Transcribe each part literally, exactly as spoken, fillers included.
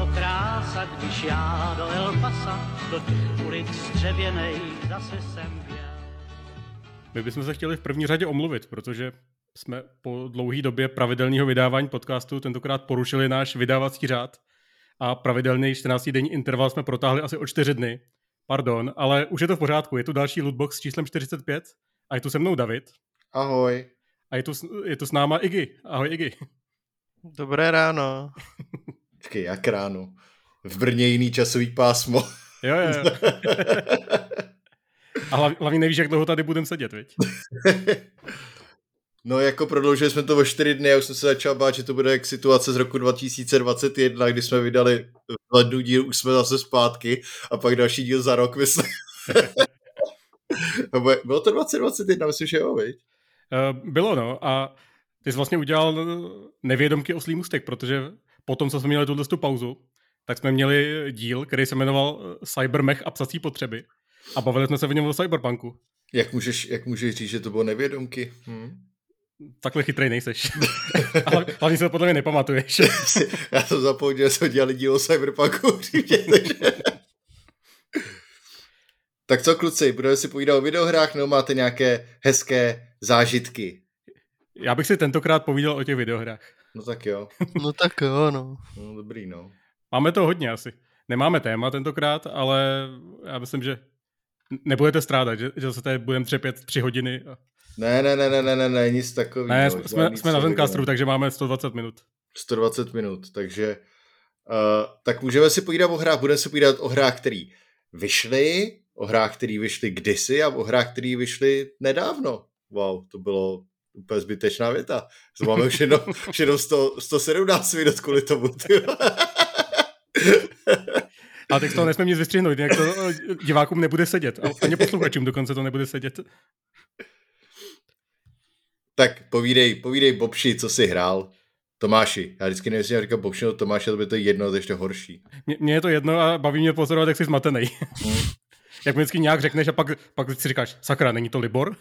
to krása, když já do El Pasa, do těch ulic dřevěných zase jsem vjel. My bychom se chtěli v první řadě omluvit, protože jsme po dlouhé době pravidelného vydávání podcastu tentokrát porušili náš vydávací řád a pravidelný čtrnáctidenní interval jsme protáhli asi o čtyři dny. Pardon, ale už je to v pořádku. Je tu další lootbox s číslem čtyřicet pět a je tu se mnou David. Ahoj. A je tu, je tu s náma Iggy. Ahoj Iggy. Dobré ráno. Počkej, jak ráno? V Brně jiný časový pásmo. Jo, jo, jo. A hlavně, hlavně nevíš, jak dlouho tady budeme sedět, viď? No jako prodloužili jsme to o čtyři dny a už jsem se začal bát, že to bude jak situace z roku dva tisíce dvacet jedna, kdy jsme vydali v lednu díl, už jsme zase zpátky a pak další díl za rok, myslím. Bylo to dvacet dvacet jedna, myslím, že jo, viď? Uh, bylo, no. A ty jsi vlastně udělal nevědomky oslý můstek, protože potom, co jsme měli tuhle pauzu, tak jsme měli díl, který se jmenoval Cybermech a psací potřeby. A bavili jsme se v něm o cyberpunku. Jak můžeš, jak můžeš říct, že to bylo nevědomky? Hm? Takhle chytrej nejseš. Ale hlavně se to podle mě nepamatuješ. Já jsem zapomněl, že jsme dělali díl o cyberpunku. takže... Tak co, kluci, budeme si povídat o videohrách, nebo máte nějaké hezké zážitky? Já bych si tentokrát povídal o těch videohrách. No tak jo. No tak jo, no. No dobrý, no. Máme to hodně asi. Nemáme téma tentokrát, ale já myslím, že nebudete strádat, že, že se tady budeme třepět tři hodiny. A... Ne, ne, ne, ne, ne, ne, ne, nic takového. Ne, jsme, jsme, jsme na Zencastru, takže máme sto dvacet minut. sto dvacet minut, takže uh, tak můžeme si povídat o hrách, budeme si povídat o hrách, které vyšly, o hrách, které vyšly kdysi a o hrách, které vyšly nedávno. Wow, to bylo úplně zbytečná věta. To máme už jenom, už jenom sto, sto sedmnáct minut kvůli tomu. A teď z toho nesmím nic vystřihnout, jinak to divákům nebude sedět. A ani posluchačům dokonce to nebude sedět. Tak povídej, povídej Bobši, co jsi hrál. Tomáši, já vždycky nevím, jestli já říkám Bobši, ale Tomáši, to by to jedno, to ještě horší. Mně je to jedno a baví mě pozorovat, jak jsi zmatenej. Hmm. Jak mi vždycky nějak řekneš a pak, pak si říkáš, sakra, není to Libor?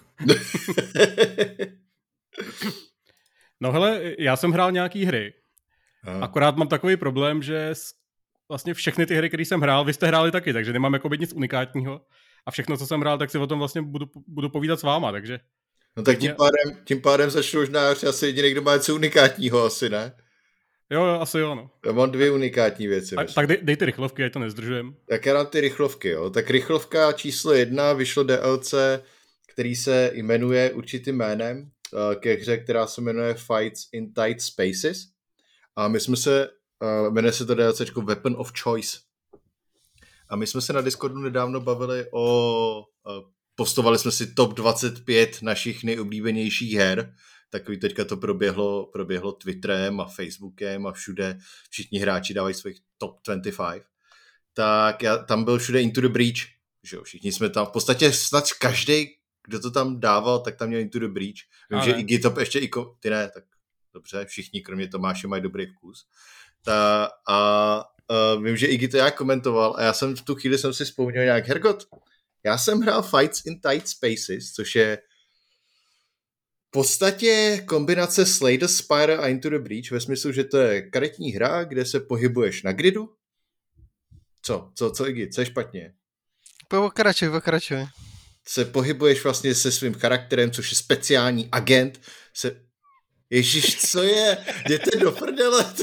No hele, já jsem hrál nějaký hry. Aha. Akorát mám takový problém, že vlastně všechny ty hry, které jsem hrál, vy jste hráli taky, takže nemám jakoby nic unikátního. A všechno, co jsem hrál, tak si o tom vlastně budu, budu povídat s váma, takže... No tak tím pádem, tím pádem začnu už na asi jediný, kdo má něco unikátního, asi ne? Jo, jo, asi jo, no. Já mám dvě unikátní věci. Tak, tak dej, dej ty rychlovky, ať to nezdržujem. Tak já dám ty rychlovky, jo. Tak rychlovka číslo jedna, vyšlo D L C, který se jmenuje určitým jménem, ke hře, která se jmenuje Fights in Tight Spaces. A my jsme se, jmenuje se to DLCčko Weapon of Choice. A my jsme se na Discordu nedávno bavili o... Postovali jsme si top dvacet pět našich nejoblíbenějších her. Takový teďka to proběhlo, proběhlo Twitterem a Facebookem a všude. Všichni hráči dávají svých top dvacet pět. Tak já, tam byl všude Into the Breach. Že jo, všichni jsme tam, v podstatě snad každý, kdo to tam dával, tak tam měl Into the Breach. Vím, ale... že Iggy to ještě i... Ko- ty ne, tak dobře, všichni kromě Tomáše mají dobrý vkus. Ta, a uh, vím, že Iggy to nějak komentoval a já jsem v tu chvíli jsem si vzpomněl nějak, Hergot, já jsem hrál Fights in Tight Spaces, což je v podstatě kombinace Slay the Spire a Into the Breach, ve smyslu, že to je karetní hra, kde se pohybuješ na gridu. Co? Co, co Iggy? Co je špatně? Pokračuj, pokračuj. Se pohybuješ vlastně se svým charakterem, což je speciální agent. Se... Ježiš, co je? Jděte do prdele.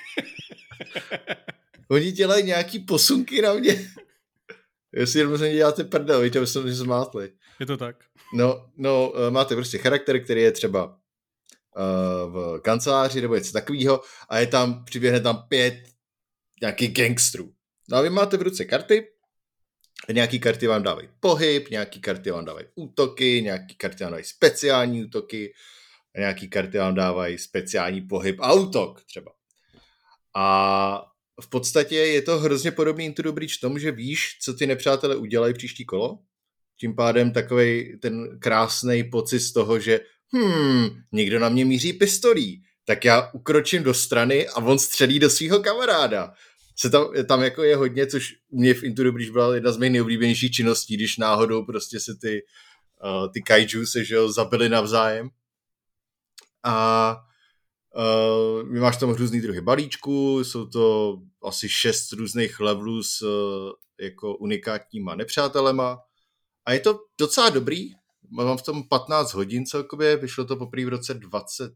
Oni dělají nějaký posunky na mě. Jestli jenom se děláte prdel, víte, aby jsme zmátli. Je to tak. No, no, máte prostě charakter, který je třeba uh, v kanceláři nebo něco takového a je tam, přiběhne tam pět nějakých gangstrů. No a vy máte v ruce karty, nějaký karty vám dávají pohyb, nějaký karty vám dávají útoky, nějaký karty vám dávají speciální útoky, a nějaký karty vám dávají speciální pohyb a útok třeba. A v podstatě je to hrozně podobný Into the Breach tomu, že víš, co ty nepřátelé udělají příští kolo. Tím pádem takovej ten krásný pocit z toho, že hmm, někdo na mě míří pistolí, tak já ukročím do strany a on střelí do svého kamaráda. Se tam, tam jako je hodně, což mě v Into the Breach byla jedna z mých nejoblíbenějších činností, když náhodou prostě se ty, uh, ty kaiju se že jo, zabili navzájem. A Uh, máš tam různý druhy balíčků, jsou to asi šest různých levelů s uh, jako unikátníma nepřátelema a je to docela dobrý. Mám v tom patnáct hodin celkově, vyšlo to poprvé v roce dvacet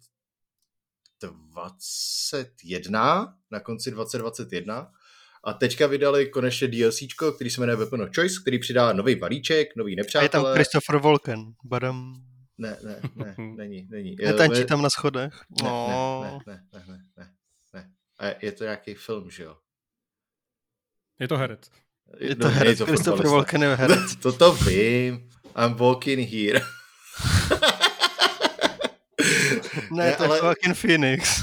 dvacet jedna, na konci dvacet dvacet jedna a teďka vydali konečně DLCčko, který se jmenuje Weapon of Choice, který přidá nový balíček, nový nepřátelé. A je tam Christopher Walken, badam. Ne, ne, ne, není, není. Netančí tam na schodech. Ne, No. ne, ne, ne, ne, ne, ne. A je to nějaký film, že jo? Je to herec. Je to herec, Christopher Walken je herec. To to vím. I'm walking here. Ne, ne, to ale... je Joaquin Phoenix.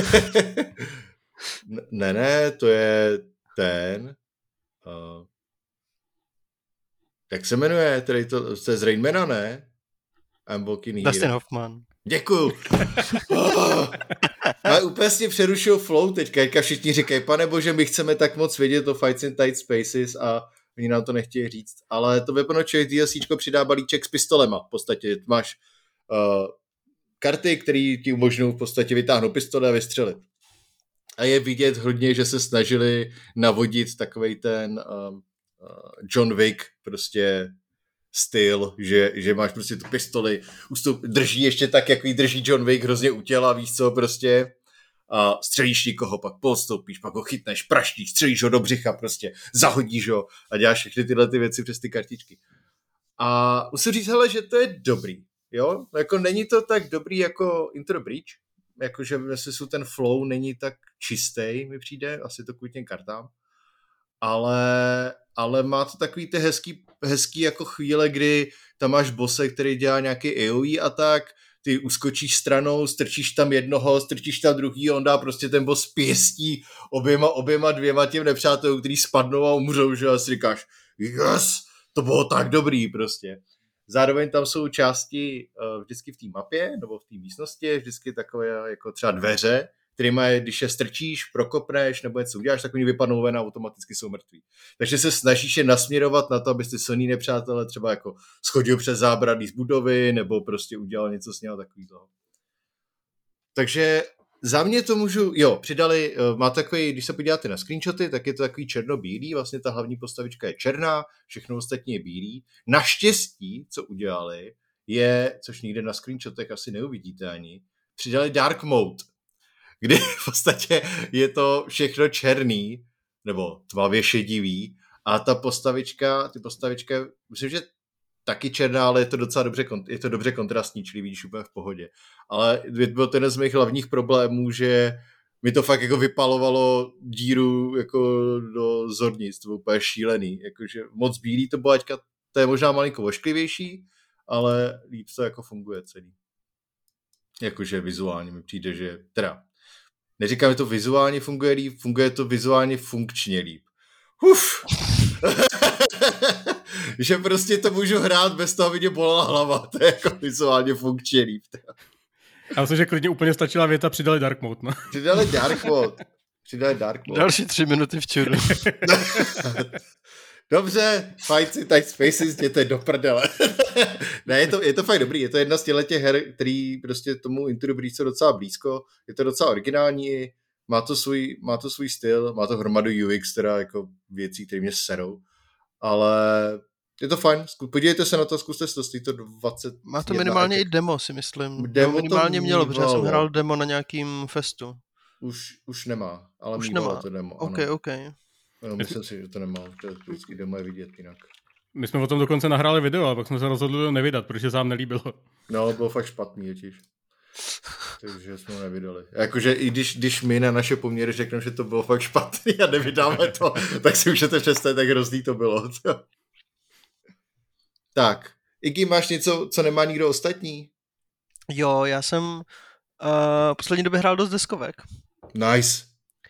ne, ne, to je ten... Uh... Jak se jmenuje? Tedy to, to je z Rainmana, ne? I'm walking here. Dustin Hoffman. Děkuju. Oh. Ale úplně si přerušil flow teďka, teďka všichni říkají, pane bože, my chceme tak moc vědět o Fights in Tight Spaces a oni nám to nechtějí říct. Ale to Weapon of Choice DLCčko přidá balíček s pistolema. V podstatě máš uh, karty, které ti umožňují v podstatě vytáhnout pistole a vystřelit. A je vidět hodně, že se snažili navodit takovej ten um, uh, John Wick prostě styl, že, že máš prostě tu pistoli, ústup, drží ještě tak, jak ji drží John Wick hrozně u těla, víš co, prostě a střelíš někoho, pak postoupíš, pak ho chytneš, praštíš, střelíš ho do břicha, prostě zahodíš ho a děláš všechny tyhle ty věci přes ty kartičky. A musím říct, hele, že to je dobrý, jo, jako není to tak dobrý jako Into the Breach, jakože myslím, ten flow není tak čistý, mi přijde, asi to kvůli těm kartám, ale, ale má to takový ty hezký, hezký jako chvíle, kdy tam máš bose, který dělá nějaký A O E atak, ty uskočíš stranou, strčíš tam jednoho, strčíš tam druhý, on dá prostě ten boss pěstí oběma, oběma dvěma těm nepřátelům, který spadnou a umřou, že a si říkáš, yes, to bylo tak dobrý prostě. Zároveň tam jsou části uh, vždycky v té mapě, nebo v té místnosti, vždycky takové jako třeba dveře, kterýma, když je strčíš, prokopneš, nebo něco uděláš, tak oni vypadnou ven a automaticky jsou mrtví. Takže se snažíš je nasměrovat na to, abys ty silný nepřátelé třeba jako schodil přes zábradlí z budovy, nebo prostě udělal něco s něho takového. Takže za mě to můžu, jo, přidali, má takový, když se podíváte na screenshoty, tak je to takový černobílý, vlastně ta hlavní postavička je černá, všechno ostatní je bílý. Naštěstí, co udělali, je, což nikde na screenshotech asi neuvidíte ani, přidali dark mode, kdy v podstatě je to všechno černý, nebo tmavě šedivý, a ta postavička, ty postavička, myslím, že taky černá, ale je to docela dobře, je to dobře kontrastní, čili vidíš úplně v pohodě. Ale byl to jeden z mých hlavních problémů, že mi to fakt jako vypalovalo díru jako do zornic, to bylo úplně šílený. Jakože moc bílý to bylo, aťka to je možná malinko ošklivější, ale líp to jako funguje celý. Jakože vizuálně mi přijde, že teda neříkám, že to vizuálně funguje líp, funguje to vizuálně funkčně líp. Uf. Že prostě to můžu hrát bez toho, aby mě bolela hlava. To je jako vizuálně funkčně líp. Já myslím, že klidně úplně stačila věta, přidali Dark Mode. No. Přidali Dark Mode. Přidali Dark Mode. Další tři minuty v čudu. Dobře, Fights in Tight Spaces, jděte do prdele. Ne, je to, je to fakt dobrý. Je to jedna z těch her, který prostě tomu Into the Breach jsou docela blízko. Je to docela originální. Má to svůj, má to svůj styl, má to hromadu U X, teda jako věcí, které mě serou. Ale je to fajn, podívejte se na to, zkuste si to, stojí to dvacet. Má to minimálně i demo, si myslím. Demo minimálně to mělo, protože já jsem hrál demo na nějakým festu. Už, už nemá, ale už mývalo nemá. to demo. Ok, ano. ok. No, myslím si, že to nemá, že vždycky demo je vidět jinak. My jsme o tom dokonce nahráli video, ale pak jsme se rozhodli to nevydat, protože se vám nelíbilo. No, bylo fakt špatný, jetíž. Takže jsme ho nevydali. Jakože i když, když my na naše poměry řekneme, že to bylo fakt špatný a nevydáme to, tak si můžete představit, tak hrozný to bylo. Tak, Iggy, máš něco, co nemá nikdo ostatní? Jo, já jsem uh, poslední době hrál dost deskovek. Nice.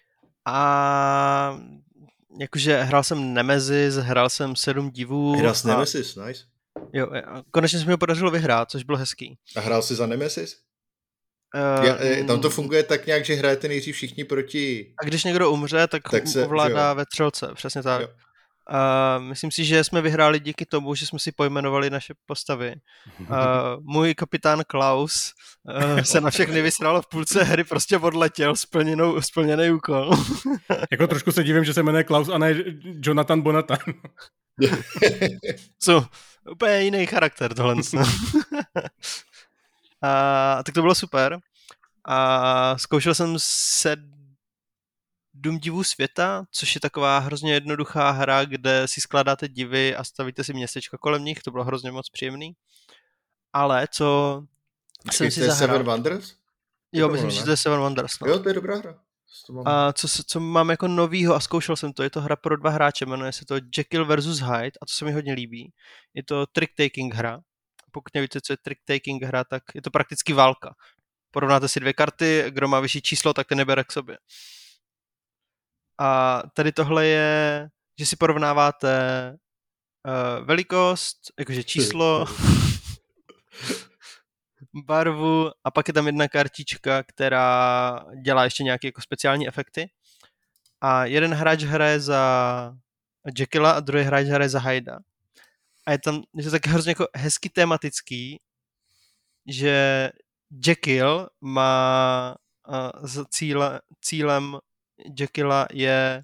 A jakože hrál jsem Nemesis, hrál jsem Sedm divů. Hrál jsi a... Nemesis, nice. Jo, a konečně se mi ho podařilo vyhrát, což bylo hezký. A hrál jsi za Nemesis? Uh, Já, tam to funguje tak nějak, že hrajete nejdřív všichni proti... A když někdo umře, tak, tak se, ovládá ve třelce, přesně tak. Jo. A myslím si, že jsme vyhráli díky tomu, že jsme si pojmenovali naše postavy. A můj kapitán Klaus uh, se na všechny vysral v půlce hry, prostě odletěl splněnou, splněný úkol. Jako trošku se divím, že se jmenuje Klaus a ne Jonathan Bonatan. Co? Úplně jiný charakter tohle. A tak to bylo super. A zkoušel jsem sedm divů světa, což je taková hrozně jednoduchá hra, kde si skládáte divy a stavíte si městečka kolem nich. To bylo hrozně moc příjemný. Ale co jsem si zahrál... Seven Wonders? Jo, myslím, že to je Seven Wonders. No. Jo, to je dobrá hra. A co, co mám jako novýho a zkoušel jsem to, je to hra pro dva hráče, jmenuje se to Jekyll versus Hyde a to se mi hodně líbí. Je to trick-taking hra. Pokud nevíte, co je trick-taking hra, tak je to prakticky válka. Porovnáte si dvě karty, kdo má vyšší číslo, tak ten nebere k sobě. A tady tohle je, že si porovnáváte uh, velikost, jakože číslo, barvu a pak je tam jedna kartička, která dělá ještě nějaké jako speciální efekty. A jeden hráč hraje za Jekylla a druhý hráč hraje za Hyda. A je tam je to tak hrozně jako hezky tematický, že Jekyll má uh, za cíle, cílem Jekylla je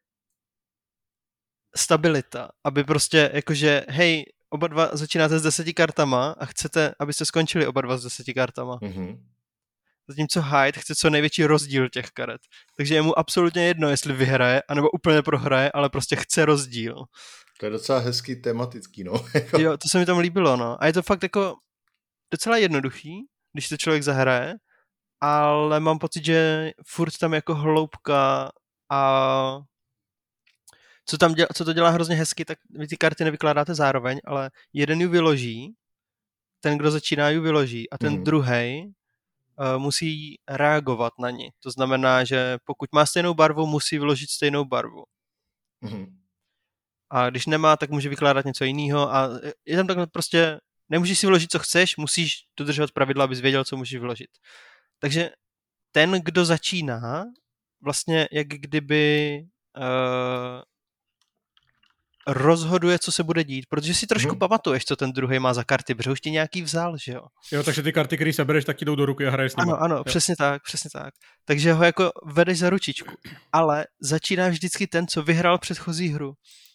stabilita, aby prostě jakože hej, oba dva začínáte s deseti kartama a chcete, abyste skončili oba dva s deseti kartama. Mm-hmm. Zatímco Hyde chce co největší rozdíl těch karet. Takže je mu absolutně jedno, jestli vyhraje, anebo úplně prohraje, ale prostě chce rozdíl. To je docela hezký tematický, no. Jo, to se mi tam líbilo, no. A je to fakt jako docela jednoduchý, když to člověk zahraje, ale mám pocit, že furt tam jako hloubka a co, tam děla, co to dělá hrozně hezky, tak vy ty karty nevykládáte zároveň, ale jeden ju vyloží, ten, kdo začíná, ju vyloží a ten mm. druhej uh, musí reagovat na ní. To znamená, že pokud má stejnou barvu, musí vyložit stejnou barvu. Mm. A když nemá, tak může vykládat něco jiného a je tam takhle prostě, nemůžeš si vyložit, co chceš, musíš dodržovat pravidla, abys věděl, co můžeš vyložit. Takže ten, kdo začíná, vlastně jak kdyby uh, rozhoduje, co se bude dít, protože si trošku hmm. pamatuješ, co ten druhý má za karty, protože už ti nějaký vzal, že jo. Jo, takže ty karty, které sebereš, tak ti jdou do ruky a hraješ s nimi. Ano, ano, jo. přesně tak, přesně tak. Takže ho jako vedeš za ručičku, ale začíná vždycky ten, co vyhrál předchozí hru.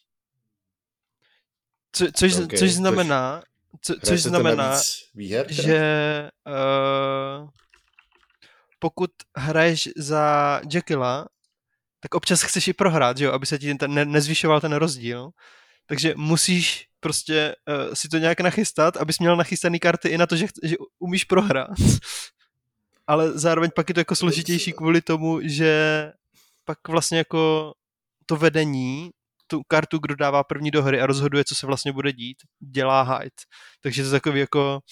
Co, což, okay, což znamená, co, což znamená, výher, že uh, pokud hraješ za Jekylla, tak občas chceš i prohrát, že jo, aby se ti ten, ne, nezvyšoval ten rozdíl. Takže musíš prostě uh, si to nějak nachystat, abys měl nachystaný karty i na to, že, že umíš prohrát. Ale zároveň pak je to jako složitější kvůli tomu, že pak vlastně jako to vedení, tu kartu, kdo dává první do hry a rozhoduje, co se vlastně bude dít, dělá Hyde. Takže to je takový jako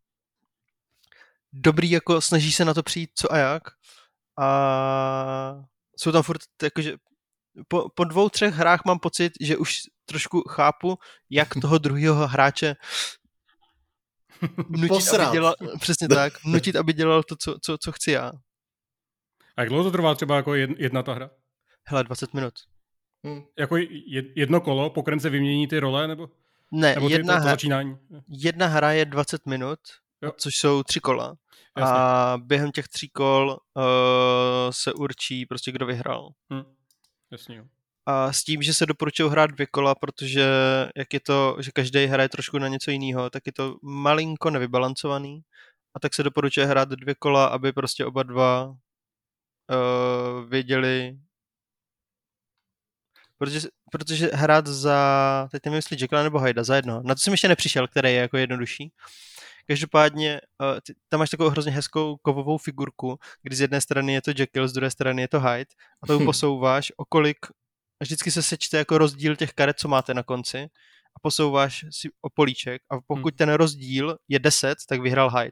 dobrý, jako snaží se na to přijít co a jak. A jsou tam furt, jakože po, po dvou, třech hrách mám pocit, že už trošku chápu, jak toho druhého hráče nutit, aby dělal, přesně tak, nutit, aby dělal to, co, co, co chci já. A jak dlouho to trvá třeba jako jedna ta hra? Hele, dvacet minut. Hmm. Jako jedno kolo, pokrém se vymění ty role, nebo? Ne, nebo ty, jedna, to, to hra, začínání? jedna hra je dvacet minut, jo. Což jsou tři kola. Jasně. A během těch tří kol uh, se určí prostě, kdo vyhrál. Hmm. Jasně, jo. A s tím, že se doporučují hrát dvě kola, protože jak je to, že každý hraje trošku na něco jiného, tak je to malinko nevybalancovaný. A tak se doporučuje hrát dvě kola, aby prostě oba dva uh, věděli. Protože, protože hrát za, teď nevím, jestli Jekylla nebo Hyda, za jedno. Na to jsem ještě nepřišel, který je jako jednodušší. Každopádně uh, ty, tam máš takovou hrozně hezkou kovovou figurku, kdy z jedné strany je to Jekyll, z druhé strany je to Hyde a to posouváš o kolik, a vždycky se sečte jako rozdíl těch karet, co máte na konci a posouváš si o políček a pokud ten rozdíl je deset, tak vyhrál Hyde.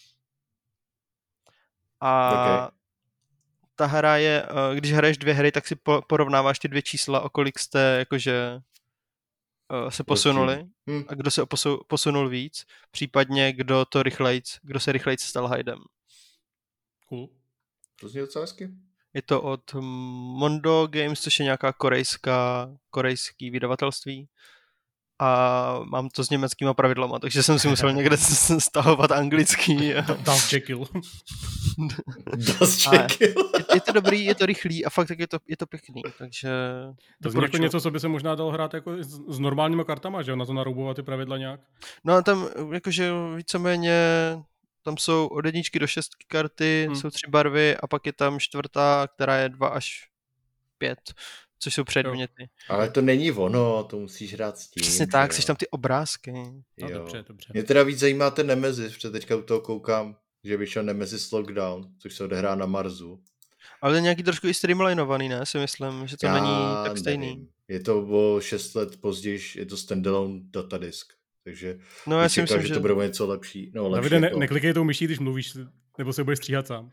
A okay. Ta hra je, když hraješ dvě hry, tak si porovnáváš ty dvě čísla, o kolik jste jakože se posunuli hmm. a kdo se posunul víc, případně kdo to rychlejc, kdo se rychlejc stal Hydem. Cool. To zní docela hezky. Je to od Mondo Games, což je nějaká korejská, korejský vydavatelství. A mám to s německýma pravidlama, takže jsem si musel někde stahovat anglický. Das Jekyll. Das Jekyll. Je, je to dobrý, je to rychlý a fakt tak je to, je to pěkný, takže... To zní jako něco, co by se možná dalo hrát jako s, s normálníma kartama, že jo? Na to naroubovat ty pravidla nějak. No a tam jakože víceméně tam jsou od jedničky do šestky karty, hmm. jsou tři barvy a pak je tam čtvrtá, která je dva až pět, což jsou předměty. Ale to není ono, to musíš hrát s tím. Přesně tak, jsi tam ty obrázky. No, dobře, dobře. Mě teda víc zajímá ten Nemesis, protože teďka u toho koukám, že vyšel Nemesis Lockdown, což se odehrá na Marsu. Ale to je nějaký trošku i streamlinovaný, ne? Si myslím, že to Já není tak stejný. Nevím. Je to o šest let později, je to standalone datadisk. Takže no, já si myslím, že, že to bude něco lepší. No, lepší Davide, ne, jako... neklikej tou myší, když mluvíš, nebo se budeš stříhat sám.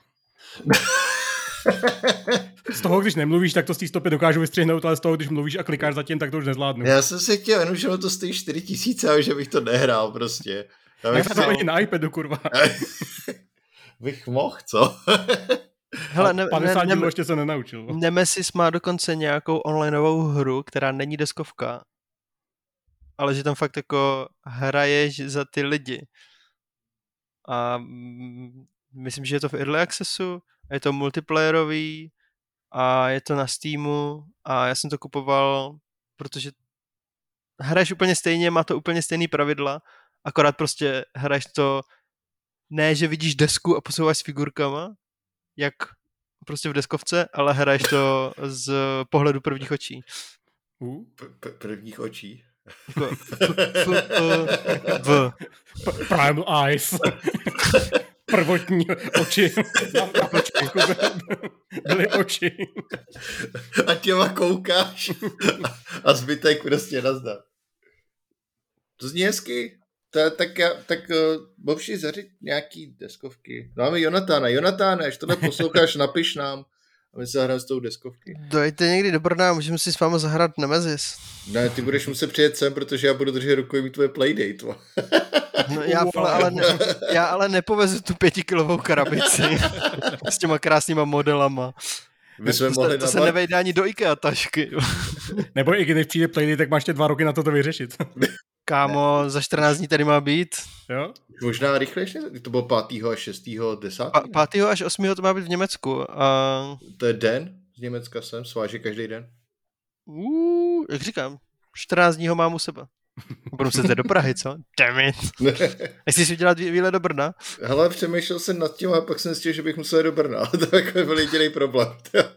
Z toho, když nemluvíš, tak to z té stopy dokážu vystřihnout, ale z toho, když mluvíš a klikáš zatím, tak to už nezvládnu. Já jsem si chtěl, jenom, že to stojí čtyři tisíce a že bych to nehrál prostě. Já bych chtěl... to na iPadu, kurva. bych mohl, co? Hele, ne, padesát ne, dílů ne, ještě se nenaučil. Nemesis má dokonce nějakou onlineovou hru, která není deskovka, ale že tam fakt jako hraješ za ty lidi. A myslím, že je to v Early Accessu, je to multiplayerový a je to na Steamu a já jsem to kupoval, protože hraješ úplně stejně, má to úplně stejný pravidla, akorát prostě hraješ to ne, že vidíš desku a posouváš s figurkama, jak prostě v deskovce, ale hraješ to z pohledu prvních očí. Uh, prvních očí? V. Primal eyes. Prvotní oči. Byly oči. A těma koukáš. A zbytek prostě nazdar. To zní hezky. Ta, tak já, tak uh, bobši zařiď nějaký deskovky. Máme Jonatána. Jonatáne, až tohle posloucháš, napiš nám. A my se zahrajeme s tou deskovky. Dojďte někdy do Brna, můžeme si s vámi zahrát Nemesis. Ne, ty budeš muset přijet sem, protože já budu držet rukojmí tvoje playdate. No, já, ale, ale ne, já ale nepovezu tu pětikilovou krabici s těma krásnýma modelama. My jsme to mohli se, to nabat... se nevejde ani do IKEA tašky. Nebo i když přijde playdate, tak máš tě dva roky na to to vyřešit. Kámo, za čtrnáct dní tady má být. Jo? Možná rychlejší, to bylo pátého až šestého desátého Pa, pátého až osmého to má být v Německu. A... To je den z Německa sem, sváže každý den. Uh, jak říkám, čtrnáct dní ho mám u sebe. Budu se zde do Prahy, co? Damn it. Jestli si udělat výlet do Brna? Hele, přemýšlel jsem nad tím a pak jsem zjistil, že bych musel jít do Brna. To je jako byl jediný problém.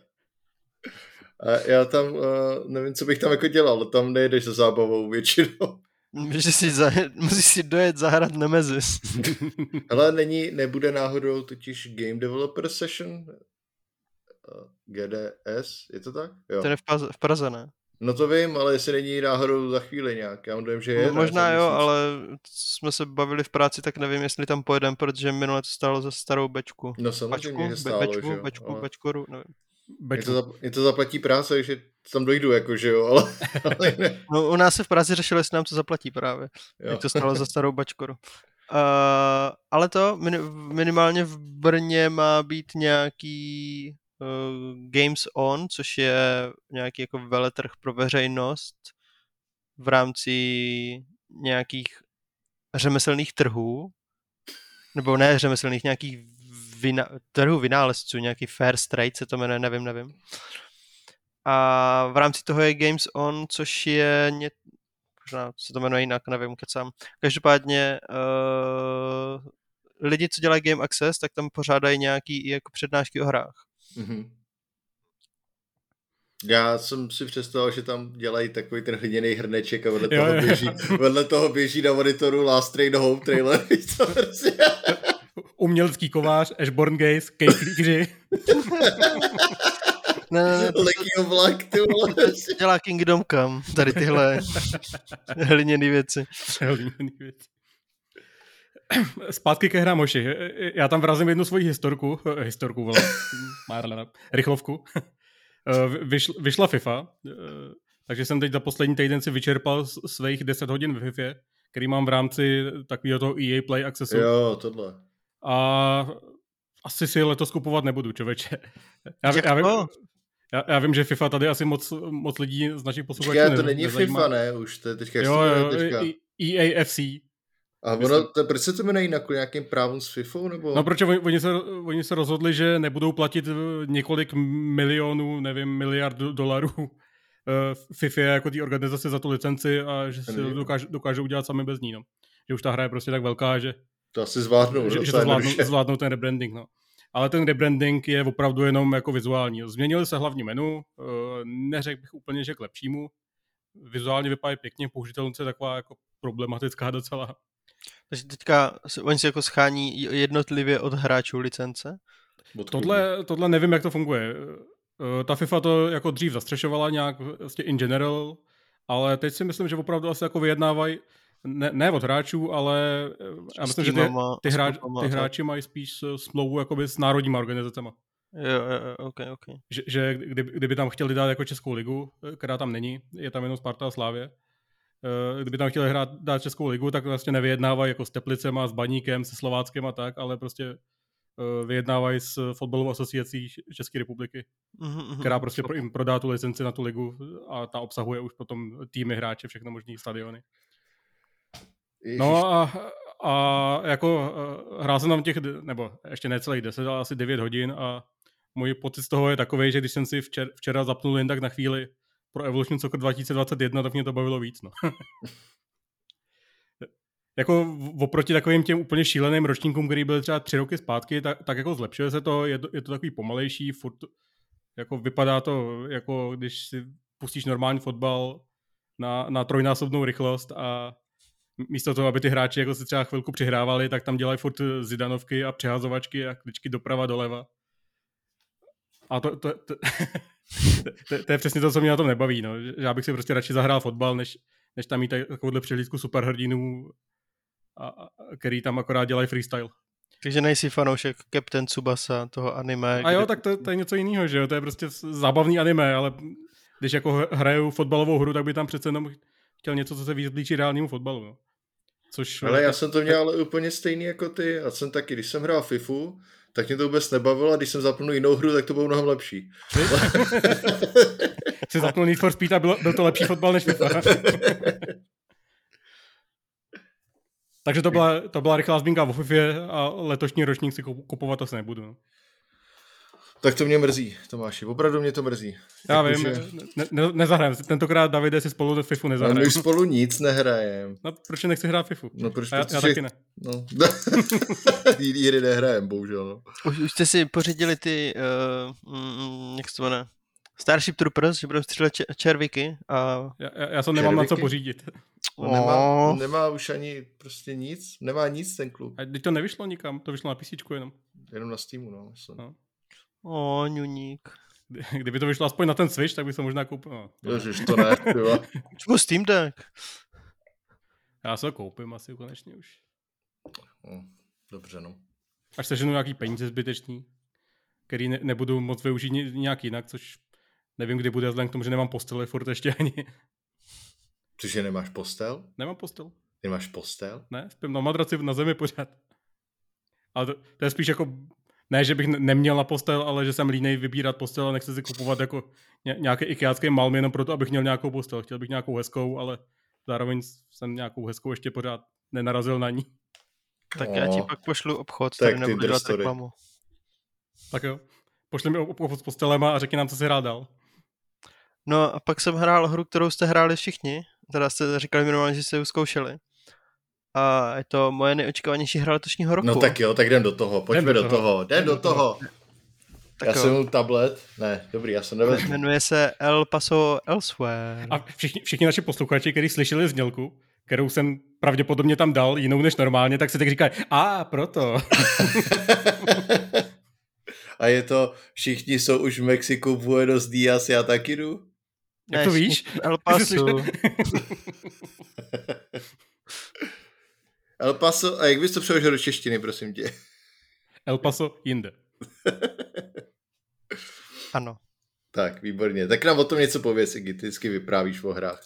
A já tam, uh, nevím, co bych tam jako dělal, tam nejedeš za zábavou většinou. Můžeš si, za, musíš si dojet zahrát Nemesis. Hele, není, nebude náhodou totiž Game Developer Session? G D S, je to tak? Jo. To je v Praze, v Praze, ne? No to vím, ale jestli není náhodou za chvíli nějak. Já mám dojem, že je. No, možná jo, ale jsme se bavili v práci, tak nevím, jestli tam pojedem, protože minule to stálo za starou bečku. No samozřejmě, Bačku, že stálo, bečku, že jo. Bečku, ale... bečku, nevím. Mě to, za, mě to zaplatí práce, takže tam dojdu, jako, že jo, ale... ale ne. No u nás se v práci řešilo, jestli nám to zaplatí právě. Jo. Jak to stálo za starou bačkoru. Uh, ale to min- minimálně v Brně má být nějaký uh, Games On, což je nějaký jako veletrh pro veřejnost v rámci nějakých řemeslných trhů, nebo ne řemeslných, nějakých vina- trhů vynálezců, nějaký Fair Trade se to jmenuje, nevím, nevím. A v rámci toho je Games On, což je ně... možná se to jmenuje jinak, nevím, kecám. Každopádně uh, lidi, co dělají Game Access, tak tam pořádají nějaký jako přednášky o hrách. Mm-hmm. Já jsem si představil, že tam dělají takový ten hliněný hrneček a vedle, jo, toho, běží, vedle toho běží na monitoru Last Train Home trailer. Umělecký kovář, Ashborn Gaze, Kejklíři. Ne, ne, ne. Legio Black, ty vole. Dělá Kingdom Come, tady tyhle hliněný věci. Hliněný věci. Zpátky ke hrám, Moši. Já tam vrazím jednu svoji historku, historku, vole, rychlovku. Vyšla, vyšla FIFA, takže jsem teď za poslední týden si vyčerpal svých deset hodin v FIFA, který mám v rámci takového toho E A Play Accessu. Jo, tohle. A Asi si letos kupovat nebudu, člověče. Já, Jak já, vím, to? já, já vím, že FIFA tady asi moc, moc lidí z našich posluchačů Počkej, to ne, není nezajímá. FIFA, ne? Už to je teďka, jak Jo, se to jmenuje jo, teďka? E A F C. A ono, to, proč se to jmenuje jinak, kvůli nějakým právům s FIFou, nebo? No, protože oni, oni, se, oni se rozhodli, že nebudou platit několik milionů, nevím, miliard dolarů uh, FIFA jako té organizace za tu licenci a že si to dokáž, dokážou udělat sami bez ní, no. Že už ta hra je prostě tak velká, že To asi zvládnou. že, že to zvládnou, zvládnou ten rebranding, no. Ale ten rebranding je opravdu jenom jako vizuální. Změnili se hlavní menu, uh, neřekl bych úplně, že k lepšímu. Vizuálně vypadá pěkně, použitelnost je taková jako problematická docela. Takže teďka oni si jako schání jednotlivě od hráčů licence? Tohle, tohle nevím, jak to funguje. Ta FIFA to jako dřív zastřešovala nějak vlastně in general, ale teď si myslím, že opravdu asi jako vyjednávají ne, ne od hráčů, ale já myslím, že ty, ty, hráč, ty hráči mají spíš smlouvu jakoby s národníma organizacemi. Jo, jo, ok, ok. Že, že kdyby, kdyby tam chtěli dát jako Českou ligu, která tam není, je tam jenom Sparta a Slavie, kdyby tam chtěli hrát, dát Českou ligu, tak vlastně nevyjednávají jako s Teplicema, s Baníkem, se Slováckem a tak, ale prostě vyjednávají s fotbalovou asociací České republiky, mm-hmm, která prostě pro, jim prodá tu licenci na tu ligu a ta obsahuje už potom týmy, hráče, všechno možný stadiony. Ježiš. No a, a jako hrál jsem tam těch, nebo ještě ne celých deset, ale asi devět hodin a můj pocit z toho je takovej, že když jsem si včera, včera zapnul jen tak na chvíli pro Evolution Soccer dva tisíce dvacet jedna, tak mě to bavilo víc, no. Jako oproti takovým těm úplně šíleným ročníkům, který byly třeba tři roky zpátky, tak, tak jako zlepšuje se to, je to, je to takový pomalejší, furt jako vypadá to, jako když si pustíš normální fotbal na, na trojnásobnou rychlost a místo toho, aby ty hráči jako si třeba chvilku přihrávali, tak tam dělají furt zidanovky a přehazovačky a kličky doprava doleva. A to, to, to, to, to je přesně to, co mě na tom nebaví, no. Já bych si prostě radši zahrál fotbal, než, než tam mít takovouhle přehlídku superhrdinů, a, a, který tam akorát dělají freestyle. Takže nejsi fanoušek Captain Tsubasa, toho anime. A jo, kde... tak to, to je něco jiného, že jo, to je prostě zábavný anime, ale když jako hraju fotbalovou hru, tak by tam přece jenom chtěl něco, co se víc blíží reálnému fotbalu, no. Což... Ale já jsem to měl ale úplně stejný jako ty, a jsem taky, když jsem hrál FIFU, tak mě to vůbec nebavilo a když jsem zapnul jinou hru, tak to bylo mnohem lepší. Jsi zapnul Need for Speed a byl, byl to lepší fotbal než FIFA. Takže to byla, to byla rychlá zmínka o FIFA a letošní ročník si kupovat asi nebudu. No. Tak to mě mrzí, Tomáši, opravdu mě to mrzí. Já jako, vím, že... ne, ne, nezahrajem. Tentokrát, Davide, si spolu do FIFU nezahrajem. No, my spolu nic nehrajem. No, proč nechci hrát FIFU? No, proč, já, protože... já taky ne. No. Jiný hry nehrajem, bohužel. No. Už, už jste si pořídili ty, uh, mm, jak se to jmenuje, Starship Troopers, že budou střílet če- červíky a... Já, já to nemám červíky? Na co pořídit. On nemá, nemá už ani prostě nic, nemá nic ten klub. A teď to nevyšlo nikam, to vyšlo na PCčku jenom. Jenom na Steamu, no. no. O, ňuník. Kdyby to vyšlo aspoň na ten Switch, tak bych se možná koupil. No, to Ježiš, to ne, tyva. Třeba Steam Deck. Já se ho koupím asi konečně už. No, dobře, no. Až seženu nějaký peníze zbytečný, který ne, nebudu moc využít nějak jinak, což nevím, kdy bude, vzhledem k tomu, že nemám postele furt ještě ani. Cože nemáš postel? Nemám postel. Nemáš postel? Ne, spím na madraci na zemi pořád. Ale to, to je spíš jako, ne, že bych neměl na postel, ale že jsem línej vybírat postel a nechci si kupovat jako nějaký ikeácký malm jenom proto, abych měl nějakou postel. Chtěl bych nějakou hezkou, ale zároveň jsem nějakou hezkou ještě pořád nenarazil na ní. Tak já ti pak pošlu obchod, tak tady nebudu dělat reklamu. Tak jo, pošli mi obchod s postelema a řekni nám, co jsi hrál dál. No a pak jsem hrál hru, kterou jste hráli všichni, teda jste říkali minimálně, že jste ji zkoušeli. A je to moje nejočekávanější hra letošního roku. No tak jo, tak jdem do toho, pojďme do, do toho, toho. jdem do toho. Tak já jo. jsem měl tablet, ne, dobrý, já jsem nevezmu. Jmenuje se El Paso Elsewhere. A všichni, všichni naši posluchači, kteří slyšeli znělku, kterou jsem pravděpodobně tam dal, jinou než normálně, tak se tak říkají, a proto. A je to, všichni jsou už v Mexiku, Buenos Dias, já taky jdu? Jak to víš? El Paso. El Paso, a jak bys to přeložil do češtiny, prosím tě? El Paso jinde. Ano. Tak, výborně. Tak nám o tom něco pověz, Iggy, ty vždycky vyprávíš o hrách.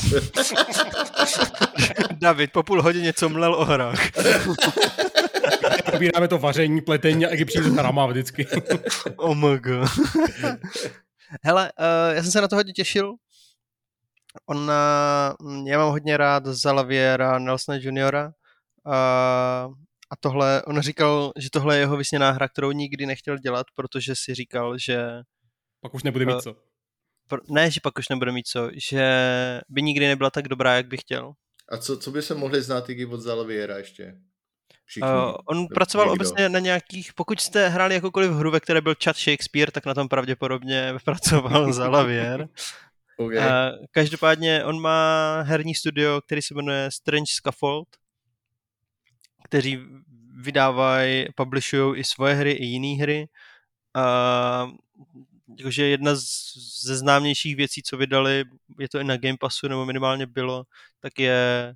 David po půl hodině co mlel o hrách. Probíráme to vaření, pletení a egyptský s hrama vždycky. Oh my god. Hele, uh, já jsem se na to hodně těšil. On, uh, já mám hodně rád Xaviera Nelsona juniora Uh, a tohle, on říkal, že tohle je jeho vysněná hra, kterou nikdy nechtěl dělat, protože si říkal, že... Pak už nebude mít co. Ne, že pak už nebude mít co, že by nikdy nebyla tak dobrá, jak by chtěl. A co, co by se mohli znát i od Xaviera ještě? Všichni, uh, on pracoval někdo. Obecně na nějakých, pokud jste hráli jakoukoliv hru, ve které byl Chad Shakespeare, tak na tom pravděpodobně pracoval Xavier. Okay. Uh, každopádně on má herní studio, který se jmenuje Strange Scaffold, kteří vydávají, publishují i svoje hry, i jiné hry. Uh, jakože jedna z, ze známějších věcí, co vydali, je to i na Game Passu, nebo minimálně bylo, tak je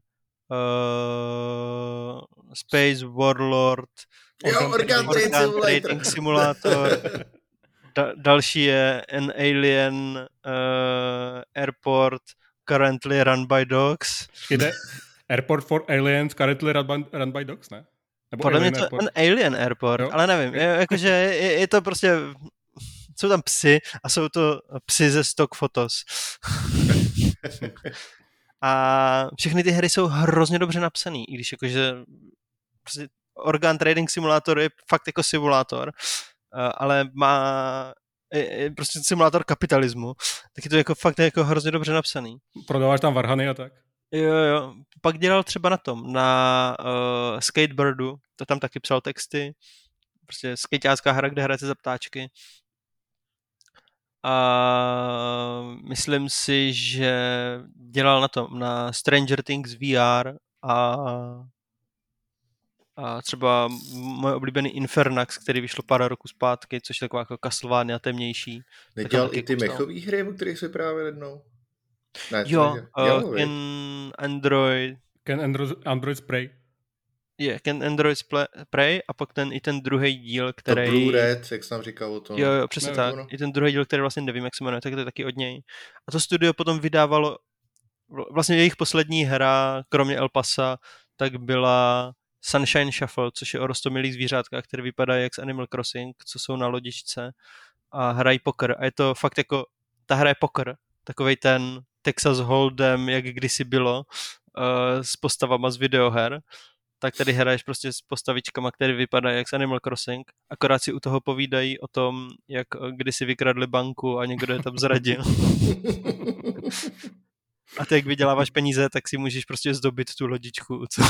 uh, Space Warlord, jo, Organ, Organ Trading, Trading Simulator. Da, další je An Alien uh, Airport Currently Run by Dogs. Jde Airport for Aliens Currently Run by, run by Dogs, ne? Nebo podle mě to je An Alien Airport, jo? Ale nevím, je, jakože je, je to prostě, jsou tam psy a jsou to psy ze stock photos. A všechny ty hry jsou hrozně dobře napsaný, i když jakože prostě Organ Trading Simulator je fakt jako simulátor, ale má je, je prostě simulátor kapitalismu, tak je to jako fakt jako hrozně dobře napsaný. Prodáváš tam varhany a tak? Jo, jo. Pak dělal třeba na tom, na uh, Skateboardu, to tam taky psal texty, prostě skejťácká hra, kde hrajete za ptáčky. A myslím si, že dělal na tom, na Stranger Things V R a, a třeba moje oblíbený Infernax, který vyšlo pár roku zpátky, což je taková jako Castlevania temnější. Nedělal i ty mechové hry, o kterých jsme právě jednou? Ne, jo, uh, Can Android... Can Android, Android Spray. Je, yeah, Can Android Spray a pak ten i ten druhý díl, který... To Blue Red, jak jsem říkal o tom. Jo, jo, přesně ne, tak. Ono. I ten druhý díl, který vlastně nevím, jak se jmenuje, tak to je taky od něj. A to studio potom vydávalo... Vlastně jejich poslední hra, kromě El Pasa, tak byla Sunshine Shuffle, což je o roztomilých zvířátkách, které vypadají jak z Animal Crossing, co jsou na lodičce a hrají poker. A je to fakt jako... Ta hra je poker. Takovej ten Texas Hold'em, jak kdysi bylo, uh, s postavama z videoher, tak tady hraješ prostě s postavičkama, které vypadají jak z Animal Crossing, akorát si u toho povídají o tom, jak kdysi vykradli banku a někdo je tam zradil. A ty, jak vyděláváš peníze, tak si můžeš prostě zdobit tu lodičku. Co?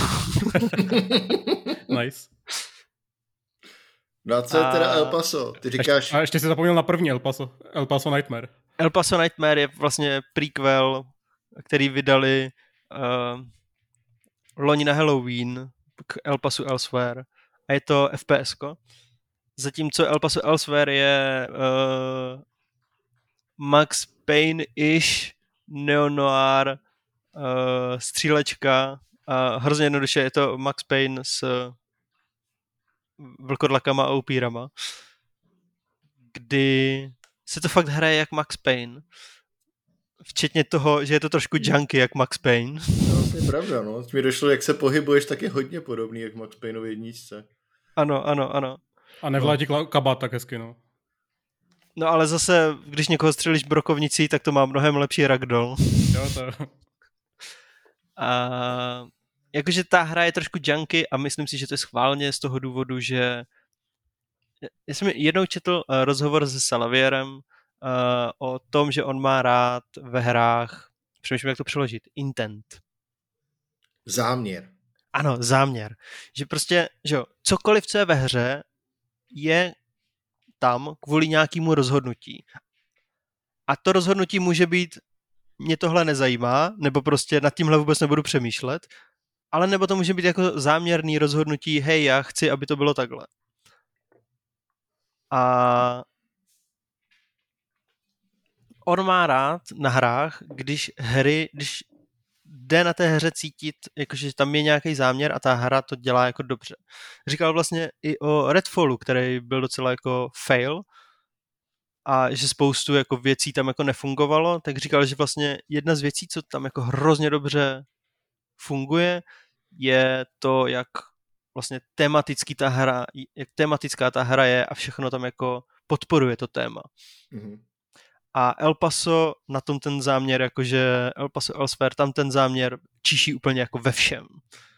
Nice. No a co je teda El Paso? Ty říkáš... Ještě, a ještě jsi zapomněl na první El Paso. El Paso Nightmare. El Paso Nightmare je vlastně prequel, který vydali uh, loni na Halloween k El Pasu Elsewhere. A je to F P S ko. Zatímco El Paso Elsewhere je uh, Max Payne-ish neo-noir uh, střílečka. A hrozně jednoduše je to Max Payne s vlkodlakama a upírama. Kdy se to fakt hraje jak Max Payne. Včetně toho, že je to trošku junky jak Max Payne. No, to je pravda, no. Mi došlo, jak se pohybuješ, tak je hodně podobný jak Max Payne v jedničce. Ano, ano, ano. A nevládí no. kabát tak hezky, no. No ale zase, když někoho střelíš brokovnicí, tak to má mnohem lepší ragdoll. Jo, to... A jakože ta hra je trošku junky a myslím si, že to je schválně z toho důvodu, že já jsem jednou četl uh, rozhovor se Xavierem uh, o tom, že on má rád ve hrách, přemýšlím, jak to přeložit, intent. Záměr. Ano, záměr. Že prostě, že jo, cokoliv, co je ve hře, je tam kvůli nějakému rozhodnutí. A to rozhodnutí může být, mě tohle nezajímá, nebo prostě nad tímhle vůbec nebudu přemýšlet, ale nebo to může být jako záměrný rozhodnutí, hej, já chci, aby to bylo takhle. A on má rád na hrách, když hry, když jde na té hře cítit, jakože tam je nějaký záměr a ta hra to dělá jako dobře. Říkal vlastně i o Redfallu, který byl docela jako fail a že spoustu jako věcí tam jako nefungovalo, tak říkal, že vlastně jedna z věcí, co tam jako hrozně dobře funguje, je to, jak vlastně tematický ta hra, jak tematická ta hra je a všechno tam jako podporuje to téma. Mm-hmm. A El Paso na tom ten záměr, jakože El Paso Elsewhere, tam ten záměr čiší úplně jako ve všem.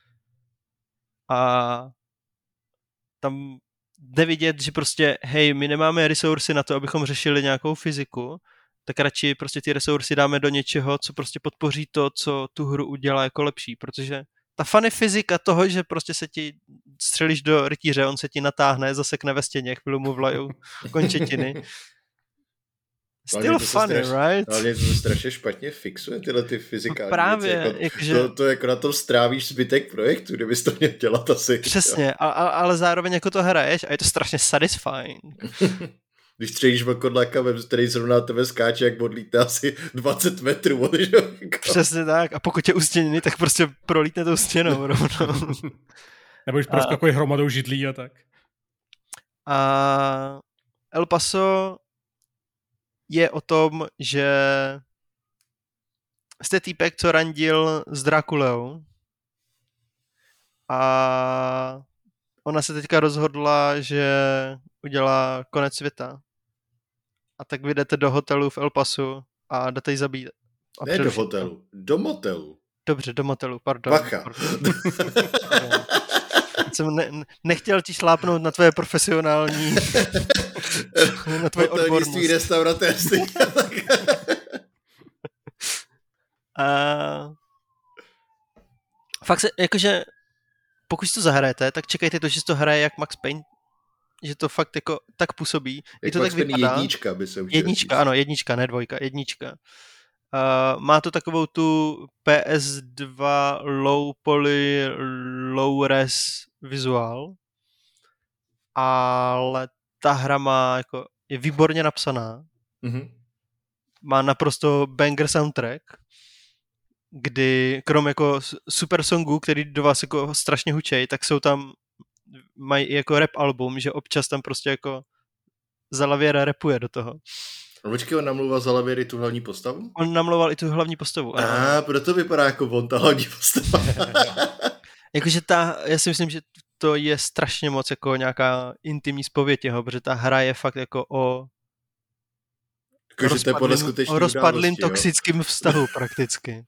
A tam jde vidět, že prostě hej, my nemáme resursy na to, abychom řešili nějakou fyziku, tak radši prostě ty resursy dáme do něčeho, co prostě podpoří to, co tu hru udělá jako lepší, protože ta funny fyzika toho, že prostě se ti střelíš do rytíře, on se ti natáhne, zasekne ve stěně, chvíli mu vlajou končetiny. Still funny, straš, right? Ale to strašně špatně fixuje tyhle ty fyzikální právě, věci. Jako, jakže... to, to jako na tom strávíš zbytek projektu, kdybys to měl dělat asi. Přesně, a, a, ale zároveň jako to hraješ a je to strašně satisfying. Když střelíš vlkodlaka, který zrovna na tebe skáče, jak odlítne asi dvacet metrů. Přesně tak. A pokud je ustěněný, tak prostě prolítne tou stěnou rovnou. Nebo už proskakuje hromadou židlí a tak. A El Paso je o tom, že jste týpek, co randil s Drakuleou a ona se teďka rozhodla, že udělá konec světa. A tak vy jdete do hotelu v El Pasu a jdete ji zabít. A ne do hotelu, do motelu. Dobře, do motelu, pardon. Bacha. Pardon. Pardon. Jsem ne, nechtěl ti šlápnout na tvoje profesionální na tvoje odbornost. Hotelnictví, restauratérství. A fakt se, jakože pokud si to zahrajete, tak čekajte to, že to hraje jak Max Payne, že to fakt jako tak působí. Jak to Max tak Payne vypadá. jednička by se učil. Jednička, říct. Ano, jednička, ne dvojka, jednička. Uh, má to takovou tu P S dva low poly, low res vizuál, ale ta hra má jako, je výborně napsaná, mm-hmm. má naprosto banger soundtrack, kdy krom jako super songů, který do vás jako strašně hučej, tak jsou tam, mají i jako rap album, že občas tam prostě jako Zalaviera rapuje do toho. A počkej, on namlouval za Lavěry tu hlavní postavu? On namlouval i tu hlavní postavu. A proto vypadá jako on, ta hlavní postava. Jakože ta, já si myslím, že to je strašně moc jako nějaká intimní zpověď jeho, protože ta hra je fakt jako o jako, rozpadlým, o rozpadlým toxickým vztahu prakticky.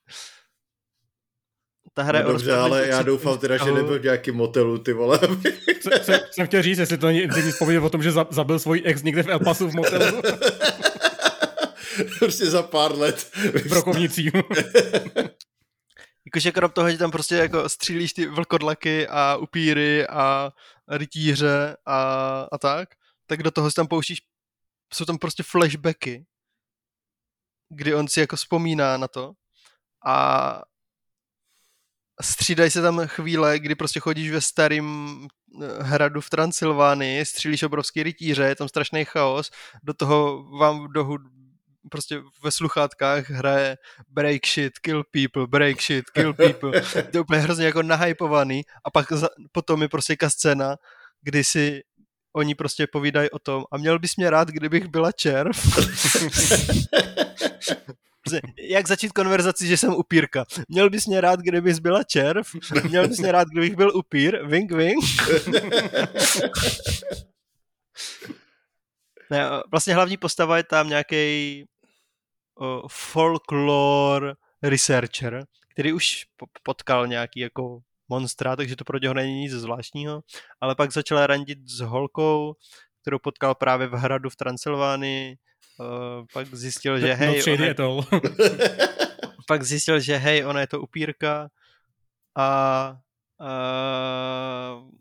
Ta hra no dobře, ale já doufám teda, vztahu. Že nebyl v nějakým motelu, ty vole. jsem, jsem chtěl říct, jestli to není intimní zpověď o tom, že zabil svůj ex někde v El Pasu v motelu. Prostě za pár let. V Rokovnicích. Jakože krom toho, že tam prostě jako střílíš ty vlkodlaky a upíry a rytíře a, a tak, tak do toho si tam pouštíš, jsou tam prostě flashbacky, kdy on si jako vzpomíná na to a střídají se tam chvíle, kdy prostě chodíš ve starém hradu v Transylvánii, střílíš obrovský rytíře, je tam strašný chaos, do toho vám do hud prostě ve sluchátkách hraje break shit, kill people, break shit, kill people. To je úplně hrozně jako nahypovaný a pak za, potom je prostě ka scéna, kdy si oni prostě povídají o tom a měl bys mě rád, kdybych byla červ. Jak začít konverzaci, že jsem upírka. Měl bys mě rád, kdybys byla červ? Měl bys mě rád, kdybych byl upír? Wink, wink. Ne, vlastně hlavní postava je tam nějaký uh, folklore researcher, který už potkal nějaký jako monstra, takže to pro něho není nic zvláštního, ale pak začal randit s holkou, kterou potkal právě v hradu v Transylvánii. Uh, pak zjistil, že hej, no, ona je... pak zjistil, že hej, ona je to upírka a uh,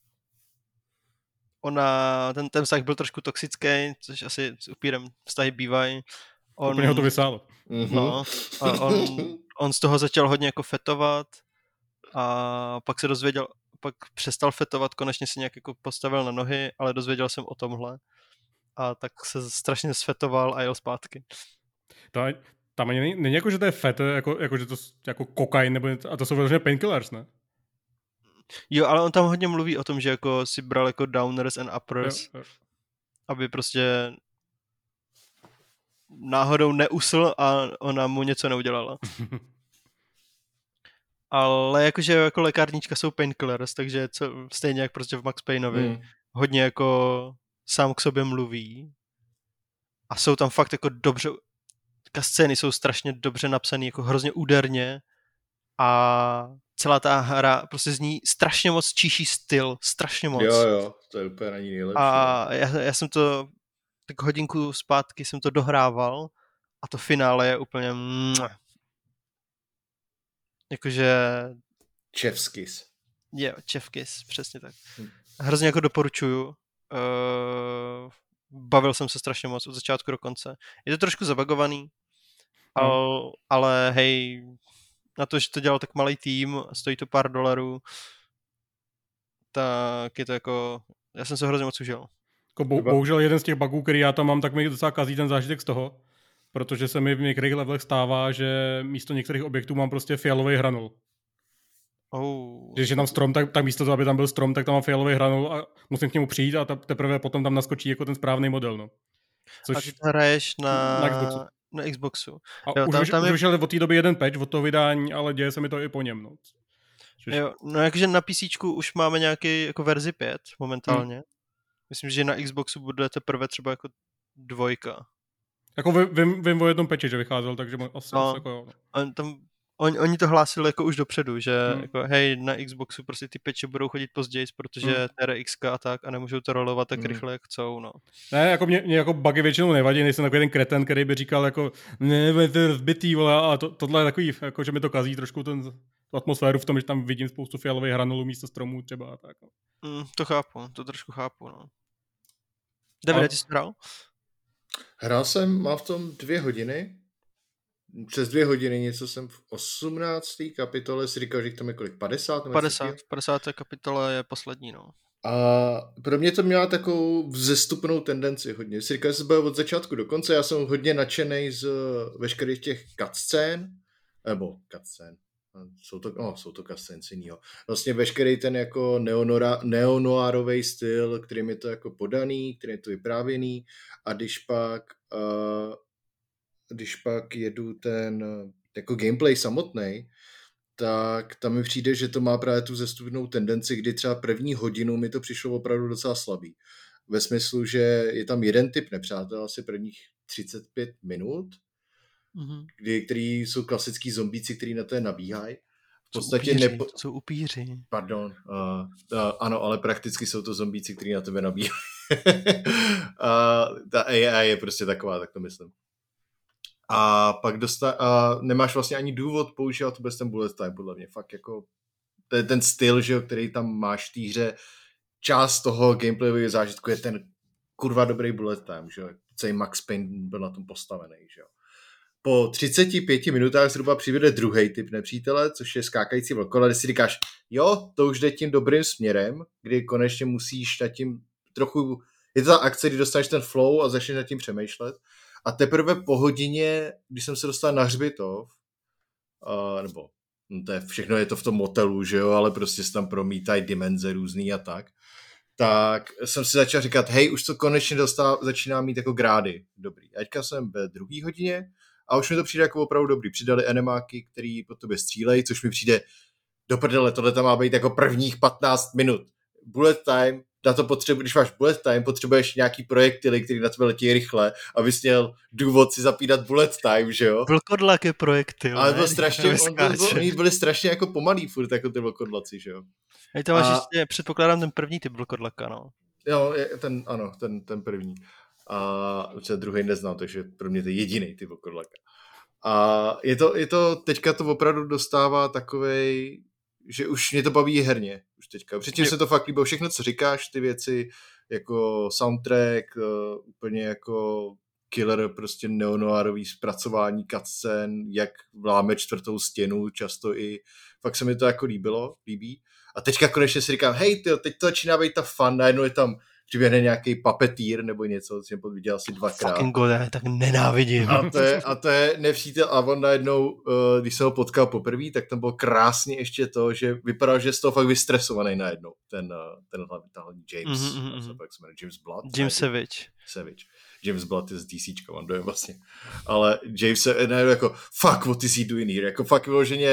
ona, ten, ten vztah byl trošku toxický, což asi s upírem vztahy bývají. On, Úplně ho to vysálo. No, a on, on z toho začal hodně jako fetovat a pak se dozvěděl, pak přestal fetovat, konečně se nějak jako postavil na nohy, ale dozvěděl jsem o tomhle. A tak se strašně sfetoval a jel zpátky. To, tam není, není jako, že to je fet, jako, jako že to jako kokain, nebo a to jsou vlastně painkillers, ne? Jo, ale on tam hodně mluví o tom, že jako si bral jako downers and uppers, jo, jo. Aby prostě náhodou neusl a ona mu něco neudělala. ale jakože jako lékárnička jsou painkillers, takže co, stejně jak prostě v Max Payneovi, Hmm. hodně jako sám k sobě mluví a jsou tam fakt jako dobře, scény jsou strašně dobře napsané, jako hrozně úderně a celá ta hra prostě zní strašně moc číší styl, strašně moc. Jo, jo, to je úplně na ní nejlepší. A já, já jsem to tak hodinku zpátky jsem to dohrával a to finále je úplně mwah. Jakože Chef's kiss. je, chef kiss, přesně tak. Hm. Hrozně jako doporučuju. Uh, bavil jsem se strašně moc od začátku do konce. Je to trošku zabagovaný, No. al, ale hej, na to, že to dělal tak malý tým, stojí to pár dolarů, tak je to jako, já jsem se hrozně moc užil. Jako bo, bohužel jeden z těch bugů, který já tam mám, tak mi docela kazí ten zážitek z toho, protože se mi v některých levelech stává, že místo některých objektů mám prostě fialový hranul. Oh. Když je tam strom, tak, tak místo toho, aby tam byl strom, tak tam mám fialový hranul a musím k němu přijít a ta, teprve potom tam naskočí jako ten správný model. No. Což A ty to hraješ na, na Xboxu. na Xboxu. A Jo, už, tam, vyš, tam už je... vyšel od té doby jeden patch od toho vydání, ale děje se mi to i po něm. No. Což... Jo, no jakože na PCčku už máme nějaký jako verzi pět momentálně. Hmm. Myslím, že na Xboxu bude teprve třeba jako dvojka. Jako vím, vím o jednom patchi, že vycházel, takže asi, no, asi jako jo. No. On tam, on, oni to hlásili jako už dopředu, že hmm. jako hej, na Xboxu prostě ty patche budou chodit později, protože hmm. T R X a tak a nemůžou to rolovat tak hmm. rychle, jak chcou, no. Ne, jako mě, mě jako bugy většinou nevadí, nejsem takový ten kreten, který by říkal jako ne, to je rozbitý, vole, a to, tohle je takový, jako že mi to kazí trošku ten, tu atmosféru v tom, že tam vidím spoustu fialových hranulů místo stromů třeba a tak. Mm, to chápu, to trošku chápu, no. Davide, a... ty jsi hrál? Hrál jsem, mám v tom dvě hodiny, přes dvě hodiny něco jsem v osmnácté kapitole, si říkal, že tam je kolik, padesát? padesát, v padesáté kapitole je poslední, no. A pro mě to měla takovou vzestupnou tendenci hodně. Si říkal, že se byl od začátku do konce, já jsem hodně nadšenej z veškerých těch cutscén, nebo cutscén, jsou to, no, jsou to cutscén jinýho. Vlastně veškerý ten jako neonoárový styl, kterým je to jako podaný, kterým je to vyprávěný a když pak uh, když pak jedu ten jako gameplay samotný, tak tam mi přijde, že to má právě tu zestupnou tendenci, kdy třeba první hodinu mi to přišlo opravdu docela slabý. Ve smyslu, že je tam jeden typ nepřátel, asi prvních třicet pět minut, mm-hmm. kdy, který jsou klasický zombíci, který na to je nabíhají. V podstatě upíři, nepo... to jsou upíři. Pardon. Uh, uh, ano, ale prakticky jsou to zombíci, který na tebe nabíhají. uh, ta A I je prostě taková, tak to myslím. A pak dosta- a nemáš vlastně ani důvod používat vůbec ten bullet time, podle mě. Fakt jako to je ten styl, že jo, který tam máš v té hře. Část toho gameplayového zážitku je ten kurva dobrý bullet time, že jo. Celý Max Payne byl na tom postavený, že jo. Po třiceti pěti minutách zhruba přivede druhý typ nepřítele, což je skákající vlkola, kde si říkáš, jo, to už jde tím dobrým směrem, kdy konečně musíš nad tím trochu, je to ta akce, kdy dostaneš ten flow a začneš nad tím přemýšlet. A teprve po hodině, když jsem se dostal na hřbitov, uh, nebo no to je, všechno je to v tom motelu, že jo, ale prostě se tam promítají dimenze různý a tak, tak jsem si začal říkat, hej, už to konečně dostal, začíná mít jako grády dobrý. A teďka jsem ve druhé hodině a už mi to přijde jako opravdu dobrý. Přidali enemáky, který po tobě střílejí, což mi přijde do prdele, tohle tam má být jako prvních patnáct minut. Bullet time, na to potřebu, když máš bullet time, potřebuješ nějaký projektily, který na tebe letí rychle, abys měl důvod si zapínat bullet time, že jo? Vlkodlak je projektil. Ale byl strašně, on byl, byl, oni byli strašně jako pomalý furt, jako ty vlkodlaci, že jo? Hej, to máš a... ještě, předpokládám ten první typ vlkodlaka, no. Jo, ten, ano, ten, ten první. A ten druhý neznám, takže pro mě to je jediný typ vlkodlaka. A je to, je to, teďka to opravdu dostává takovej, že už mě to baví herně, už teďka. Předtím je... se to fakt líbilo, všechno, co říkáš, ty věci, jako soundtrack, uh, úplně jako killer, prostě neonoárový zpracování cutscén, jak vláme čtvrtou stěnu, často i, fakt se mi to jako líbilo, líbí. A teďka konečně si říkám, hej, tyjo, teď to začíná být ta fun, najednou je tam přiběhne nějaký puppeteer nebo něco, co jsem viděl asi dvakrát. Fucking god, já tak nenávidím. A to je, a to je nepřítel a on najednou, uh, když jsem ho potkal poprvé, tak tam bylo krásně ještě to, že vypadal, že je z toho fakt vystresovaný najednou, ten, uh, ten hlavní James, mm-hmm. se pak se jmenuje James Blood. James Savage. Savage. James Blood je z DCčka, on dojem vlastně. Ale James se najednou jako, fuck, what is he doing here? Jako fakt vyloženě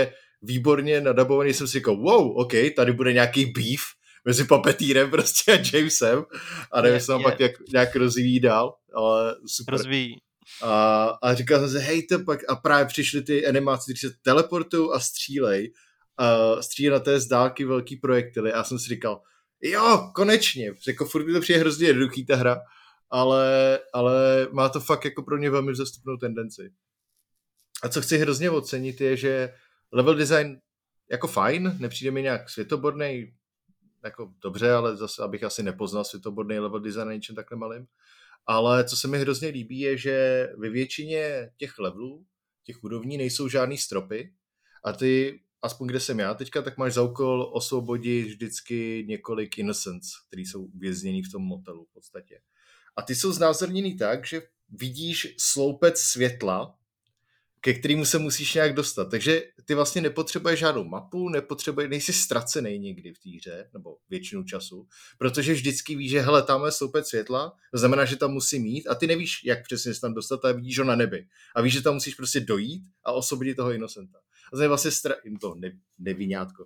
výborně nadabovaný, jsem si říkal, wow, ok, tady bude nějaký beef mezi Puppetýrem prostě a Jamesem a nevím, jestli tam pak jak, nějak rozvíjí dál, ale super. Rozvíjí. A, a říkal jsem si, hej, to pak, a právě přišly ty animáci, kteří se teleportují a střílej, a střílej na té z dálky velký projektily a já jsem si říkal, jo, konečně, jako furt mi to přijde hrozně jednoduchý ta hra, ale, ale má to fakt jako pro mě velmi vzestupnou tendenci. A co chci hrozně ocenit je, že level design jako fajn, nepřijde mi nějak světobornej, jako dobře, ale zase abych asi nepoznal světobornej level design na něčem takhle malým. Ale co se mi hrozně líbí je, že ve většině těch levelů, těch úrovní nejsou žádný stropy a ty, aspoň kde jsem já teďka, tak máš za úkol osvobodit vždycky několik innocents, který jsou uvěznění v tom motelu v podstatě. A ty jsou znázorněný tak, že vidíš sloupec světla, ke kterému se musíš nějak dostat. Takže ty vlastně nepotřebuješ žádnou mapu, nepotřebuješ, nejsi ztracený někdy v té hře, nebo většinu času, protože vždycky víš, že hele, tam je sloupec světla, to znamená, že tam musí mít a ty nevíš, jak přesně se tam dostat, a vidíš ho na nebi. A víš, že tam musíš prostě dojít a osvobodit toho Innocenta. A to je vlastně stra... to ne, nevinátko.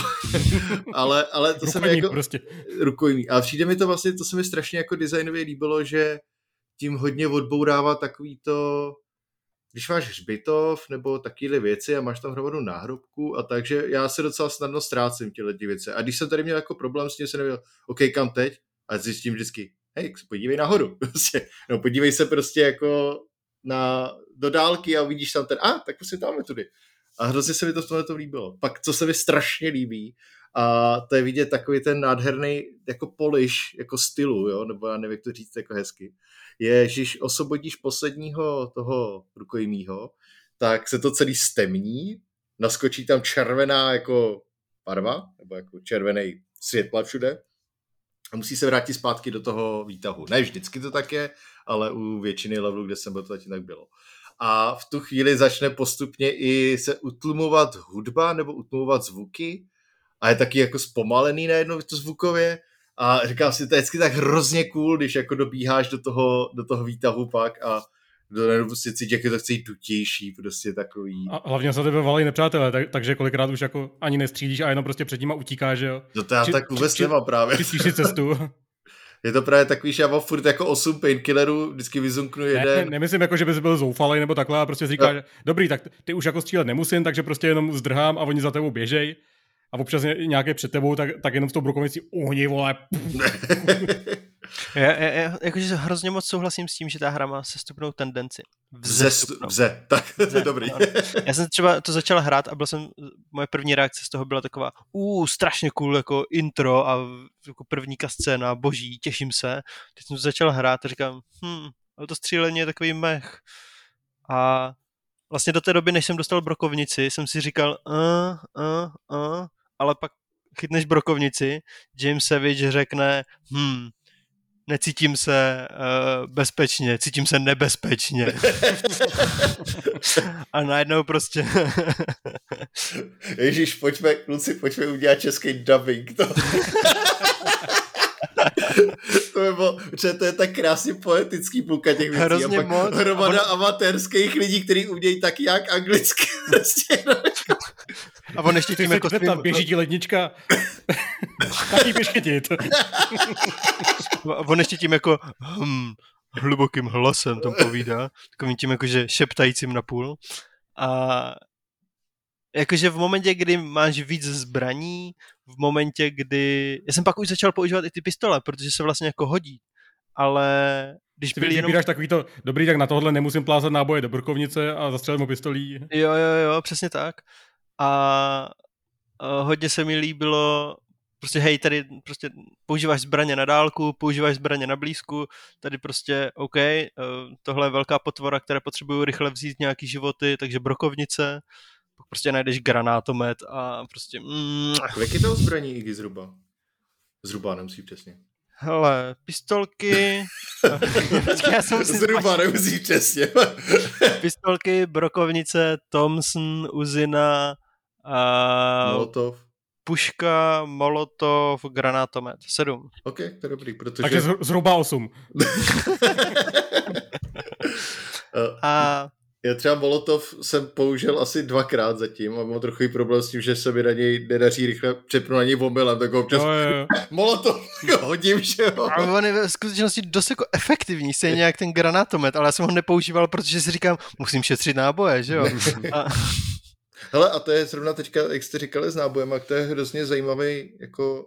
ale, ale to se mi jako... prostě. Rukojmí. Ale přijde mi to vlastně, to se mi strašně jako designově líbilo, že tím hodně odbourává takový to, když máš hřbitov nebo takovéhle věci a máš tam hromadu náhrobku a takže já se docela snadno ztrácím tyhle věci. A když jsem tady měl jako problém s tím, jsem nevěděl, OK, kam teď? A zjistím vždycky, hej, podívej nahoru. no, podívej se prostě jako na, do dálky a vidíš tam ten, a, ah, tak prostě tam tudy. A hrozně se mi to v tomhle to líbilo. Pak, co se mi strašně líbí, a to je vidět takový ten nádherný jako polish, jako stylu, jo, nebo já nevím, jak to říct jako hezky, je, že když osvobodíš posledního toho rukojmího, tak se to celý stemní, naskočí tam červená jako barva, nebo jako červený světla všude a musí se vrátit zpátky do toho výtahu. Ne vždycky to tak je, ale u většiny levelů, kde jsem byl, to tak bylo. A v tu chvíli začne postupně i se utlumovat hudba nebo utlumovat zvuky a je taky jako zpomalený najednou to zvukově a říkám si, to je vždycky tak hrozně cool, když jako dobíháš do toho, do toho výtahu pak a do prostě cítí, jak je to chce jít tutější, prostě takový. A hlavně se tebe valají nepřátelé, tak, takže kolikrát už jako ani nestřílíš a jenom prostě před nima utíkáš, že jo? No to já či, tak vůbec či, nemám právě. Čistíš si cestu. Je to právě takový, že já mám furt jako osm painkillerů, vždycky vyzunknu jeden. Ne, ne, nemyslím jako, že bys byl zoufalej nebo takhle a prostě si říkáš, no. Dobrý, tak ty už jako střílet nemusím, takže prostě jenom zdrhám a oni za tebou běžej. A občas nějaké před tebou, tak, tak jenom s tou brokovnicí uhni, vole. já, já, já jakože hrozně moc souhlasím s tím, že ta hra má sestupnou tendenci. Vzestupnou. Vze, tak to je dobrý. Já jsem třeba to začal hrát a byl jsem, moje první reakce z toho byla taková, uh, strašně cool, jako intro a jako prvníka scéna, boží, těším se. Teď jsem to začal hrát a říkám, hm, ale to střílení je takový mech. A vlastně do té doby, než jsem dostal brokovnici, jsem si říkal, uh, uh, uh, ale pak chytneš brokovnici, James Savage řekne, hm, necítím se uh, bezpečně, cítím se nebezpečně. A najednou prostě... Ježíš, pojďme, kluci, pojďme udělat český dubbing. To, to, by bylo, to je tak krásně poetický půlka těch věcí. Hrozně a pak moc. hromada on... amatérských lidí, kteří umějí tak jak anglicky. A on ještě tím jako... Svým... Běží ti lednička. Taky běž chytit. On ještě tím jako hm, hlubokým hlasem tam povídá, takovým tím jakože šeptajícím na půl. A jakože v momentě, kdy máš víc zbraní, v momentě, kdy... Já jsem pak už začal používat i ty pistole, protože se vlastně jako hodí, ale když ty byli jenom... vybíráš takový to, dobrý, tak na tohle nemusím plázat náboje do brokovnice a zastřelit mu pistolí. Jo, jo, jo, přesně tak. A, a hodně se mi líbilo, prostě hej, tady prostě používáš zbraně na dálku, používáš zbraně na blízku, tady prostě OK, tohle je velká potvora, která potřebují rychle vzít nějaký životy, takže brokovnice, pak prostě najdeš granátomet a prostě... Mm. Kolik je toho zbraní, Iggy, zhruba? Zhruba, nemusí přesně. Hele, pistolky... Já jsem si zhruba, nemusí přesně. Pistolky, brokovnice, Thompson, Uzina a... Molotov. Puška, molotov, granátomet. Sedm. OK, to je dobrý, protože... Takže zhruba osm. A Já třeba Molotov jsem použil asi dvakrát zatím a mám trochu problém s tím, že se mi na něj nedaří rychle přepnu na něj omylem, tak ho občas Jo, jo, jo. Molotov hodím, že jo. Ale on je ve skutečnosti dost jako efektivní, stejně jak ten granátomet, ale já jsem ho nepoužíval, protože si říkám, musím šetřit náboje, že jo. A... Hele, a to je zrovna teďka, jak jste říkali s nábojem, a to je hrozně zajímavý, jako,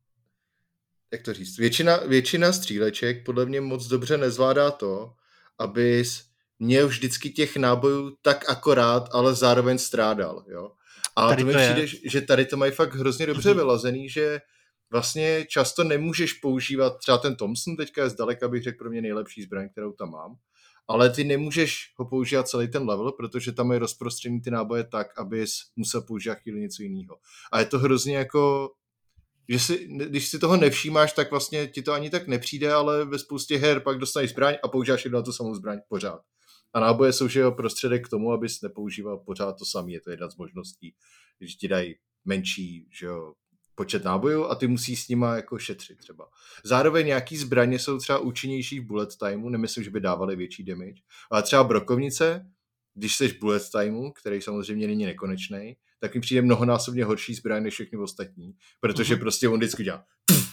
jak to říct, většina, většina stříleček podle mě moc dobře nezvládá to, abys měl vždycky těch nábojů tak akorát, ale zároveň strádal, jo. A tady to mi to přijde, je. že tady to mají fakt hrozně dobře mm-hmm. vylazený, že vlastně často nemůžeš používat, třeba ten Thompson teďka je zdaleka, bych řekl, pro mě nejlepší zbraň, kterou tam mám, ale ty nemůžeš ho používat celý ten level, protože tam je rozprostřený ty náboje tak, abys musel používat chvíli něco jiného. A je to hrozně jako, že si, když si toho nevšímáš, tak vlastně ti to ani tak nepřijde, ale ve spoustě her pak dostaneš zbraň a používáš jedno na tu samou zbraň pořád. A náboje jsou že prostředek k tomu, abys nepoužíval pořád to samé. Je to jedna z možností, když ti dají menší, že jo, počet nábojů a ty musíš s nima jako šetřit třeba. Zároveň nějaký zbraně jsou třeba účinnější v bullet timeu, nemyslím, že by dávaly větší damage, ale třeba brokovnice, když jsi v bullet timeu, který samozřejmě není nekonečný, tak mi přijde mnohonásobně horší zbraň než všechny ostatní, protože mm-hmm. prostě on vždycky dělá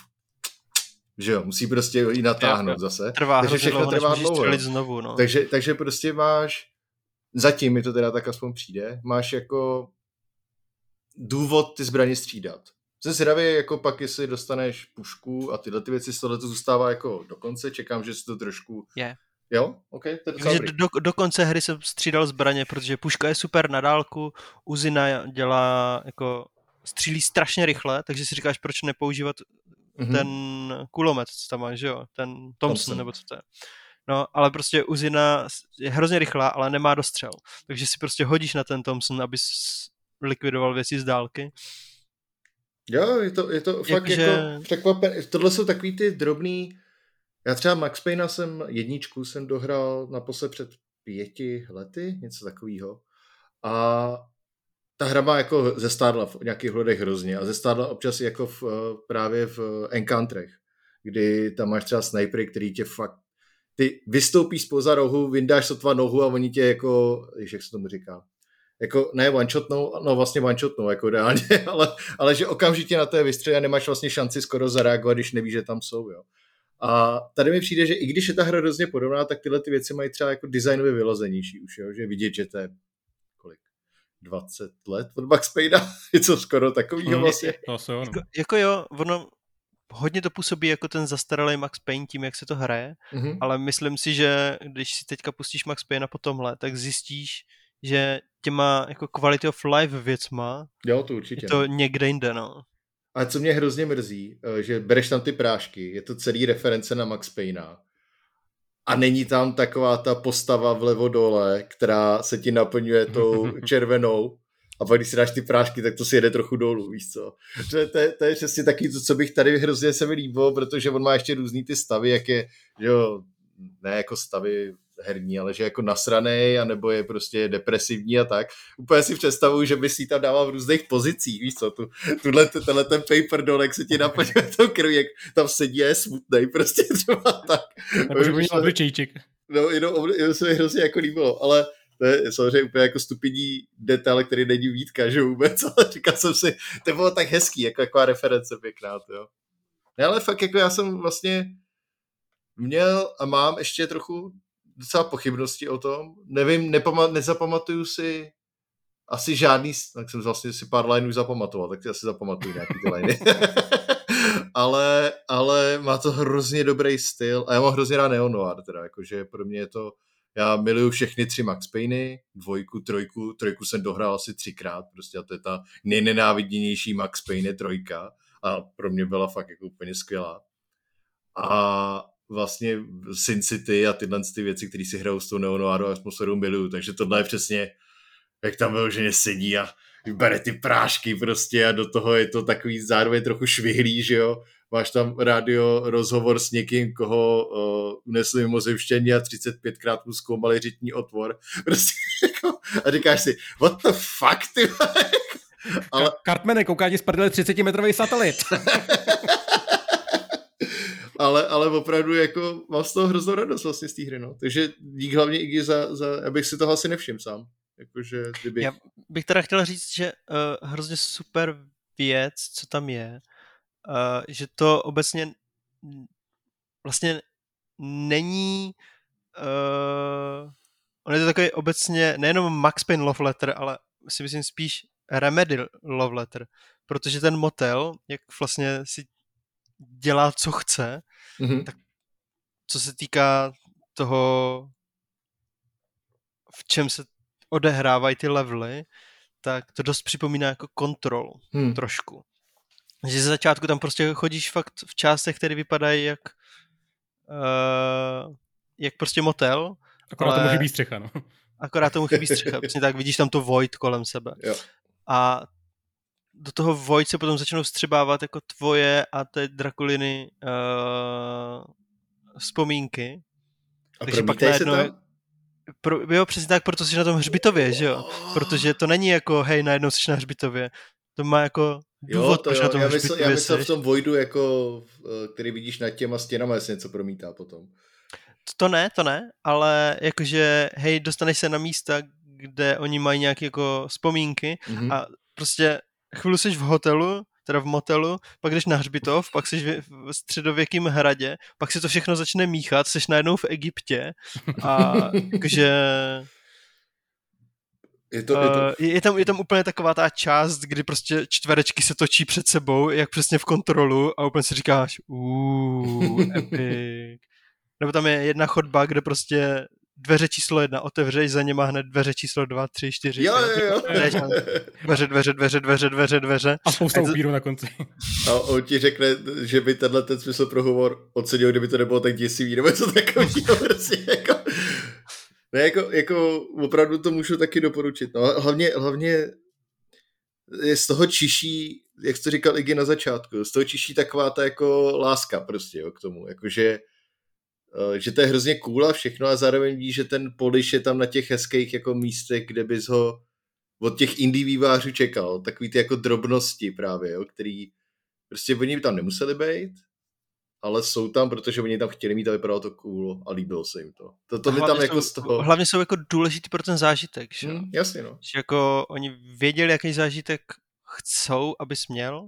že jo, musí prostě ji natáhnout zase. Trvá takže všechno dlouho, trvá dlouho. Znovu, no. takže, takže prostě máš, zatím mi to teda tak aspoň přijde, máš jako důvod ty zbraně střídat. Jsem zvědavý, jako pak, jestli dostaneš pušku a tyhle ty věci, z tohle to zůstává jako do konce, čekám, že si to trošku... Je. Jo? OK, to je docela dobrý. Do, do konce hry jsem střídal zbraně, protože puška je super na dálku, Uzina dělá jako... střílí strašně rychle, takže si říkáš, proč nepoužívat mm-hmm. ten kulomet, co tam máš, že jo? Ten Thompson, Thompson, nebo co to je. No, ale prostě Uzina je hrozně rychlá, ale nemá dostřel. Takže si prostě hodíš na ten Thompson, abys likvidoval věci z dálky. Jo, je to, je to fakt jak jako že... překvapené. Tohle jsou takový ty drobný... Já třeba Max Payna jsem, jedničku jsem dohrál naposled před pěti lety, něco takového. A ta hra má jako zestárla v nějakých hledech hrozně a zestárla občas jako v, právě v Encounterech, kdy tam máš třeba snipery, který tě fakt ty vystoupíš spoza rohu, vyndáš sotva nohu a oni tě jako, víš, jak se tomu říká, jako ne one-shotnou, no vlastně one-shotnou, jako reálně, ale, ale že okamžitě na té vystřelí a nemáš vlastně šanci skoro zareagovat, když nevíš, že tam jsou, jo. A tady mi přijde, že i když je ta hra hrozně podobná, tak tyhle ty věci mají třeba jako designově vylazenější už, jo, že vidět, že to je kolik, dvacet let od Max Payna, něco skoro takovýho vlastně. Jako, jako jo, ono hodně to působí jako ten zastaralý Max Payne tím, jak se to hraje, mm-hmm. ale myslím si, že když si teďka pustíš Max Payna po tomhle, tak zjistíš, že těma jako quality of life věcma jo, to určitě. Je to někde jinde, no. A co mě hrozně mrzí, že bereš tam ty prášky, je to celý reference na Max Payna a není tam taková ta postava vlevo dole, která se ti naplňuje tou červenou a pak když si dáš ty prášky, tak to si jede trochu dolů, víš co. To je, to je, to je přesně taky to, co bych tady hrozně se mi líbilo, protože on má ještě různý ty stavy, jak je, že jo, ne jako stavy herní, ale že jako nasranej, anebo je prostě depresivní a tak. Úplně si představuju, že by si tam dával v různých pozicích, víš co, tu, tuhle, tenhle ten paper dole, jak se ti naplňuje tou krví, jak tam sedí a je smutnej, prostě třeba tak. Nebo že by měl obličejček. No, jenom, jenom se mi hrozně jako líbilo, ale to je samozřejmě úplně jako stupidní detail, který není výtka, že vůbec, ale říkal jsem si, to bylo tak hezký, jako taková reference pěkná, to jo. Ne, ale fakt jako já jsem vlastně měl a mám ještě trochu docela pochybnosti o tom. Nevím, nepama- nezapamatuju si asi žádný, tak jsem vlastně si pár lineů zapamatoval, tak si asi zapamatuju nějaký ty liney. ale, ale má to hrozně dobrý styl a já mám hrozně rád neo-noir, teda, jakože pro mě je to, já miluju všechny tři Max Payny, dvojku, trojku, trojku jsem dohrál asi třikrát, prostě a to je ta nejnenáviděnější Max Payne trojka a pro mě byla fakt jako úplně skvělá. A vlastně Sin City a tyhle ty věci, které si hrajou s tou neo-noiru a atmosférou miluju, takže tohle je přesně, jak tam vyloženě sedí a bere ty prášky prostě a do toho je to takový zároveň trochu švihlý, že jo, máš tam rádio rozhovor s někým, koho uh, unesli mimozemštění a třicet pětkrát mu zkoumali řitní otvor, prostě jako, a říkáš si, what the fuck, ty ale... Cartmane, kouká ti z prdele třicetimetrový satelit. ale, ale opravdu jako mám z toho hroznou radost vlastně z té hry, no. Takže dík hlavně Iggy za, za, abych si toho asi nevšiml sám. Jakože, kdybych... Já bych teda chtěl říct, že uh, hrozně super věc, co tam je, uh, že to obecně vlastně není uh, on je to takový obecně nejenom Max Payne love letter, ale si myslím spíš Remedy love letter, protože ten motel, jak vlastně si dělá, co chce, mm-hmm. tak co se týká toho, v čem se odehrávají ty levely, tak to dost připomíná jako Control hmm. trošku. Že ze začátku tam prostě chodíš fakt v částech, které vypadají jak uh, jak prostě motel. Akorát ale... tomu chybí střecha, no. Akorát tomu chybí střecha. Přesně tak, vidíš tam to void kolem sebe. Jo. A do toho void se potom začnou střebávat jako tvoje a té Drakuliny uh, vzpomínky. A takže pak promítají se najednou... tam? Pro, jo, přesně tak, proto jsi na tom hřbitově, že jo? Protože to není jako, hej, najednou jsi na hřbitově. To má jako důvod, jo, to proč jo. na tom já hřbitově myslel, já myslel seš. v tom voidu, jako, který vidíš nad těma stěnama, jestli něco promítá potom. To ne, to ne, ale jakože, hej, dostaneš se na místa, kde oni mají nějaké jako vzpomínky mm-hmm. a prostě chvíli jsi v hotelu, teda v motelu, pak jdeš na hřbitov, pak jsi v středověkém hradě, pak se to všechno začne míchat, jsi najednou v Egyptě a jakože... Je, to, je, to... je, tam, je tam úplně taková ta část, kdy prostě čtverečky se točí před sebou, jak přesně v Kontrolu a úplně si říkáš uuuu, epic. Nebo tam je jedna chodba, kde prostě dveře číslo jedna otevřeš, za něma hned dveře číslo dva, tři, čtyři. Jo, jo, jo. Dveře, dveře, dveře, dveře, dveře, dveře. A spousta a to... upírů na konci. A on ti řekne, že by tenhle ten smysl pro humor ocenil, kdyby to nebylo tak děsivý, nebo něco takového. Prostě jako... Ne, jako, jako opravdu to můžu taky doporučit. No, hlavně, hlavně je z toho čiší, jak jsi to říkal Iggy na začátku, z toho čiší taková ta jako láska prostě jo, k tomu. Jakože že to je hrozně cool a všechno a zároveň ví, že ten polish je tam na těch hezkých jako místech, kde bys ho od těch indie vývářů čekal. Takový ty jako drobnosti právě, jo, který prostě oni by tam nemuseli být, ale jsou tam, protože oni tam chtěli mít a vypadalo to cool a líbilo se jim to. To, to mi tam jako jsou, z toho... Hlavně jsou jako důležitý pro ten zážitek, že? Hmm, jasně, no. Že jako oni věděli, jaký zážitek chcou, abys měl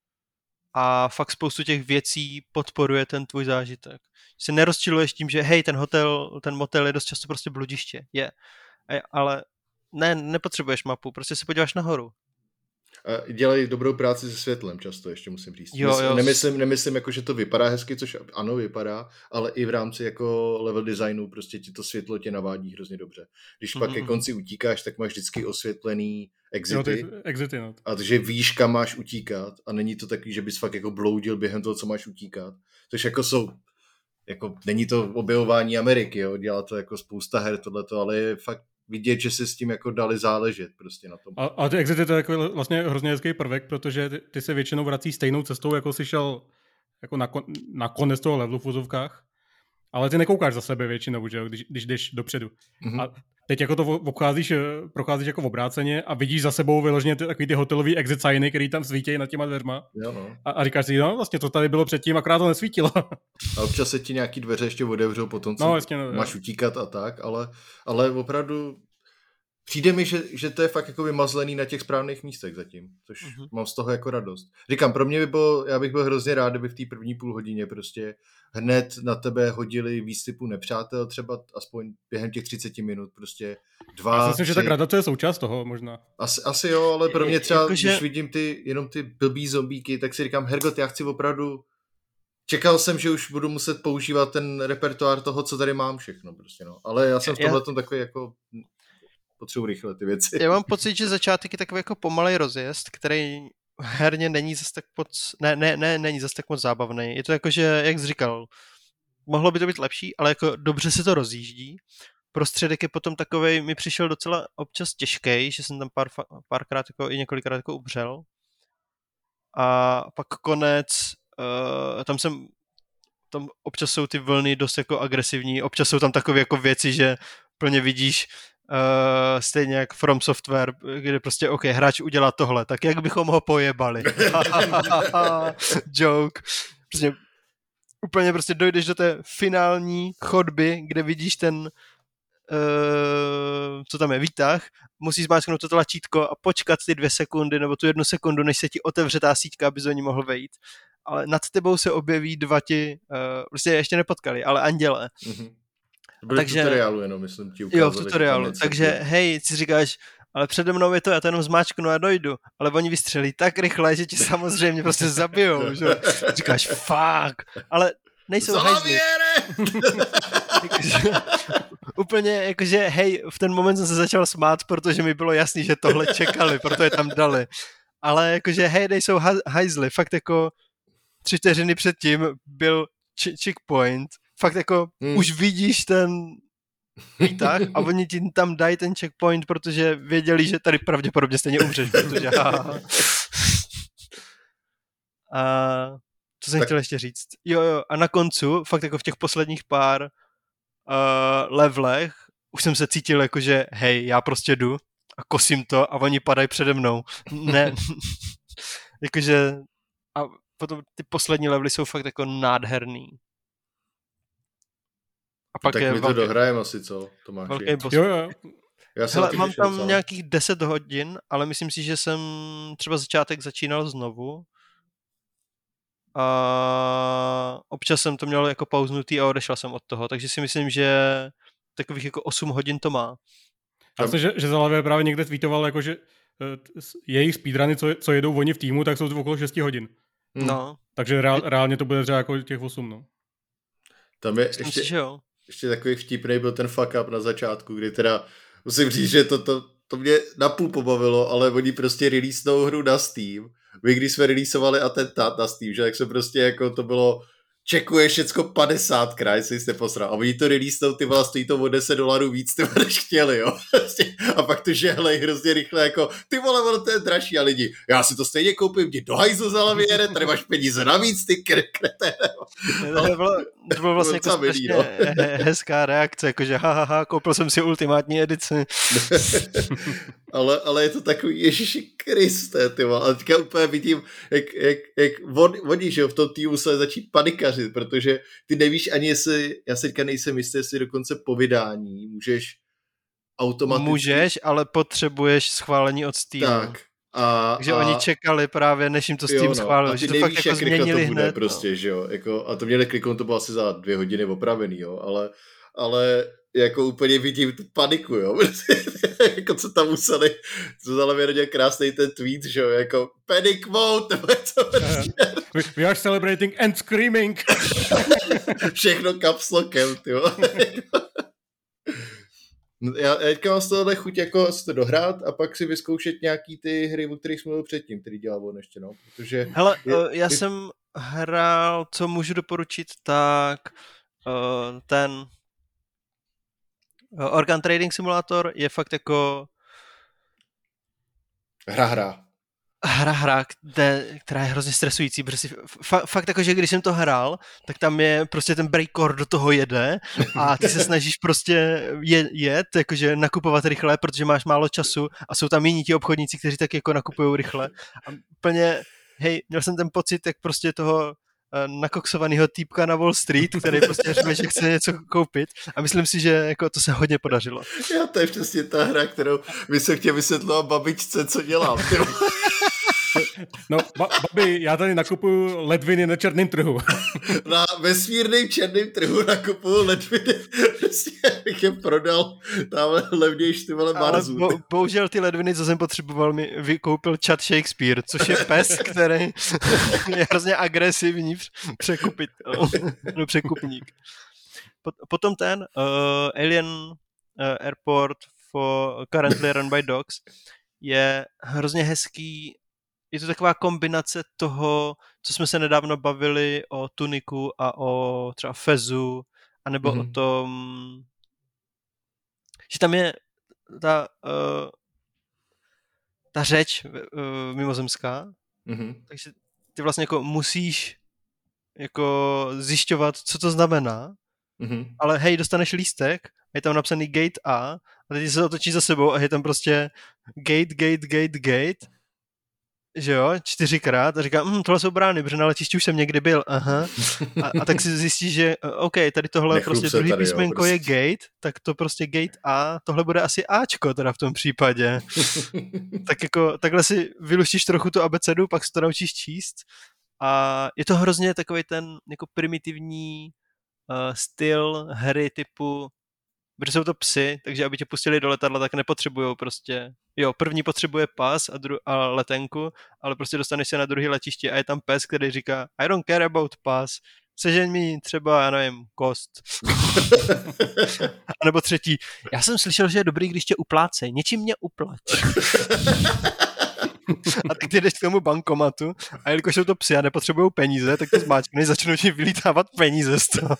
a fakt spoustu těch věcí podporuje ten tvůj zážitek. Se nerozčiluješ tím, že hej, ten hotel, ten motel je dost často prostě bludiště. Je. Yeah. Ale ne, nepotřebuješ mapu, prostě se podíváš nahoru. A dělají dobrou práci se světlem často, ještě musím říct. Jo, jo. Nemyslím, nemyslím jako, že to vypadá hezky, což ano, vypadá, ale i v rámci jako level designu prostě ti to světlo tě navádí hrozně dobře. Když mm-hmm. pak ke konci utíkáš, tak máš vždycky osvětlený exity. No, exity no. A že víš, kam máš utíkat a není to takový, že bys fakt jako bloudil během toho, co máš utíkat. Což jako jsou, jako není to objevování Ameriky, jo, dělá to jako spousta her tohleto, ale je fakt vidět, že se s tím jako dali záležet prostě na tom. A, a ty exity to je jako vlastně hrozně hezký prvek, protože ty, ty se většinou vrací stejnou cestou, jako jsi šel jako na, kon, na konec toho levelu v úzovkách, ale ty nekoukáš za sebe většinou, že jo, když, když jdeš dopředu. Mm-hmm. A teď jako to obcházíš, procházíš jako v obráceně a vidíš za sebou vyloženě ty, takový ty hotelový exit signy, který tam svítějí nad těma dveřma. Jo, no. a, a říkáš si, no vlastně to tady bylo předtím, akorát to nesvítilo. A občas se ti nějaký dveře ještě otevřou potom, co no, jasně, no, máš utíkat a tak, ale, ale opravdu přijde mi, že, že to je fakt jako vymazlený na těch správných místech zatím, což uh-huh. mám z toho jako radost. Říkám, pro mě by bylo, já bych byl hrozně rád, kdyby v té první půl hodině prostě hned na tebe hodili výstupu nepřátel, třeba aspoň během těch třicet minut, prostě dva, Já si myslím, tři. že ta gradace je součást toho možná. Asi, asi jo, ale pro mě třeba, jako, když že... vidím ty, jenom ty blbý zombíky, tak si říkám, hergot, já chci opravdu, čekal jsem, že už budu muset používat ten repertoár toho, co tady mám všechno, prostě no. Ale já jsem v tomhletom já... takový jako... potřebuji rychle ty věci. Já mám pocit, že začátek je takový jako pomalej rozjezd, který herně není zase tak moc, ne, ne, ne, není zase tak moc zábavný. Je to jako, že, jak jsi říkal, mohlo by to být lepší, ale jako dobře se to rozjíždí. Prostředek je potom takovej, mi přišel docela občas těžký, že jsem tam pár, párkrát jako i několikrát jako ubřel. A pak konec, uh, tam jsem tam občas jsou ty vlny dost jako agresivní, občas jsou tam takové jako věci, že plně vidíš Uh, stejně jak From Software, kde prostě OK, hráč udělá tohle, tak jak bychom ho pojebali. Joke. Prostě úplně prostě dojdeš do té finální chodby, kde vidíš ten, uh, co tam je, výtah, musíš zmáčknout to tlačítko a počkat ty dvě sekundy nebo tu jednu sekundu, než se ti otevře ta síťka, aby do ní mohl vejít. Ale nad tebou se objeví dva ti, uh, prostě ještě nepotkali, ale anděle. Mm-hmm. Byli Takže, v tutoriálu jenom, myslím, ti ukázali. Jo, v tutoriálu, takže je. Hej, si říkáš, ale přede mnou je to, já to jenom zmáčknu a dojdu, ale oni vystřelí tak rychle, že ti samozřejmě prostě zabijou, že? Říkáš, fuck, ale nejsou hajzli. Úplně jakože, hej, v ten moment jsem se začal smát, protože mi bylo jasný, že tohle čekali, proto je tam dali. Ale jakože, hej, nejsou hajzli, fakt jako tři vteřiny předtím byl ch- checkpoint, fakt jako hmm. už vidíš ten výtah a oni ti tam dají ten checkpoint, protože věděli, že tady pravděpodobně stejně umřeš, protože a co jsem tak... chtěl ještě říct? Jo, jo, a na koncu, fakt jako v těch posledních pár uh, levelech, už jsem se cítil jako, že hej, já prostě jdu a kosím to a oni padají přede mnou. Ne, jakože a potom ty poslední levely jsou fakt jako nádherný. A pak tak je my to velký, dohrajeme asi, co, Tomáši? Velký boss. Jo, jo. Já jsem Hele, mám tam sám. nějakých deset hodin, ale myslím si, že jsem třeba začátek začínal znovu. A občas jsem to měl jako pauznutý a odešel jsem od toho, takže si myslím, že takových jako osm hodin to má. Já myslím, že, že Zalavé právě někde tweetoval, jako, že uh, jejich speedruny, co, co jedou oni v týmu, tak jsou to okolo šest hodin. Hmm. No. Takže reál, reálně to bude třeba jako těch osm, no. Tam je myslím ještě, si, že jo. ještě takový vtipnej byl ten fuck up na začátku, kdy teda musím říct, že to, to, to mě napůl pobavilo, ale oni prostě releasenou hru na Steam. My když jsme releaseovali atentát na Steam, že tak se prostě jako to bylo čekuje všecko padesátkrát, jestli jste posral. A oni to releasenou, ty vole, stojí to o deset dolarů víc, ty vole, než chtěli, jo. A pak to žehlej hrozně rychle, jako, ty vole, ono to je dražší a lidi, já si to stejně koupím, jdi do hajzlu za lavěre, tady máš peníze navíc, ty krknete. To bylo, to bylo vlastně jako strašně no. hezká reakce, jakože ha, ha, ha, koupil jsem si ultimátní edici. ale, ale je to takový, Ježiši Kriste, ty vole. A teďka úplně vidím, jak, jak, jak on, oni, že jo, v tom týmu se začít panikařit, protože ty nevíš ani jestli, já se teďka nejsem jistý, jestli dokonce po vydání můžeš automaticky... Můžeš, ale potřebuješ schválení od Steamu. Tak. A, Takže a... oni čekali právě, než jim to Steam jo, no. schválil. A ty že to nevíš, fakt jako jak rychle to bude hned, prostě, no. že jo. Jako, a to měli kliknout, to bylo asi za dvě hodiny opravený, jo. Ale, ale jako úplně vidím tu paniku, jo. Jako co tam museli, co za hlavě rodil krásnej ten tweet, že jo. Jako panic mode, nebo to prostě. We are celebrating and screaming. Všechno kapslokem, ty jo. Já, já teďka mám z tohohle chuť jako si to dohrát a pak si vyzkoušet nějaký ty hry, o kterých jsme mluvili předtím, který dělal on ještě, no. Protože hele, je, já je... jsem hrál, co můžu doporučit, tak uh, ten uh, Organ Trading Simulator je fakt jako hra hra. hra hra, kde, která je hrozně stresující, protože si, fa, fakt jako, že když jsem to hrál, tak tam je prostě ten breakcore do toho jede a ty se snažíš prostě je, jet, jakože nakupovat rychle, protože máš málo času a jsou tam jiní ti obchodníci, kteří tak jako nakupujou rychle a úplně, hej, měl jsem ten pocit, jak prostě toho nakoksovaného týpka na Wall Street, který prostě řekne, že chce něco koupit a myslím si, že jako to se hodně podařilo. Já to je přesně ta hra, kterou by se chtěl vysvětlovat babičce, co dělám. No, ba- babi, já tady nakupuju ledviny na černém trhu. Na vesmírným černým trhu nakupuju ledviny, prostě bych je prodal tamhle levnější ty vole Marzu. Ale bo- bohužel ty ledviny, co jsem potřeboval, mi vykoupil Chad Shakespeare, což je pes, který je hrozně agresivní překupitel, no překupník. Potom ten uh, Alien uh, Airport for currently run by dogs je hrozně hezký. Je to taková kombinace toho, co jsme se nedávno bavili o Tuniku a o třeba Fezu, anebo mm-hmm. o tom, že tam je ta, uh, ta řeč uh, mimozemská, mm-hmm. takže ty vlastně jako musíš jako zjišťovat, co to znamená, mm-hmm. ale hej, dostaneš lístek, je tam napsaný gate A a teď se otočí za sebou a je tam prostě gate, gate, gate, gate že jo, čtyřikrát a říká, hm, tohle jsou brány, protože na letišti už jsem někdy byl, aha. A, a tak si zjistí, že OK, tady tohle Nechlup prostě se druhý tady, jo, písmenko prostě. je gate, tak to prostě gate A, tohle bude asi Ačko teda v tom případě. Tak jako takhle si vyluštíš trochu tu abecedu, pak si to naučíš číst a je to hrozně takový ten jako primitivní uh, styl hry typu, protože jsou to psy, takže aby tě pustili do letadla, tak nepotřebujou prostě, jo, první potřebuje pas a, dru- a letenku, ale prostě dostaneš se na druhý letiště a je tam pes, který říká I don't care about pas, sežeň mi třeba, já nevím, kost. A nebo třetí, já jsem slyšel, že je dobrý, když tě uplácej, něčím mě uplať. A tak ty jdeš k tomu bankomatu a jelikož jsou to psy a nepotřebují peníze, tak to zmáčkneš, začnou ti vylítávat peníze z toho.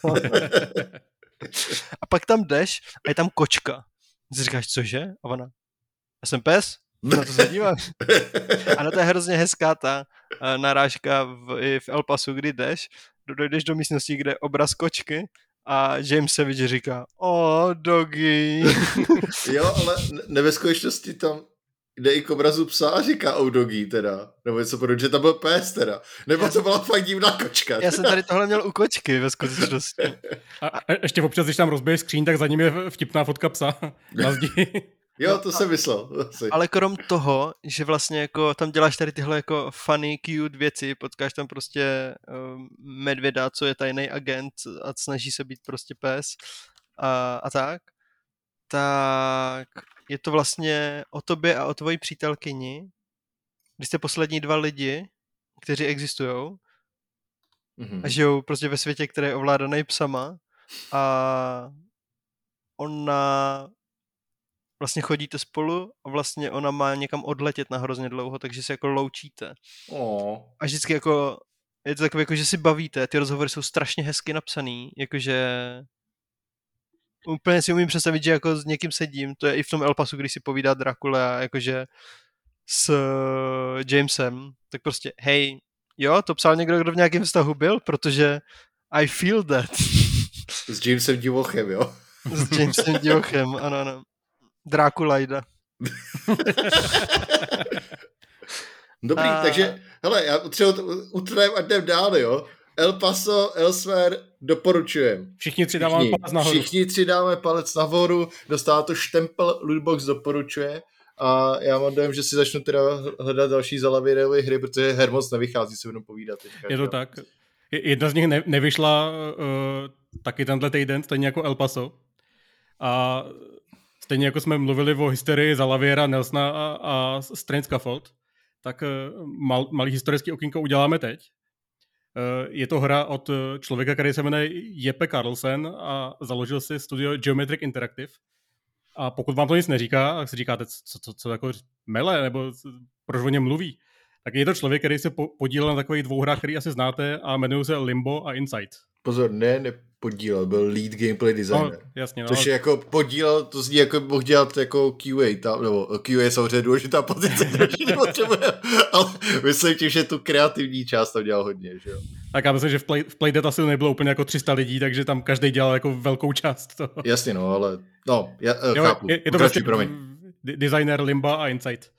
A pak tam jdeš a je tam kočka. Ty si říkáš, cože? A ona, já jsem pes? Na to se díváš. Ano, to je hrozně hezká ta uh, narážka v, i v El Pasu, kdy jdeš, dojdeš do místnosti, kde je obraz kočky a James Savage říká, oh, doggy. Jo, ale ne ve skutečnosti tam jde i k obrazu psa a říká oh, doggy teda. Nebo něco podobně, že tam byl pes teda. Nebo já to byla fakt divná kočka. Teda. Já jsem tady tohle měl u kočky ve skutečnosti. A, a ještě občas, když tam rozbiješ skříň, tak za ním je vtipná fotka psa na zdi. Jo, to jsem myslel. Asi. Ale krom toho, že vlastně jako tam děláš tady tyhle jako funny, cute věci, potkáš tam prostě um, medvěda, co je tajný agent a snaží se být prostě pes a, a tak, tak je to vlastně o tobě a o tvojí přítelkyni, když jste poslední dva lidi, kteří existujou Mm-hmm. a žijou prostě ve světě, který je ovládaný psama a ona vlastně chodíte spolu a vlastně ona má někam odletět na hrozně dlouho, takže se jako loučíte. Oh. A vždycky jako, je to takové jako, že si bavíte, ty rozhovory jsou strašně hezky napsaný, jakože úplně si umím představit, že jako s někým sedím, to je i v tom El Pasu, když si povídá Dracula, jakože s Jamesem, tak prostě hej, jo, to psal někdo, kdo v nějakém vztahu byl, protože I feel that. S Jamesem Divochem, jo? S Jamesem Divochem, ano, ano. Drákulajda. Dobrý, a... takže, hele, já třeba utrneme a jdem dál, jo? El Paso, Elsewhere, doporučujem. Všichni tři dáváme Všichni, palec nahoru. Všichni tři dáme palec nahoru, dostává to štempel, Lootbox doporučuje a já mám dojem, že si začnu teda hledat další zalavěrové hry, protože her moc nevychází, se budeme povídat. Teďka, je to jo. Tak. Jedna z nich ne- nevyšla uh, taky tenhle týden, stejně jako El Paso. A stejně jako jsme mluvili o hysterii Zalaviera, Nelsona a, a Strange Scaffold, tak uh, mal, malý historický okýnko uděláme teď. Uh, je to hra od člověka, který se jmenuje Jeppe Carlsen a založil si studio Geometric Interactive. A pokud vám to nic neříká, tak si říkáte, co, co, co jako mele, nebo proč o něm mluví, tak je to člověk, který se podílel na takových dvou hrách, který asi znáte a jmenují se Limbo a Insight. Pozor, ne, nepodílel, byl lead gameplay designer. No, jasně, no. Což je jako podílel, to zní jako mohl dělat jako Q A, tam, nebo Q A je samozřejmě důležitá pozice, takže nepotřebujeme, ale myslím tím, že tu kreativní část tam dělal hodně, že jo. Tak já myslím, že v, Play, v Playdead asi nebylo úplně jako tři sta lidí, takže tam každý dělal jako velkou část toho. Jasně, no, ale no, já uh, jo, chápu. Je, je to prostě designer Limba a Insight.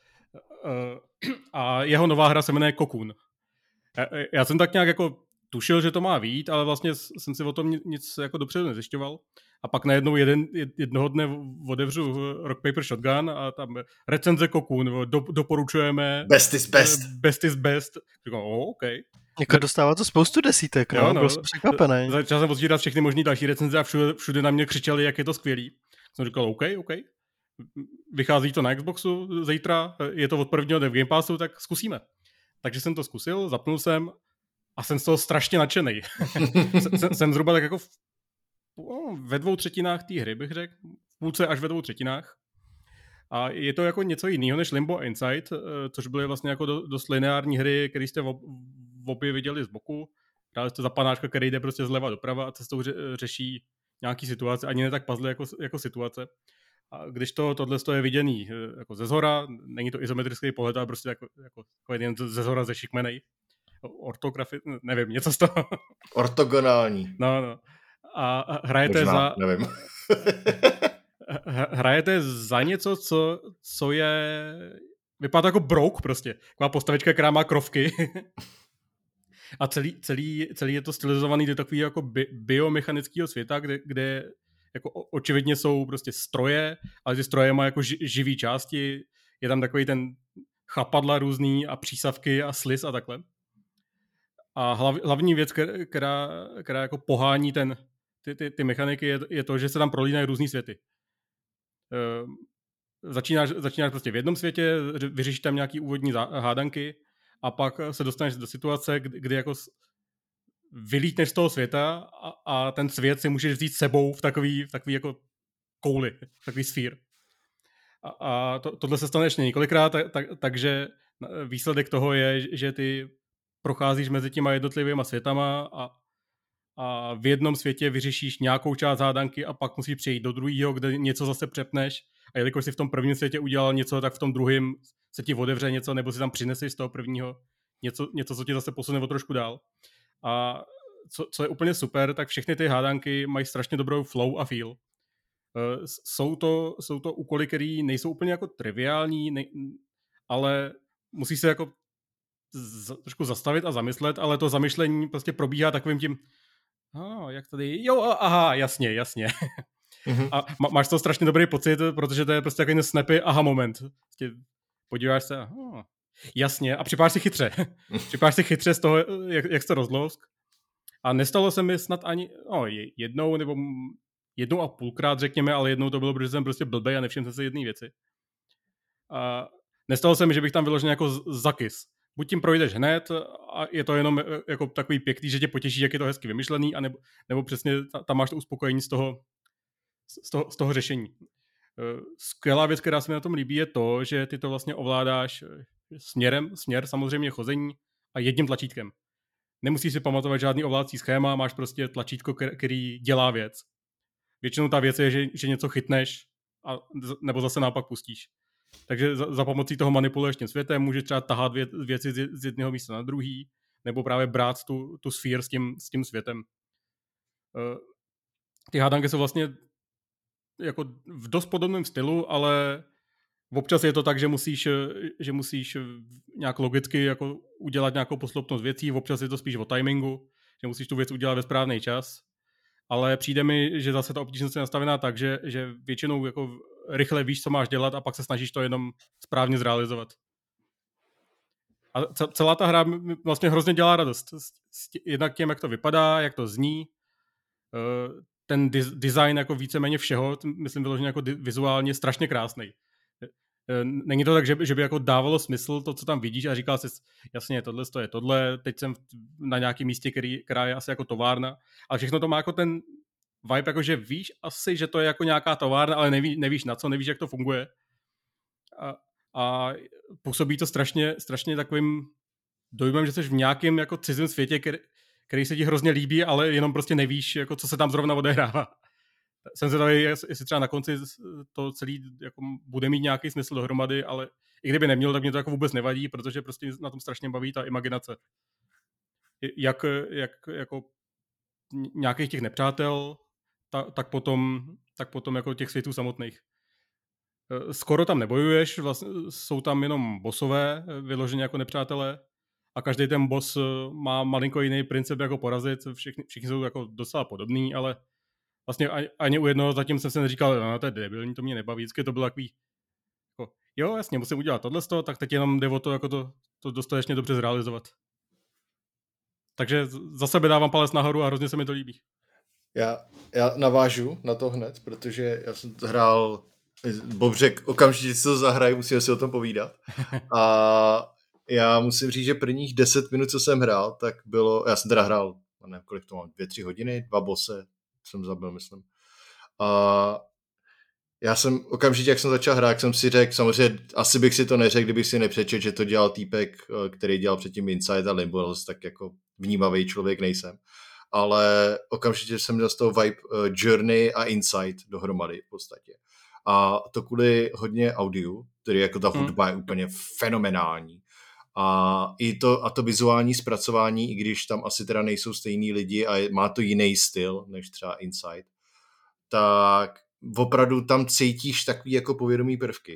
Uh, a jeho nová hra se jmenuje Cocoon. Já, já jsem tak nějak jako tušil, že to má vyjít, ale vlastně jsem si o tom nic jako dopředu nezjišťoval. A pak najednou jeden, jednoho dne otevřu Rock Paper Shotgun a tam recenze Cocoon, do, doporučujeme. Best is best. Best is best. Říkám, oh, OK. Jako dostává to spoustu desítek, no, no. Byl jsem překvapený. Začal jsem odzírat všechny možný další recenze a všude, všude na mě křičeli, jak je to skvělý. Jsem říkal, OK, OK. Vychází to na Xboxu zítra, je to od prvního Dev Game Passu, tak zkusíme. Takže jsem to zkusil, zapnul jsem a jsem z toho strašně nadšenej. jsem, jsem zhruba tak jako v, no, ve dvou třetinách té hry, bych řekl. V půlce až ve dvou třetinách. A je to jako něco jiného než Limbo a Insight, což byly vlastně jako dost lineární hry, které jste v obě viděli z boku. Hráli jste za panáčka, který jde prostě zleva doprava a cestou ře, řeší nějaký situace, ani ne tak puzzle jako, jako situace. A když to, tohle je viděný jako ze zhora, není to izometrický pohled, ale prostě jako, jako, jako jen ze zhora ze šikmenej. Ortografie, nevím, něco z toho. Ortogonální. No, no. A hrajete Možná, za... nevím. hrajete za něco, co, co je vypadá to jako brouk prostě. Taková postavička, která má krovky. A celý, celý, celý je to stylizovaný do takového jako bi, biomechanického světa, kde, kde jako očividně jsou prostě stroje, ale ty stroje mají jako ži, živý části. Je tam takový ten chapadla různý a přísavky a sliz a takhle. A hlav, hlavní věc, která, která jako pohání ten, ty, ty, ty mechaniky, je, je to, že se tam prolínají různý světy. Uh, začínáš, začínáš prostě v jednom světě, vyřešíš tam nějaký úvodní hádanky a pak se dostaneš do situace, kdy, kdy jako vylítneš z toho světa a, a ten svět si můžeš vzít sebou v takový, v takový jako kouli, v takový sfír. A, a to, tohle se stane ještě několikrát, tak, tak, takže výsledek toho je, že ty procházíš mezi těma jednotlivýma světama a, a v jednom světě vyřešíš nějakou část hádanky a pak musíš přejít do druhého, kde něco zase přepneš a jelikož si v tom prvním světě udělal něco, tak v tom druhém se ti otevře něco nebo si tam přineseš z toho prvního něco, něco co ti zase posune o trošku dál. A co, co je úplně super, tak všechny ty hádanky mají strašně dobrou flow a feel. Uh, jsou, to, jsou to úkoly, které nejsou úplně jako triviální, ne, ale musí se jako z, trošku zastavit a zamyslet, ale to zamyšlení prostě probíhá takovým tím oh, jak tady, jo, aha, jasně, jasně. Mm-hmm. A má, máš to strašně dobrý pocit, protože to je prostě takový snappy aha moment. Prostě podíváš se, oh, jasně, a připáš si chytře. Připáš si chytře z toho, jak, jak jsi to rozlousk. A nestalo se mi snad ani no, jednou, nebo jednou a půlkrát řekněme, ale jednou to bylo, protože jsem prostě blbej a nevšiml jsem se jedné věci. A nestalo se mi, že bych tam vyložil jako zakys. Buď tím projdeš hned a je to jenom jako takový pěkný, že tě potěší, jak je to hezky vymyšlený, a nebo, nebo přesně tam máš to uspokojení z toho, z toho, z toho řešení. Skvělá věc, která se mi na tom líbí, je to, že ty to vlastně ovládáš směrem, směr samozřejmě chození a jedním tlačítkem. Nemusíš si pamatovat žádný ovládací schéma, máš prostě tlačítko, který dělá věc. Většinou ta věc je, že, že něco chytneš a, nebo zase naopak pustíš. Takže za, za pomocí toho manipuluješ tím světem, můžeš třeba tahat vě, věci z, z jednoho místa na druhý, nebo právě brát tu, tu sfér s tím, s tím světem. Uh, ty hádanky jsou vlastně jako v dost podobném stylu, ale občas je to tak, že musíš, že musíš nějak logicky jako udělat nějakou posloupnost věcí, občas je to spíš o timingu, že musíš tu věc udělat ve správný čas, ale přijde mi, že zase ta obtížnost je nastavená tak, že, že většinou jako rychle víš, co máš dělat a pak se snažíš to jenom správně zrealizovat. A celá ta hra mi vlastně hrozně dělá radost. Jednak tím, jak to vypadá, jak to zní, ten design jako víceméně všeho, myslím vyloženě jako vizuálně strašně krásný. Není to tak, že by, že by jako dávalo smysl to, co tam vidíš a říkal jsi, jasně, tohle to je tohle, teď jsem na nějakém místě, který, která je asi jako továrna, ale všechno to má jako ten vibe, jako že víš asi, že to je jako nějaká továrna, ale neví, nevíš na co, nevíš, jak to funguje. A, a působí to strašně, strašně takovým dojmem, že jsi v nějakém jako cizím světě, který, který se ti hrozně líbí, ale jenom prostě nevíš, jako co se tam zrovna odehrává. Jsem se tady, jestli třeba na konci to celý jako bude mít nějaký smysl dohromady, ale i kdyby neměl, tak mě to jako vůbec nevadí, protože prostě na tom strašně baví ta imaginace. Jak, jak jako nějakých těch nepřátel, tak, tak potom, tak potom jako těch světů samotných. Skoro tam nebojuješ, vlastně jsou tam jenom bossové, vyloženě jako nepřátelé, a každý ten boss má malinko jiný princip, jako porazit, všichni, všichni jsou jako docela podobný, ale vlastně ani u jednoho zatím jsem se neříkal, no to je debilní, to mě nebaví, vždycky to bylo takový, jako, jo jasně, musím udělat tohle, tak teď jenom jde o to, jako to, to dostatečně dobře zrealizovat. Takže za sebe dávám palec nahoru a hrozně se mi to líbí. Já, já navážu na to hned, protože já jsem hrál, Bob řekl, okamžitě si to zahraj, musíme si o tom povídat. A já musím říct, že prvních deset minut, co jsem hrál, tak bylo, já jsem teda hrál, nevím, kolik to mám, dvě, tři hodiny, dva bose jsem zabil, myslím. A já jsem okamžitě, jak jsem začal hrát, jak jsem si řekl, samozřejmě asi bych si to neřekl, kdybych si nepřečetl, že to dělal týpek, který dělal předtím Inside a Limbo, tak jako vnímavý člověk nejsem. Ale okamžitě jsem měl z toho vibe Journey a Inside dohromady v podstatě. A to kvůli hodně audiu, který jako ta hudba je úplně fenomenální. A i to, a to vizuální zpracování, i když tam asi teda nejsou stejný lidi a má to jiný styl, než třeba Inside, tak opravdu tam cítíš takový jako povědomý prvky.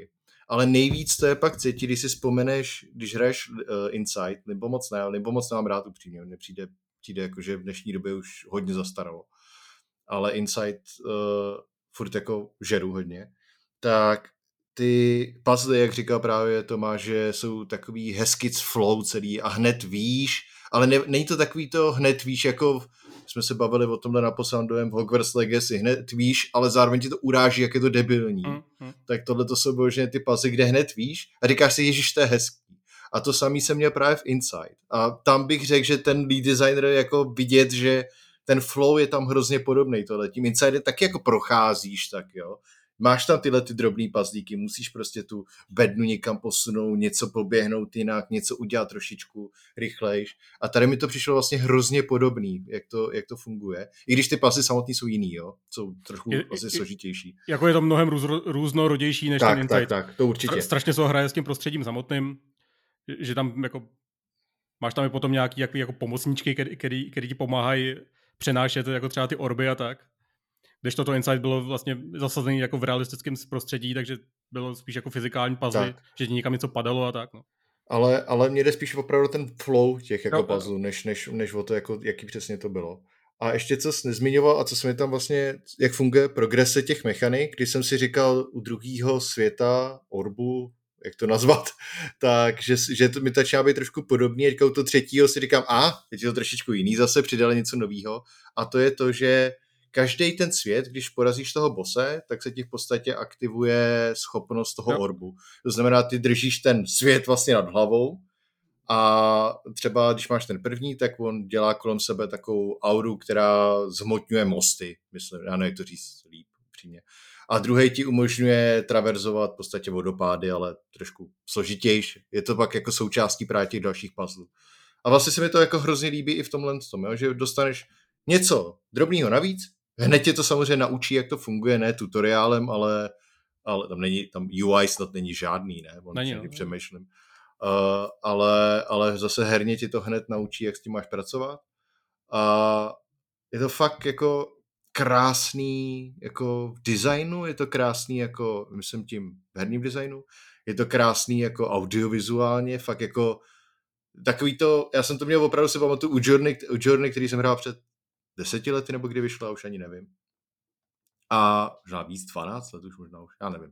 ale nejvíc to je pak cítit, když si vzpomeneš, když hraješ uh, Inside, nebo moc ne, nebo moc nemám rád upřímně, mně přijde, přijde jako, že v dnešní době už hodně zastaralo, ale Inside uh, furt jako žeru hodně, tak ty puzzle, jak říkal právě Tomáš, že jsou takový hezky flow celý a hned víš, ale ne, není to takový to hned víš, jako jsme se bavili o tomhle na posledním Hogwarts Legacy, hned víš, ale zároveň ti to uráží, jak je to debilní. Mm, mm. Tak tohle to jsou božně ty puzzle, kde hned víš a říkáš si, ježiš, to je hezký. A to samý jsem měl právě v Inside. A tam bych řekl, že ten lead designer je jako vidět, že ten flow je tam hrozně podobný tohle. Tím Inside taky jako procházíš, tak jo. Máš tam tyhle ty drobný pazlíky, musíš prostě tu bednu někam posunout, něco poběhnout jinak, něco udělat trošičku rychlejš. A tady mi to přišlo vlastně hrozně podobný, jak to, jak to funguje. I když ty puzzle samotný jsou jiný, jo? Jsou trochu je, asi složitější. Jako je to mnohem růz, různorodější než tak, ten Inside. Tak, tak, to určitě. Strašně se ho hraje s tím prostředím samotným, že tam jako máš tam i potom nějaký jako, jako pomocníčky, který, který, který ti pomáhají přenášet jako třeba ty orby a tak. Když toto Inside bylo vlastně zasazené jako v realistickém prostředí, takže bylo spíš jako fyzikální puzzle, že ti někam něco padalo a tak. No. Ale, ale mě jde spíš opravdu ten flow těch jako no, puzzle, než, než, než o to, jako, jaký přesně to bylo. A ještě co jsi nezmiňoval a co se mi tam vlastně, jak funguje progrese těch mechanik, když jsem si říkal u druhého světa, orbu, jak to nazvat, tak že, že to mi začíná být trošku podobný, a u toho třetího si říkám, a, teď je to trošičku jiný, zase přidali něco nového, a to je to, že každý ten svět, když porazíš toho bose, tak se ti v podstatě aktivuje schopnost toho no. orbu. To znamená, ty držíš ten svět vlastně nad hlavou a třeba když máš ten první, tak on dělá kolem sebe takovou auru, která zhmotňuje mosty, myslím, já nevím, jak to říct líp, přímě. A druhý ti umožňuje traverzovat v podstatě vodopády, ale trošku složitější. Je to pak jako součástí právě těch dalších puzzlů. A vlastně se mi to jako hrozně líbí i v tomhle tom, jo? Že dostaneš něco drobného navíc, hned tě to samozřejmě naučí, jak to funguje, ne tutoriálem, ale, ale tam, není, tam U I snad není žádný, ne? On není, no. Přemýšlím. Uh, ale, ale zase herně ti to hned naučí, jak s tím máš pracovat. A je to fakt jako krásný jako v designu, je to krásný jako, myslím tím v herním designu, je to krásný jako audiovizuálně, fakt jako takový to, já jsem to měl opravdu si pamatuju u Journey, u Journey, který jsem hrál před deseti lety, nebo kdy vyšla, už ani nevím. A možná víc, dvanáct let už možná už, já nevím.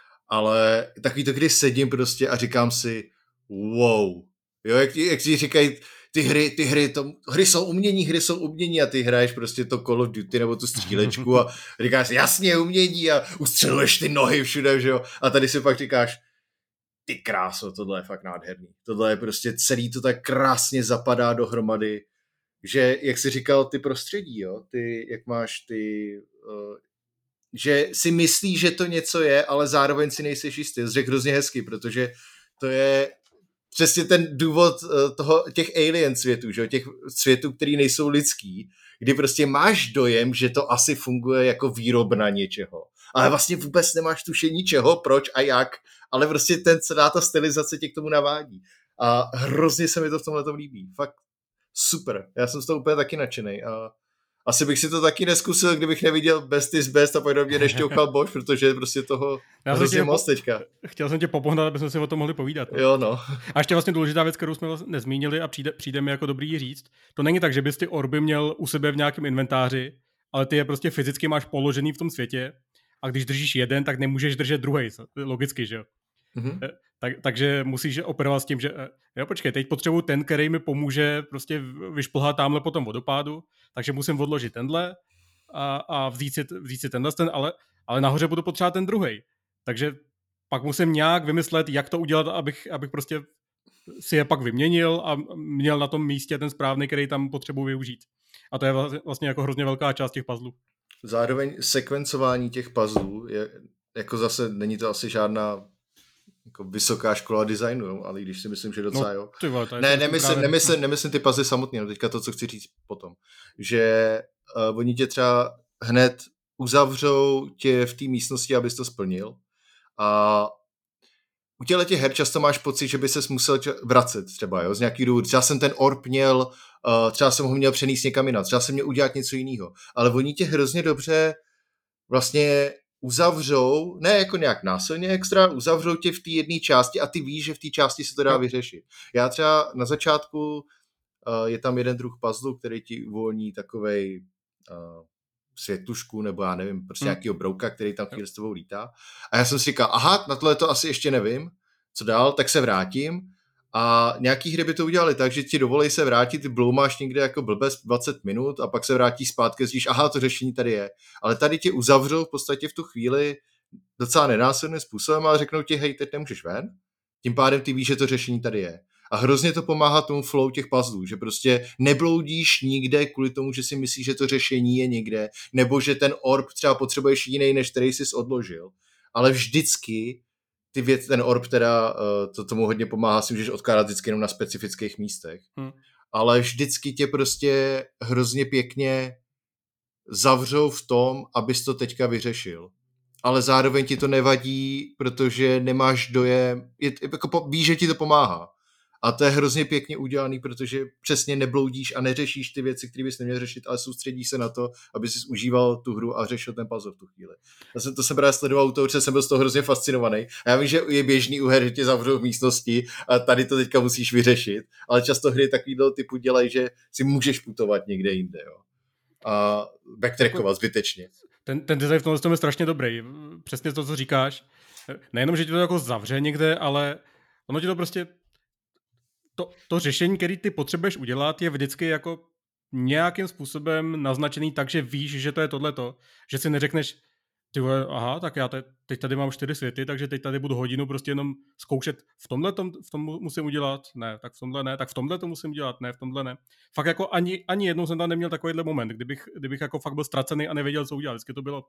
Ale takový to, kdy sedím prostě a říkám si, wow, jo, jak, jak si říkají, ty hry, ty hry, to, hry jsou umění, hry jsou umění a ty hraješ prostě to Call of Duty nebo tu střílečku a říkáš si, jasně, umění a ustřeluješ ty nohy všude, že jo, a tady si pak říkáš, ty kráso, tohle je fakt nádherný. Tohle je prostě celý to tak krásně zapadá dohromady, že, jak jsi říkal, ty prostředí, jo, ty, jak máš ty, uh, že si myslíš, že to něco je, ale zároveň si nejseš jistý. To řekl hrozně hezky, protože to je přesně ten důvod uh, toho, těch alien světů, že? Těch světů, který nejsou lidský, kdy prostě máš dojem, že to asi funguje jako výrobna něčeho. Ale vlastně vůbec nemáš tušení čeho, proč a jak, ale prostě ten, celá ta stylizace tě k tomu navádí. A hrozně se mi to v tomhle tom líbí. Fakt super. Já jsem z toho úplně taky nadšenej. A asi bych si to taky neskusil, kdybych neviděl Best is Best a pak do mě nešťoukal Bož, protože prostě toho hrozně moc po... teďka. Chtěl jsem tě popohnat, abychom si o tom mohli povídat. No? Jo, no. A ještě vlastně důležitá věc, kterou jsme vlastně nezmínili a přijde, přijde mi jako dobrý říct. To není tak, že bys ty orby měl u sebe v nějakém inventáři, ale ty je prostě fyzicky máš položený v tom světě a když držíš jeden, tak nemůžeš držet druhej. Logicky, že jo? Mm-hmm. Tak, takže musíš operovat s tím, že jo, počkej, teď potřebuji ten, který mi pomůže prostě vyšplhat tamhle po tom vodopádu, takže musím odložit tenhle a, a vzít, si, vzít si tenhle, ten, ale, ale nahoře budu potřebovat ten druhej. Takže pak musím nějak vymyslet, jak to udělat, abych, abych prostě si je pak vyměnil a měl na tom místě ten správný, který tam potřebuji využít. A to je vlastně jako hrozně velká část těch puzzlů. Zároveň sekvencování těch puzzlů je, jako zase není to asi žádná jako vysoká škola designu, jo? Ale když si myslím, že docela, jo. No, vole, ne, nemyslím, právě... nemyslím, nemyslím ty puzzle samotný, no teďka to, co chci říct potom. Že uh, oni tě třeba hned uzavřou tě v té místnosti, abys to splnil. A u těchto těch her často máš pocit, že by ses musel vracet třeba, jo, z nějaký důvod. Třeba jsem ten orb měl, uh, třeba jsem ho měl přenést někam jinam, třeba jsem měl udělat něco jiného. Ale oni tě hrozně dobře vlastně uzavřou, ne jako nějak násilně extra, uzavřou tě v té jedné části a ty víš, že v té části se to dá vyřešit. Já třeba na začátku uh, je tam jeden druh puzzle, který ti uvolní takovej uh, světušku, nebo já nevím, prostě hmm. nějakýho brouka, který tam chvíli s tebou lítá. A já jsem si říkal, aha, na tohle to asi ještě nevím, co dál, tak se vrátím. A nějaký hry by to udělali tak, že ti dovolej se vrátit, ty bloumáš někde jako blbec dvacet minut a pak se vrátí zpátky a zjistíš, aha, to řešení tady je. Ale tady tě uzavřou v podstatě v tu chvíli docela nenásilným způsobem a řeknou ti, hej, teď nemůžeš ven. Tím pádem ty víš, že to řešení tady je. A hrozně to pomáhá tomu flow těch puzzlů, že prostě nebloudíš nikde kvůli tomu, že si myslíš, že to řešení je někde, nebo že ten orb třeba potřebuješ jiný, než který jsi odložil. Ale vždycky ty věc, ten orb teda, to tomu hodně pomáhá, si můžeš odkládat vždycky jenom na specifických místech. Hmm. Ale vždycky tě prostě hrozně pěkně zavřou v tom, abys to teďka vyřešil. Ale zároveň ti to nevadí, protože nemáš dojem, je, jako víš, že ti to pomáhá. A to je hrozně pěkně udělaný, protože přesně nebloudíš a neřešíš ty věci, které bys neměl řešit, ale soustředíš se na to, aby jsi užíval tu hru a řešil ten puzzle v tu chvíli. Já jsem to jsem právě sledoval u toho, že jsem byl z toho hrozně fascinovaný. A já vím, že je běžný u her, že tě zavřou v místnosti a tady to teďka musíš vyřešit, ale často hry takovýhle typu dělají, že si můžeš putovat někde jinde. Jo. A backtrackovat zbytečně. Ten, ten design v tomhle tom je strašně dobrý. Přesně to, co říkáš. Nejenom, že ti to jako zavře někde, ale ono ti to prostě To, to řešení, který ty potřebuješ udělat, je vždycky jako nějakým způsobem naznačený tak, že víš, že to je tohleto. Že si neřekneš, ty vole, aha, tak já te, teď tady mám čtyři světy, takže teď tady budu hodinu prostě jenom zkoušet, v tomhle tom, v tom musím udělat, ne, tak v tomhle ne, tak v tomhle to musím dělat, ne, v tomhle ne. Fakt jako ani, ani jednou jsem tam neměl takovýhle moment, kdybych, kdybych jako fakt byl ztracený a nevěděl, co udělat. Vždycky to bylo,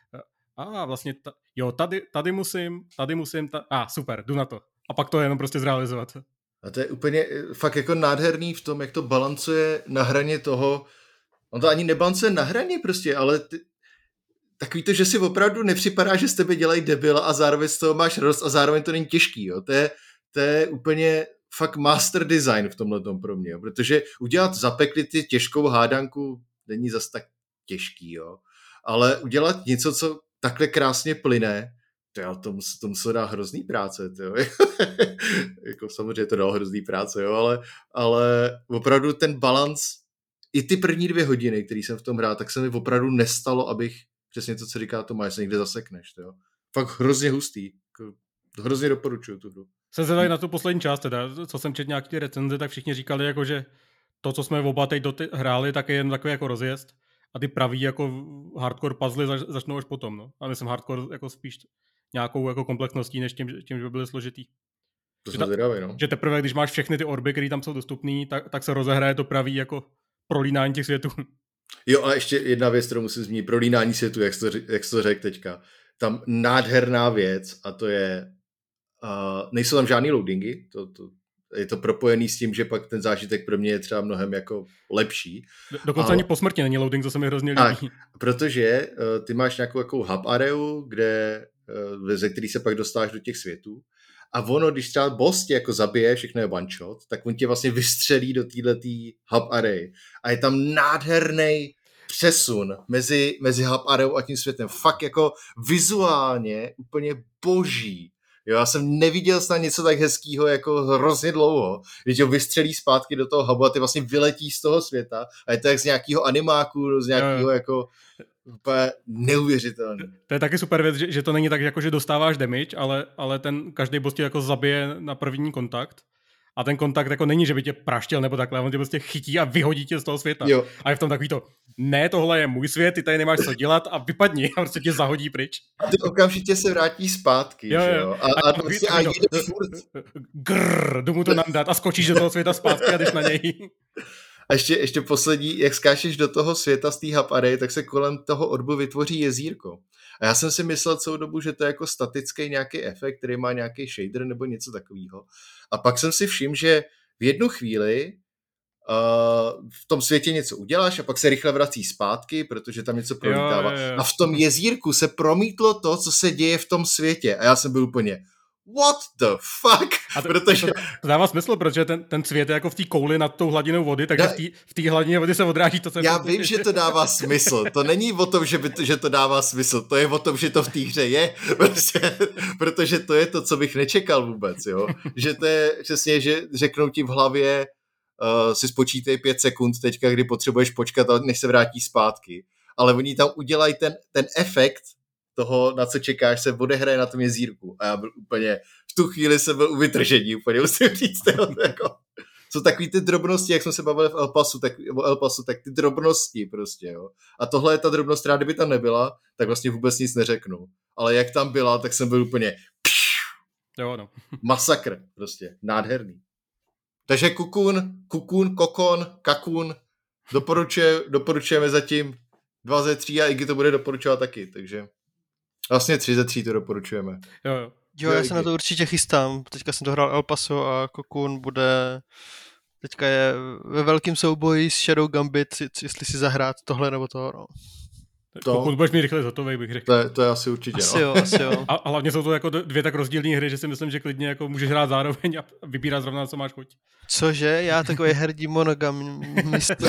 a ah, vlastně, ta, jo, tady, tady musím, tady musím, a ah, super, jdu na to. A pak to jenom prostě zrealizovat. A to je úplně fakt jako nádherný v tom, jak to balancuje na hraně toho, on to ani nebalancuje na hraně prostě, ale ty, takový to, že si opravdu nepřipadá, že z tebe dělají debila a zároveň z toho máš radost a zároveň to není těžký, jo. To je, to je úplně fakt master design v tomhletom pro mě, jo. Protože udělat zapekli ty těžkou hádanku není zas tak těžký, jo. Ale udělat něco, co takhle krásně plyne, to tomu, tomu se dá hrozný práce, tyjo. Jako samozřejmě to dalo hrozný práce, jo, ale, ale opravdu ten balans, i ty první dvě hodiny, který jsem v tom hrál, tak se mi opravdu nestalo, abych přesně to, co říká Tomáš, se někde zasekneš, tyjo. Fakt hrozně hustý, hrozně doporučuju tu hru. Se zadají na tu poslední část, teda, co jsem četl nějaký ty recenze, tak všichni říkali, jako, že to, co jsme oba teď doty hráli, tak je jen takový jako rozjezd a ty pravý jako hardcore puzzle zač- začnou až potom, no. A myslím hardcore jako spíš nějakou jako komplexností, než tím, tím že by byly složitý. To že, ta, zvědavý, no. že teprve, když máš všechny ty orby, které tam jsou dostupné, tak, tak se rozehraje to pravý jako prolínání těch světů. Jo, a ještě jedna věc, kterou musím zmínit, prolínání světů, jak jsi to, jak jsi to řekl teďka. Tam nádherná věc a to je, uh, nejsou tam žádný loadingy, to, to, je to propojený s tím, že pak ten zážitek pro mě je třeba mnohem jako lepší. Dokonce ale ani po smrti není loading, to se mi hrozně líbí. Tak, protože uh, ty máš nějakou jako hub areu, kde, uh, ze který se pak dostáváš do těch světů. A ono, když třeba boss tě jako zabije, všechno je one shot, tak on tě vlastně vystřelí do téhletý hub array. A je tam nádherný přesun mezi, mezi hub array a tím světem. Fakt jako vizuálně úplně boží. Jo, já jsem neviděl snad něco tak hezkýho jako hrozně dlouho, když ho vystřelí zpátky do toho hubu a ty vlastně vyletí z toho světa a je to jak z nějakého animáku, z nějakého jako úplně neuvěřitelný. To je taky super věc, že, že to není tak, jako, že dostáváš damage, ale, ale ten každý boss tě jako zabije na první kontakt. A ten kontakt jako není, že by tě praštil nebo takhle, on tě prostě chytí a vyhodí tě z toho světa. Jo. A je v tom takový to, ne, tohle je můj svět, ty tady nemáš co dělat a vypadni a prostě tě zahodí pryč. A ty okamžitě se vrátí zpátky, jo, že jo? A, a, a, prostě a jde furt. Grrr, jdu mu to nandat a skočíš do toho světa zpátky a jdeš na něj. A ještě, ještě poslední, jak skáčeš do toho světa z té hub array, tak se kolem toho orbu vytvoří jezírko. A já jsem si myslel celou dobu, že to je jako statický nějaký efekt, který má nějaký shader nebo něco takového. A pak jsem si všiml, že v jednu chvíli uh, v tom světě něco uděláš a pak se rychle vrací zpátky, protože tam něco promítává. Jo, jo, jo. A v tom jezírku se promítlo to, co se děje v tom světě. A já jsem byl úplně what the fuck? A to, protože... to, to dává smysl, protože ten, ten cvět je jako v té kouli nad tou hladinou vody, takže da... v té hladině vody se odráží to, co... Já vím, že to dává smysl. To není o tom, že, by to, že to dává smysl. To je o tom, že to v té hře je. Prostě, protože to je to, co bych nečekal vůbec. Jo? Že to je přesně, že řeknou ti v hlavě uh, si spočítej pět sekund teďka, kdy potřebuješ počkat, než se vrátí zpátky. Ale oni tam udělají ten, ten efekt toho, na co čekáš, se odehraje na tom jezírku. A já byl úplně, v tu chvíli jsem byl u vytržení, úplně musím říct. Jo, jako, jsou takový ty drobnosti, jak jsme se bavili v El Pasu, tak, o El Pasu, tak ty drobnosti prostě, jo. A tohle je ta drobnost, která kdyby tam nebyla, tak vlastně vůbec nic neřeknu. Ale jak tam byla, tak jsem byl úplně jo, no. masakr prostě, nádherný. Takže Cocoon, Cocoon, Kokon, Kakun, doporučuje, doporučujeme zatím dva ze tří a Iggy to bude doporučovat taky, takže vlastně tři ze tří to doporučujeme. Jo, jo. Jo, já se na to určitě chystám. Teďka jsem dohrál El Paso a Cocoon bude... Teďka je ve velkým souboji s Shadow Gambit, jestli si zahrát tohle nebo toho, no. To... Pokud budeš mít rychle hotovej, bych řekl. To je, to je asi určitě, asi no. jo, asi jo. A, a hlavně jsou to jako dvě tak rozdílné hry, že si myslím, že klidně jako můžeš hrát zároveň a vybírat zrovna, co máš chuť. Cože? Já takový herdí monogam místo.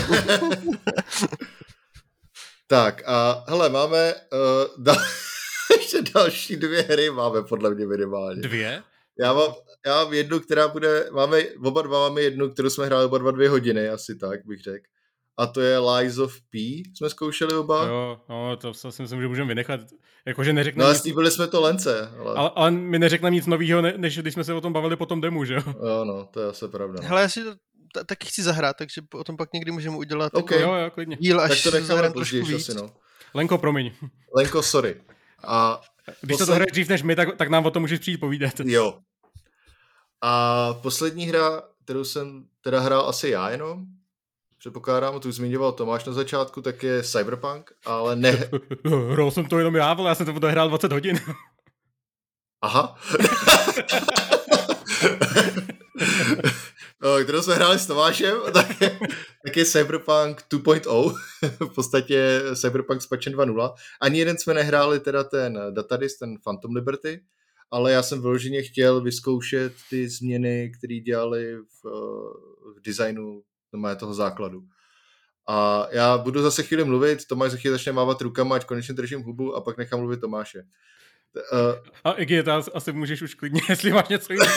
Tak a hele, máme uh, da- ještě další dvě hry máme podle mě minimálně. Dvě? Já mám, já mám jednu, která bude, máme, oba dva máme jednu, kterou jsme hráli oba dva dvě hodiny, asi tak bych řekl. A to je Lies of P, jsme zkoušeli oba. Jo, no, to si myslím, že můžeme vynechat. Jakože neřekneme... No ale nic... slíbili jsme to Lence. Ale... ale, ale my neřekneme nic nového, ne, než když jsme se o tom bavili po tom demu, že jo? Jo, no, to je asi pravda. No. Hele, já si to t- taky chci zahrát, takže o tom pak někdy můžeme udělat okay. Jo, jo, klidně. díl, až tak to necháme později asi, no. Lenko, promiň. Lenko, sorry. A když posled... to hraješ dřív než my, tak, tak nám o tom můžeš přijít povídat. Jo. A poslední hra, kterou jsem teda hrál asi já jenom, předpokládám, tu zmiňoval Tomáš na začátku, tak je Cyberpunk, ale ne... Hrál jsem to jenom já, ale já jsem to odehrál dvacet hodin. Aha. No, kterou jsme hráli s Tomášem, tak je, tak je Cyberpunk dva tečka nula, v podstatě Cyberpunk s patchem dva tečka nula. Ani jeden jsme nehráli teda ten Datadis, ten Phantom Liberty, ale já jsem vyloženě chtěl vyzkoušet ty změny, které dělali v, v designu toho základu. A já budu zase chvíli mluvit, Tomáš za chvíli začne mávat rukama, ať konečně držím hubu a pak nechám mluvit Tomáše. Uh, a Iggy, to asi můžeš už klidně, jestli máš něco jiného.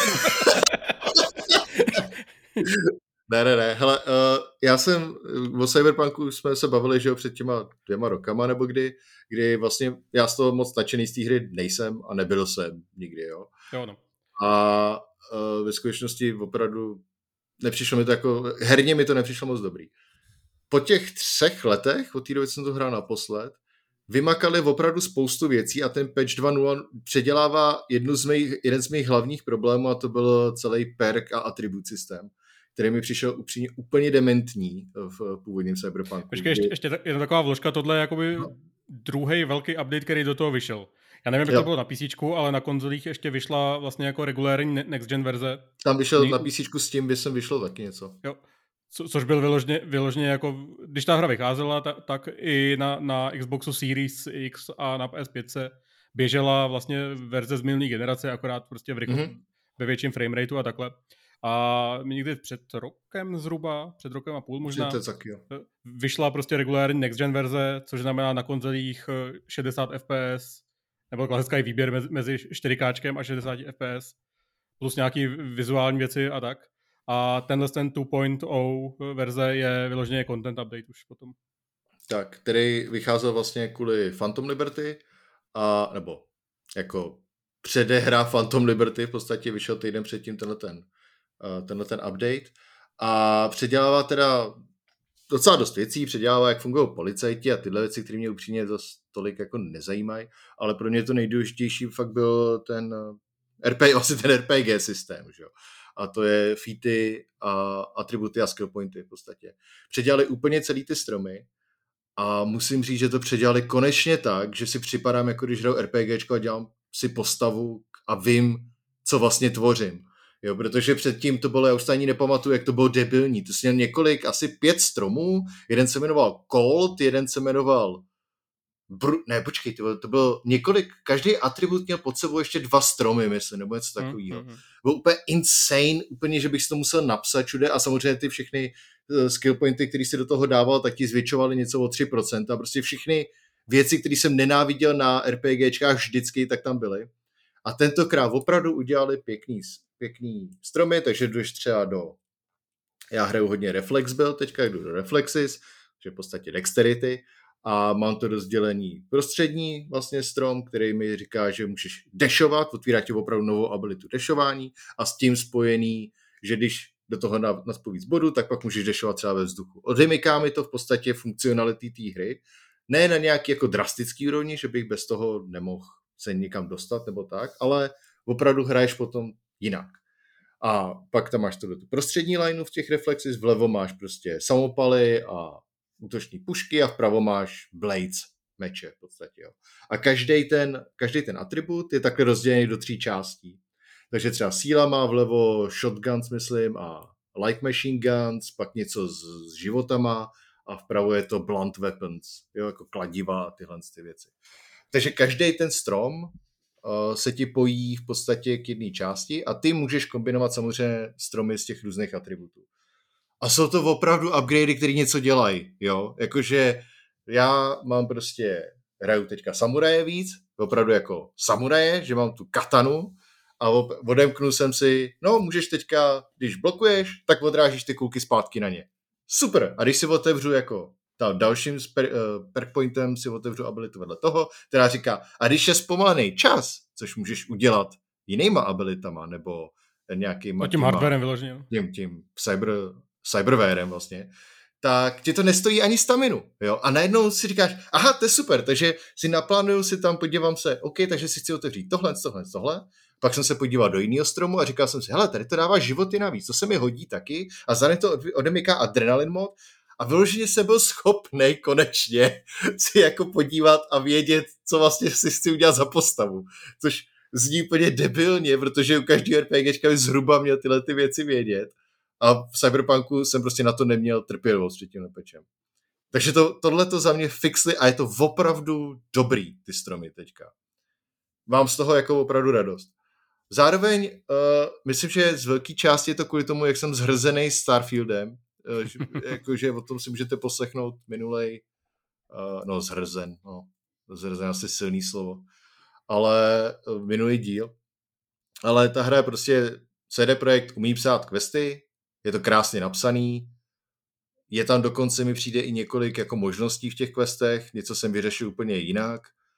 Ne, ne, ne. Hele, uh, já jsem, o Cyberpunku jsme se bavili, že jo, před těma dvěma rokama, nebo kdy, kdy vlastně já z toho moc nadšený z té hry nejsem a nebyl jsem nikdy, jo. Jo, no. A uh, ve skutečnosti opravdu nepřišlo mi to jako, herně mi to nepřišlo moc dobrý. Po těch třech letech, od té doby jsem to hrál naposled, vymakali opravdu spoustu věcí a ten patch dva tečka nula předělává jednu z mých, jeden z mých hlavních problémů a to byl celý perk a atribut systém, který mi přišel upřímně úplně dementní v původním Cyberpunku. Počkej, ještě, ještě jedna taková vložka, tohle je jakoby no. druhý velký update, který do toho vyšel. Já nevím, jak jo. to bylo na PCčku, ale na konzolích ještě vyšla vlastně jako regulární next gen verze. Tam vyšel Ně... na PCčku s tím, by jsem vyšlo taky něco. Jo. Co, což byl vyložně, vyložně jako, když ta hra vycházela, ta, tak i na, na Xboxu Series X a na P S pět běžela vlastně verze z minulý generace, akorát prostě v rychlo, mm-hmm. ve větším framerateu a takhle. A někdy před rokem zhruba, před rokem a půl možná, vyšla prostě regulární next gen verze, což znamená na konzolích šedesát F P S, nebo klasický výběr mezi, mezi čtyři ká a šedesát F P S, plus nějaký vizuální věci a tak. A tenhle ten dva tečka nula verze je vyloženě content update už potom. Tak, který vycházel vlastně kvůli Phantom Liberty, a, nebo jako předehra Phantom Liberty, v podstatě vyšel týden předtím tenhle ten, tenhle ten update. A předělává teda docela dost věcí, předělává, jak fungují policajti a tyhle věci, které mě upřímně dost tolik jako nezajímají, ale pro mě to nejdůležitější fakt byl ten R P G, vlastně ten R P G systém, že jo. A to je featy a atributy a skill pointy v podstatě. Předělali úplně celý ty stromy a musím říct, že to předělali konečně tak, že si připadám, jako když hraju RPGčko a dělám si postavu a vím, co vlastně tvořím. Jo, protože předtím to bylo, já už ani nepamatuju, jak to bylo debilní. To jsi měl několik, asi pět stromů, jeden se jmenoval Colt, jeden se jmenoval Bru- ne, počkej, to bylo, to bylo několik, každý atribut měl pod sebou ještě dva stromy, myslím, nebo něco takového. Mm-hmm. Bylo úplně insane, úplně, že bych si to musel napsat všude a samozřejmě ty všechny uh, skill pointy, které si do toho dával, tak ti zvětšovaly něco o tři procenta. Prostě všechny věci, které jsem nenáviděl na RPGčkách vždycky, tak tam byly. A tentokrát opravdu udělali pěkný, pěkný stromy, takže jdeš třeba do... Já hraju hodně Reflex build, teďka jdu do Reflexes, že v podstatě Dexterity, a mám to rozdělení prostřední vlastně strom, který mi říká, že můžeš dashovat, otvírá ti opravdu novou abilitu dashování a s tím spojený, že když do toho naspu víc bodů, tak pak můžeš dashovat třeba ve vzduchu. Odvymyká mi to v podstatě funkcionality té hry, ne na nějaký jako drastický úrovni, že bych bez toho nemohl se nikam dostat nebo tak, ale opravdu hraješ potom jinak. A pak tam máš tu prostřední lineu v těch reflexích, vlevo máš prostě samopaly a útoční pušky a vpravo máš blades, meče v podstatě. Jo. A každý ten, každý ten atribut je takhle rozdělený do tří částí. Takže třeba síla má vlevo shotguns, myslím, a light machine guns, pak něco s, s životama a vpravo je to blunt weapons, jo, jako kladiva a tyhle ty věci. Takže každý ten strom uh, se ti pojí v podstatě k jedné části a ty můžeš kombinovat samozřejmě stromy z těch různých atributů. A jsou to opravdu upgradey, které něco dělají, jo, jakože já mám prostě, hraju teďka samuraje víc, opravdu jako samuraje, že mám tu katanu a odemknu jsem si, no můžeš teďka, když blokuješ, tak odrážíš ty kulky zpátky na ně. Super, a když si otevřu jako ta dalším per, uh, perk pointem si otevřu abilitu vedle toho, která říká, a když je zpomalený čas, což můžeš udělat jinýma abilitama, nebo nějakýma... A tím hardwarem vyloženě. Tím, tím cyber, cyberwarem vlastně, tak ti to nestojí ani staminu, jo, a najednou si říkáš, aha, to je super, takže si naplánuju si tam, podívám se, OK, takže si chci otevřít tohle, tohle, tohle, pak jsem se podíval do jiného stromu a říkal jsem si, hele, tady to dává životy navíc, to se mi hodí taky a zároveň to odemyká adrenalin mod a vyloženě jsem byl schopnej konečně si jako podívat a vědět, co vlastně si chci udělat za postavu, což zní úplně debilně, protože u každého RPGčka by zhruba měl tyhle ty věci vědět. A v Cyberpunku jsem prostě na to neměl trpělivost před tím nepečem. Takže to, tohle to za mě fixli a je to opravdu dobrý, ty stromy teďka. Mám z toho jako opravdu radost. Zároveň uh, myslím, že z velké části je to kvůli tomu, jak jsem zhrzený Starfieldem. Uh, že, jakože o tom si můžete poslechnout minulej, uh, no zhrzen, no, zhrzen asi silný slovo, ale uh, minulý díl. Ale ta hra je prostě, C D Projekt umí psát questy, je to krásně napsaný, je tam dokonce mi přijde i několik jako možností v těch questech, něco jsem vyřešil úplně jinak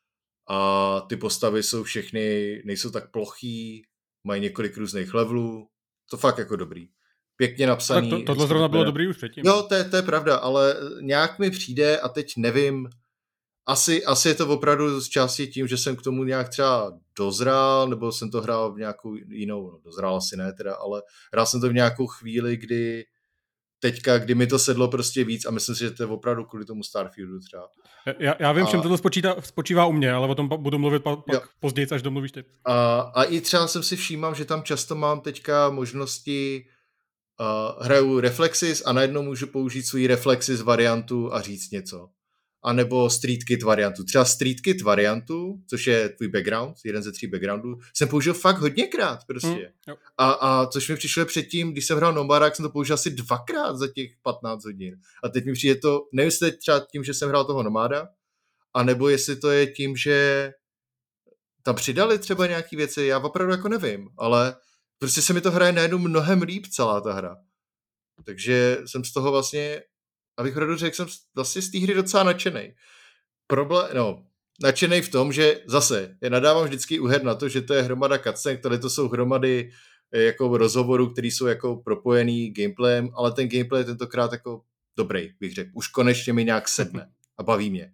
a ty postavy jsou všechny, nejsou tak plochý, mají několik různých levelů, to fakt jako dobrý. Pěkně napsaný. Tak to, tohle zrovna bylo dobrý už předtím. Jo, to je, to je pravda, ale nějak mi přijde a teď nevím, asi, asi je to opravdu z části tím, že jsem k tomu nějak třeba dozrál, nebo jsem to hrál v nějakou jinou, no dozrál asi ne teda, ale hrál jsem to v nějakou chvíli, kdy teďka, kdy mi to sedlo prostě víc a myslím si, že to je opravdu kvůli tomu Starfieldu třeba. Já, já vím, a... čem tohle spočítá, spočívá u mě, ale o tom budu mluvit pa, pak později, až domluvíš ty. A, a i třeba jsem si všímám, že tam často mám teďka možnosti, uh, hraju Reflexes a najednou můžu použít svůj Reflexes variantu a říct něco. A nebo Street Kit variantu. Třeba Street Kit variantu, což je tvůj background, jeden ze tří backgroundů, jsem použil fakt hodněkrát prostě. Mm, a, a což mi přišlo předtím, když jsem hrál Nomada, jsem to použil asi dvakrát za těch patnáct hodin. A teď mi přijde to, nevím, jestli třeba tím, že jsem hrál toho Nomada, anebo jestli to je tím, že tam přidali třeba nějaký věci, já opravdu jako nevím, ale prostě se mi to hraje najednou mnohem líp celá ta hra. Takže jsem z toho vlastně, abych pravdu řekl, jsem vlastně z té hry docela nadšenej. Problém, no, nadšenej v tom, že zase, já nadávám vždycky u her na to, že to je hromada cutscén, které to jsou hromady jako rozhovorů, které jsou jako propojený gameplayem, ale ten gameplay je tentokrát jako dobrý, bych řekl. Už konečně mi nějak sedne a baví mě.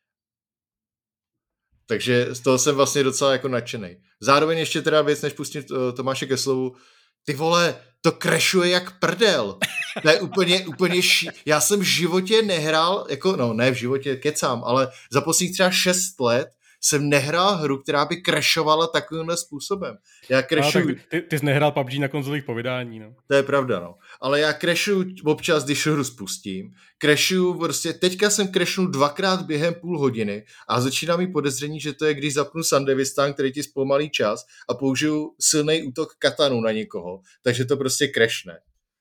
Takže z toho jsem vlastně docela jako nadšenej. Zároveň ještě teda věc, než pustím Tomáše ke slovu, ty vole, to crashuje jak prdel. To je úplně, úplně ší... Já jsem v životě nehrál, jako, no ne v životě, kecám, ale za posledních třeba šest let jsem nehrál hru, která by crashovala takovýmhle způsobem. Já crashuju... Ty, ty jsi nehrál P U B G na konzolích po vydání, no. To je pravda, no. Ale já crashuju občas, když hru spustím. Crashuju prostě, teďka jsem crashnul dvakrát během půl hodiny a začíná mi podezření, že to je, když zapnu Sandevistan, který ti zpomalí čas a použiju silný útok katanu na někoho, takže to prostě crashne.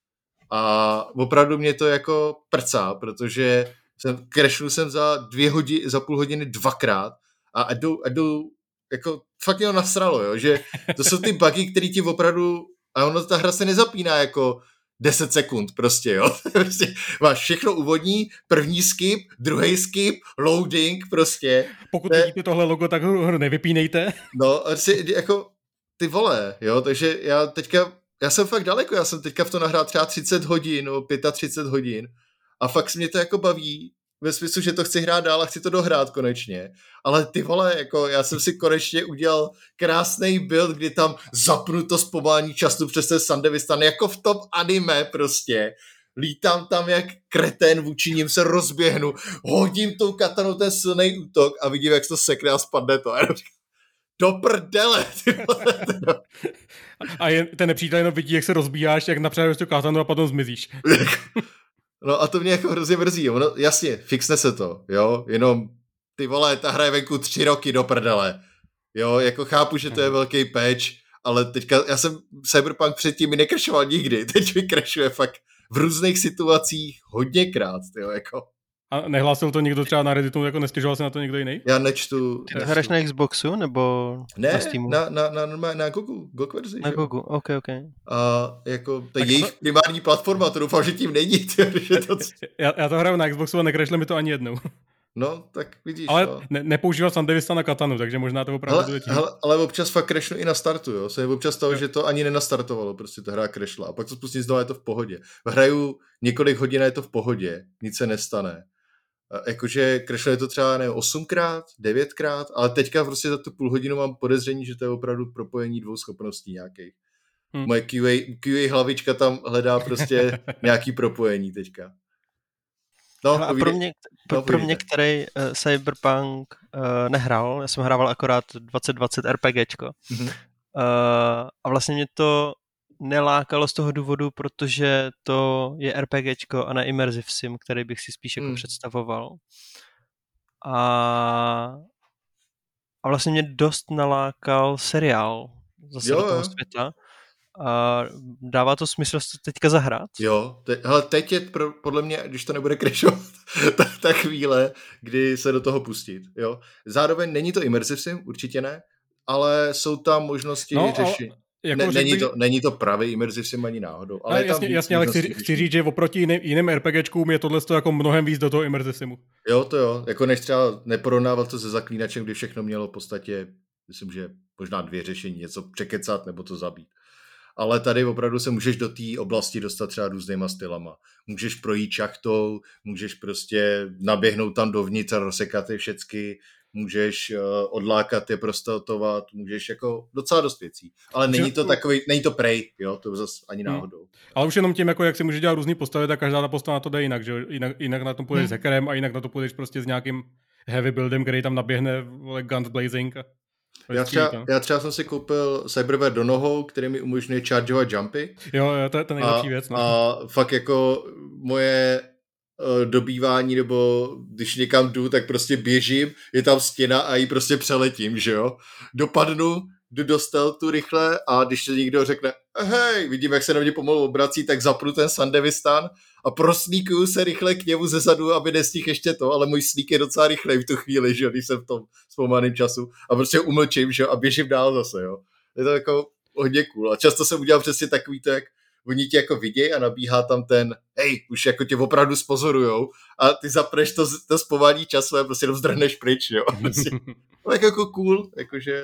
A opravdu mě to jako prcá, protože jsem crashnul jsem za dvě hodiny, za půl hodiny dvakrát a, a jdou, a jdou jako fakt mě ho nasralo, jo, že to jsou ty bugy, které ti opravdu, a ono ta hra se nezapíná jako deset sekund prostě, jo. Prostě máš všechno úvodní, první skip, druhý skip, loading prostě. Pokud ne... vidíte tohle logo, tak ho nevypínejte. No, jako ty vole, jo, takže já teďka, já jsem fakt daleko, já jsem teďka v to nahrál třeba třicet hodin, no třicet pět hodin a fakt mě to jako baví, ve smyslu, že to chci hrát dál a chci to dohrát konečně. Ale ty vole, jako já jsem si konečně udělal krásný build, kdy tam zapnu to zpomalení času přes ten Sandevistan, jako v tom anime prostě. Lítám tam jak kretén, vůči ním se rozběhnu, hodím tou katanou ten silný útok a vidím, jak to sekne a spadne to. Do prdele, ty vole. A je, ten nepřítel jenom vidí, jak se rozbíjáš, jak napřádáš tu katanu a potom zmizíš. No a to mě jako hrozně mrzí. Ono, jasně, fixne se to, jo, jenom ty vole, ta hra je venku tři roky do prdele. Jo, jako chápu, že to je velký patch, ale teďka, já jsem Cyberpunk předtím mi nekršoval nikdy, teď mi kršuje fakt v různých situacích hodněkrát, jo, jako. A nehlásil to někdo třeba na Redditu, jako nestěžoval se na to někdo jiný? Já nečtu. Ty to hraješ na Xboxu, nebo ne, na Steamu? Na, na, na, na, na Gogu, Gog verzi. Na Gogu, ok, ok. A jako, to je jejich to... primární platforma, to doufám, že tím není. Tě, že to... já, já to hraju na Xboxu a nekrešle mi to ani jednou. No, tak vidíš. Ale no. ne, nepoužíval Sandevistan na katanu, takže možná to opravdu bude tím. Hele, ale občas fakt crashnu i na startu, jo. Se občas stalo, že to ani nenastartovalo, prostě ta hra crashla. A pak to spustím znovu, je to v pohodě. Hraju několik hodin a je to v pohodě. Nic se nestane. Jakože crashlo to třeba ne, osmkrát, devětkrát, ale teďka prostě za tu půl hodinu mám podezření, že to je opravdu propojení dvou schopností nějakých. Hmm. Moje Q A, Q A hlavička tam hledá prostě nějaký propojení teďka. No, a pro mě, pro, pro mě, který uh, Cyberpunk uh, nehrál, já jsem hrával akorát dvacet dvacet RPGčko. Mm-hmm. Uh, a vlastně mě to nelákalo z toho důvodu, protože to je RPGčko a ne immersive sim, který bych si spíš jako mm. představoval. A, a vlastně mě dost nalákal seriál zase jo, do toho světa. A dává to smysl to teďka zahrát? Jo, te, hele, teď je pro, podle mě, když to nebude crashovat, ta, ta chvíle, kdy se do toho pustit. Jo. Zároveň není to immersive sim, určitě ne, ale jsou tam možnosti no, řešit. Jako ne, není, to, není to pravý immersive sim ani náhodou. Ale ne, jasně, jasně ale chci, chci říct, že oproti jiným, jiným RPGčkům je tohle jako mnohem víc do toho immersive simu. Jo, to jo. Jako než třeba neporovnávat to se Zaklínačem, kdy všechno mělo v podstatě, myslím, že možná dvě řešení, něco překecat nebo to zabít. Ale tady opravdu se můžeš do té oblasti dostat třeba různýma stylama. Můžeš projít šachtou, můžeš prostě naběhnout tam dovnitř a rozsekat je všecky, můžeš uh, odlákat je, prostartovat, můžeš jako docela dost věcí. Ale není to takový, není to prej, jo, to zase ani náhodou. Hmm. Ale už jenom tím, jako jak si můžeš dělat různý postavy, tak každá ta postava na to jde jinak, že jinak, jinak na tom půjdeš hmm. s hackerem a jinak na to půjdeš prostě s nějakým heavy buildem, který tam naběhne vole, guns blazing. A... Já třeba, já třeba jsem si koupil cyberware do nohou, který mi umožňuje chargeovat jumpy. Jo, jo, to je ta nejlepší a, věc. No. A fakt jako moje uh, dobývání, nebo když někam jdu, tak prostě běžím, je tam stěna a ji prostě přeletím, že jo. Dopadnu, jdu do stealthu rychle a když se někdo řekne hej, vidím, jak se na mě pomalu obrací, tak zapnu ten Sandevistan a prosníkuju se rychle k němu zezadu, aby nestihl ještě to, ale můj sník je docela rychlej v tu chvíli, že jo, když jsem v tom zpomalém času a prostě umlčím, že jo, a běžím dál zase, jo. Je to jako hodně cool a často jsem udělal přesně takový to, jak oni tě jako vidějí a nabíhá tam ten, hej, už jako tě opravdu spozorujou a ty zapneš to, to zpomalení času a prostě jenom zdrhneš pryč, jo. Prostě, tak jako cool, jakože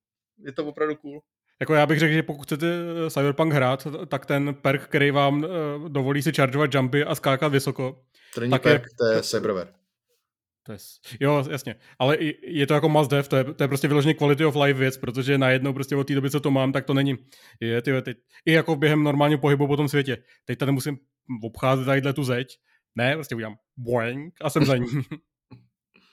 je to opravdu cool. Jako já bych řekl, že pokud chcete Cyberpunk hrát, tak ten perk, který vám uh, dovolí si chargeovat jumpy a skákat vysoko. To není perk, je, to je cyberware. To je, jo, jasně. Ale je to jako must have, to je, to je prostě vyloženě quality of life věc, protože najednou prostě od té doby, co to mám, tak to není. Je, tyjo, teď, i jako během normálního pohybu po tom světě. Teď tady musím obcházet tadyhle tu zeď. Ne, prostě udělám boing a jsem za ní.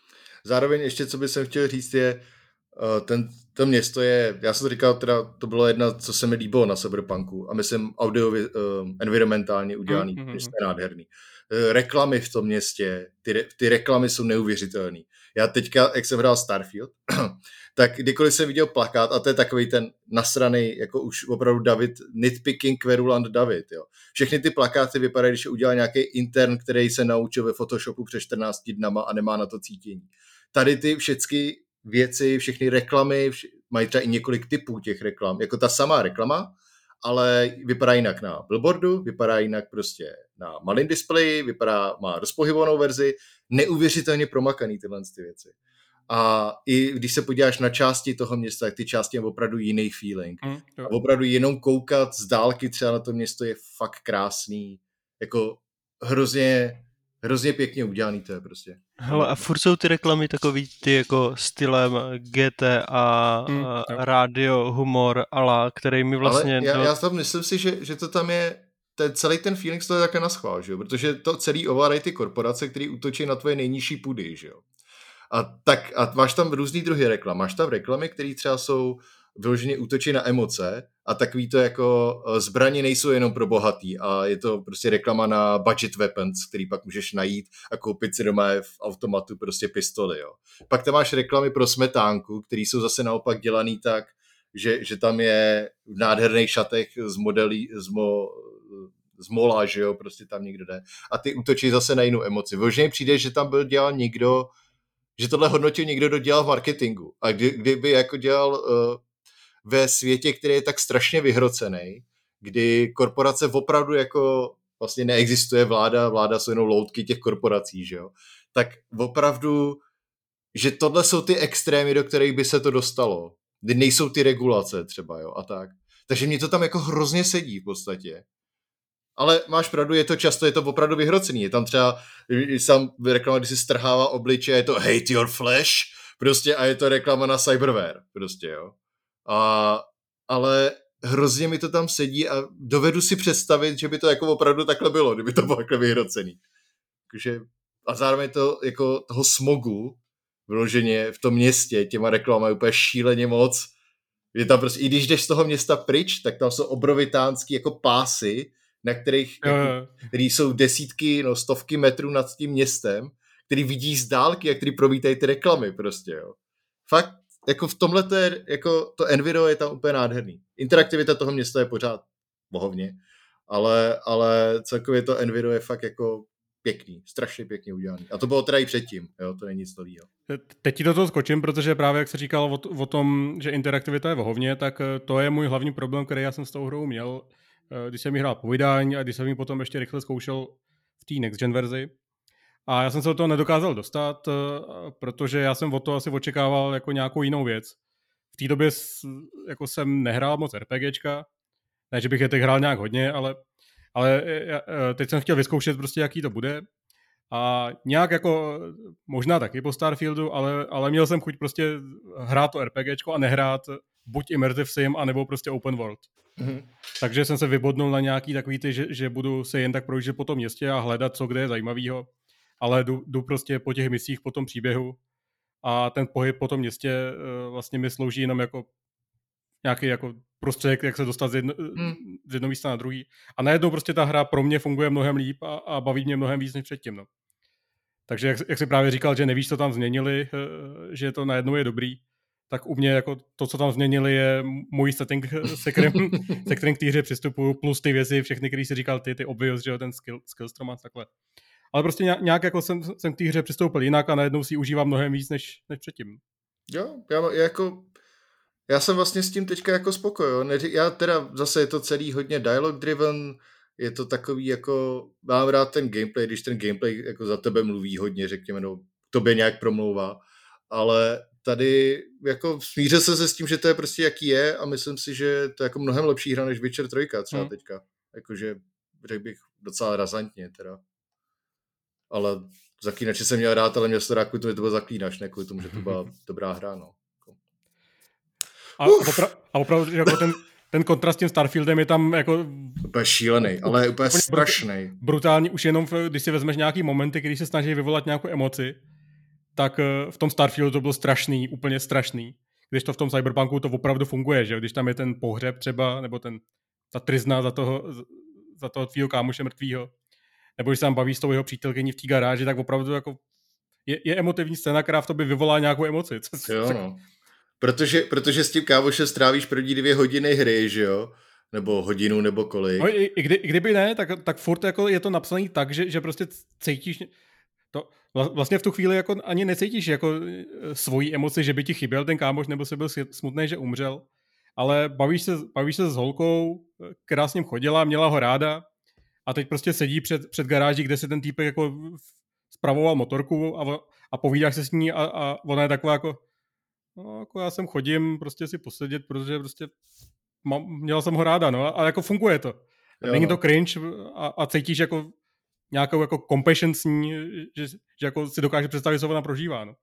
zároveň ještě, co bych chtěl říct, je, uh, ten, to město je, já jsem to říkal, teda to bylo jedna, co se mi líbilo na Cyberpunku a myslím audio, uh, environmentálně udělaný, mm-hmm. město je nádherný. Uh, reklamy v tom městě, ty, ty reklamy jsou neuvěřitelný. Já teďka, jak jsem hrál Starfield, tak kdykoliv jsem viděl plakát, a to je takový ten nasranej, jako už opravdu David, nitpicking Querulant David, jo. Všechny ty plakáty vypadají, když udělal nějaký intern, který se naučil ve Photoshopu před čtrnácti dnama a nemá na to cítění. Tady ty všechny věci, všechny reklamy, vš- mají třeba i několik typů těch reklam, jako ta samá reklama, ale vypadá jinak na billboardu, vypadá jinak prostě na malém displeji, vypadá, má rozpohybovanou verzi, neuvěřitelně promakaný tyhle ty věci. A i když se podíváš na části toho města, tak ty části mají opravdu jiný feeling. Mm, a opravdu jenom koukat z dálky třeba na to město je fakt krásný. Jako hrozně, hrozně pěkně udělaný to je prostě. Hele, a furt jsou ty reklamy takový ty jako stylem G T A, mm, a rádio, humor, ala, který mi vlastně... Ale já, já tam myslím si, že, že to tam je ten, celý ten feeling z toho je také naschvál, že jo? Protože to celý ovládají ty korporace, které útočí na tvoje nejnižší pudy, že jo? A tak a máš tam různý druhy reklam. Máš tam reklamy, které třeba jsou vyloženě útočí na emoce a takový to jako zbraně nejsou jenom pro bohatý a je to prostě reklama na budget weapons, který pak můžeš najít a koupit si doma v automatu prostě pistoli, jo. Pak tam máš reklamy pro smetánku, které jsou zase naopak dělaný tak, že, že tam je v nádherných šatech z modelí, z, mo, z mola, že jo, prostě tam někdo jde. A ty útočí zase na jinou emoci. Vyloženě přijde, že tam byl dělal někdo, že tohle hodnotil někdo, kdo dělal v marketingu. A kdy, kdyby jako dělal uh, ve světě, který je tak strašně vyhrocený, kdy korporace opravdu jako vlastně neexistuje vláda, vláda jsou jenom loutky těch korporací, že jo, tak opravdu, že tohle jsou ty extrémy, do kterých by se to dostalo. Kdy nejsou ty regulace třeba, jo, a tak. Takže mě to tam jako hrozně sedí v podstatě. Ale máš pravdu, je to často, je to opravdu vyhrocený. Je tam třeba, sám reklama, když si strhává obliče, je to hate your flesh, prostě a je to reklama na cyberware, prostě, jo. A, ale hrozně mi to tam sedí a dovedu si představit, že by to jako opravdu takhle bylo, kdyby to bylo takhle vyhrocený. Takže, a zároveň to jako toho smogu vyloženě v tom městě, těma reklamami úplně šíleně moc. Je tam prostě, i když jdeš z toho města pryč, tak tam jsou obrovitánský jako pásy, na kterých, jako, který jsou desítky, no stovky metrů nad tím městem, který vidíš z dálky a který provítají ty reklamy prostě, jo. Fakt, jako v tomhle to je, jako to enviro je tam úplně nádherný. Interaktivita toho města je pořád bohovně, ale, ale celkově to enviro je fakt jako pěkný, strašně pěkně udělaný. A to bylo teda i předtím, jo, to není nic novýho. Teď ti do toho skočím, protože právě jak se říkal o, o tom, že interaktivita je vohovně, tak to je můj hlavní problém, který já jsem s tou hrou měl, když jsem ji hrál po vydání a když jsem ji potom ještě rychle zkoušel v té next gen verzi. A já jsem se do toho nedokázal dostat, protože já jsem od toho asi očekával jako nějakou jinou věc. V té době jako jsem nehrál moc RPGčka, ne, že bych je teď hrál nějak hodně, ale, ale teď jsem chtěl vyzkoušet prostě, jaký to bude. A nějak jako, možná taky po Starfieldu, ale, ale měl jsem chuť prostě hrát to RPGčko a nehrát buď Immersive Sim, anebo prostě Open World. Mm-hmm. Takže jsem se vybodnul na nějaký takový ty, že, že budu se jen tak projíždět po tom městě a hledat, co kde je zajímavého. Ale jdu, jdu prostě po těch misích, po tom příběhu a ten pohyb po tom městě uh, vlastně mi slouží jenom jako nějaký jako prostředek, jak se dostat z, jedno, mm. z jednoho místa na druhý. A najednou prostě ta hra pro mě funguje mnohem líp a, a baví mě mnohem víc než předtím. No. Takže jak, jak jsi právě říkal, že nevíš, co tam změnili, uh, že to najednou je dobrý, tak u mě jako to, co tam změnili, je můj setting, se kterým, se kterým k té hře přistupuju, plus ty věci, všechny, které jsi říkal, ty, ty obvious, že jo, ten skill, skill strom a takhle. Ale prostě nějak jako jsem, jsem k té hře přistoupil jinak a najednou si ji užívám mnohem víc než, než předtím. Jo, já, jako, já jsem vlastně s tím teďka jako spokojen. Já teda zase je to celý hodně dialogue driven, je to takový jako, mám rád ten gameplay, když ten gameplay jako za tebe mluví hodně, řekněme, no, tobě nějak promlouvá, ale tady jako smířil se se s tím, že to je prostě jaký je a myslím si, že to je jako mnohem lepší hra než Witcher tři třeba hmm. teďka. Jakože řekl bych docela razantně teda. Ale Zaklínače jsem měl rád, ale měl se rád kvůli tomu, že to byl Zaklínač, ne kvůli tomu, že to byla dobrá hra, no. A, opra- a opravdu jako ten, ten kontrast s tím Starfieldem je tam jako... Úplně šílený, ale úplně strašný. Brutální, už jenom, když si vezmeš nějaký momenty, když se snaží vyvolat nějakou emoci, tak v tom Starfieldu to bylo strašný, úplně strašný. Když to v tom Cyberpunku to opravdu funguje, že když tam je ten pohřeb třeba, nebo ten, ta tryzna za toho, za toho tvýho kámoše mrtvýho, nebo když se tam baví s tou jeho přítelkyní v té garáži, tak opravdu jako je, je emotivní scéna, která v tobě vyvolá nějakou emoci. Jo, no. Protože, protože s tím kámošem strávíš první dvě hodiny hry, že jo? Nebo hodinu, nebo kolik. No, i, i, kdy, i kdyby ne, tak, tak furt jako je to napsaný tak, že, že prostě cítíš to, vlastně v tu chvíli jako ani necítíš jako svoji emoci, že by ti chyběl ten kámoš, nebo se byl smutný, že umřel, ale bavíš se, bavíš se s holkou, která s ním chodila, měla ho ráda a teď prostě sedí před, před garáží, kde se ten týpek jako spravoval motorku a, a povídáš se s ní a, a ona je taková jako no, jako já sem chodím prostě si posedět, protože prostě mám, měla jsem ho ráda, no, a jako funguje to. Jo. Není to cringe a, a cítíš jako nějakou jako compassion s ní, že, že jako si dokáže představit, co ona prožívá, no.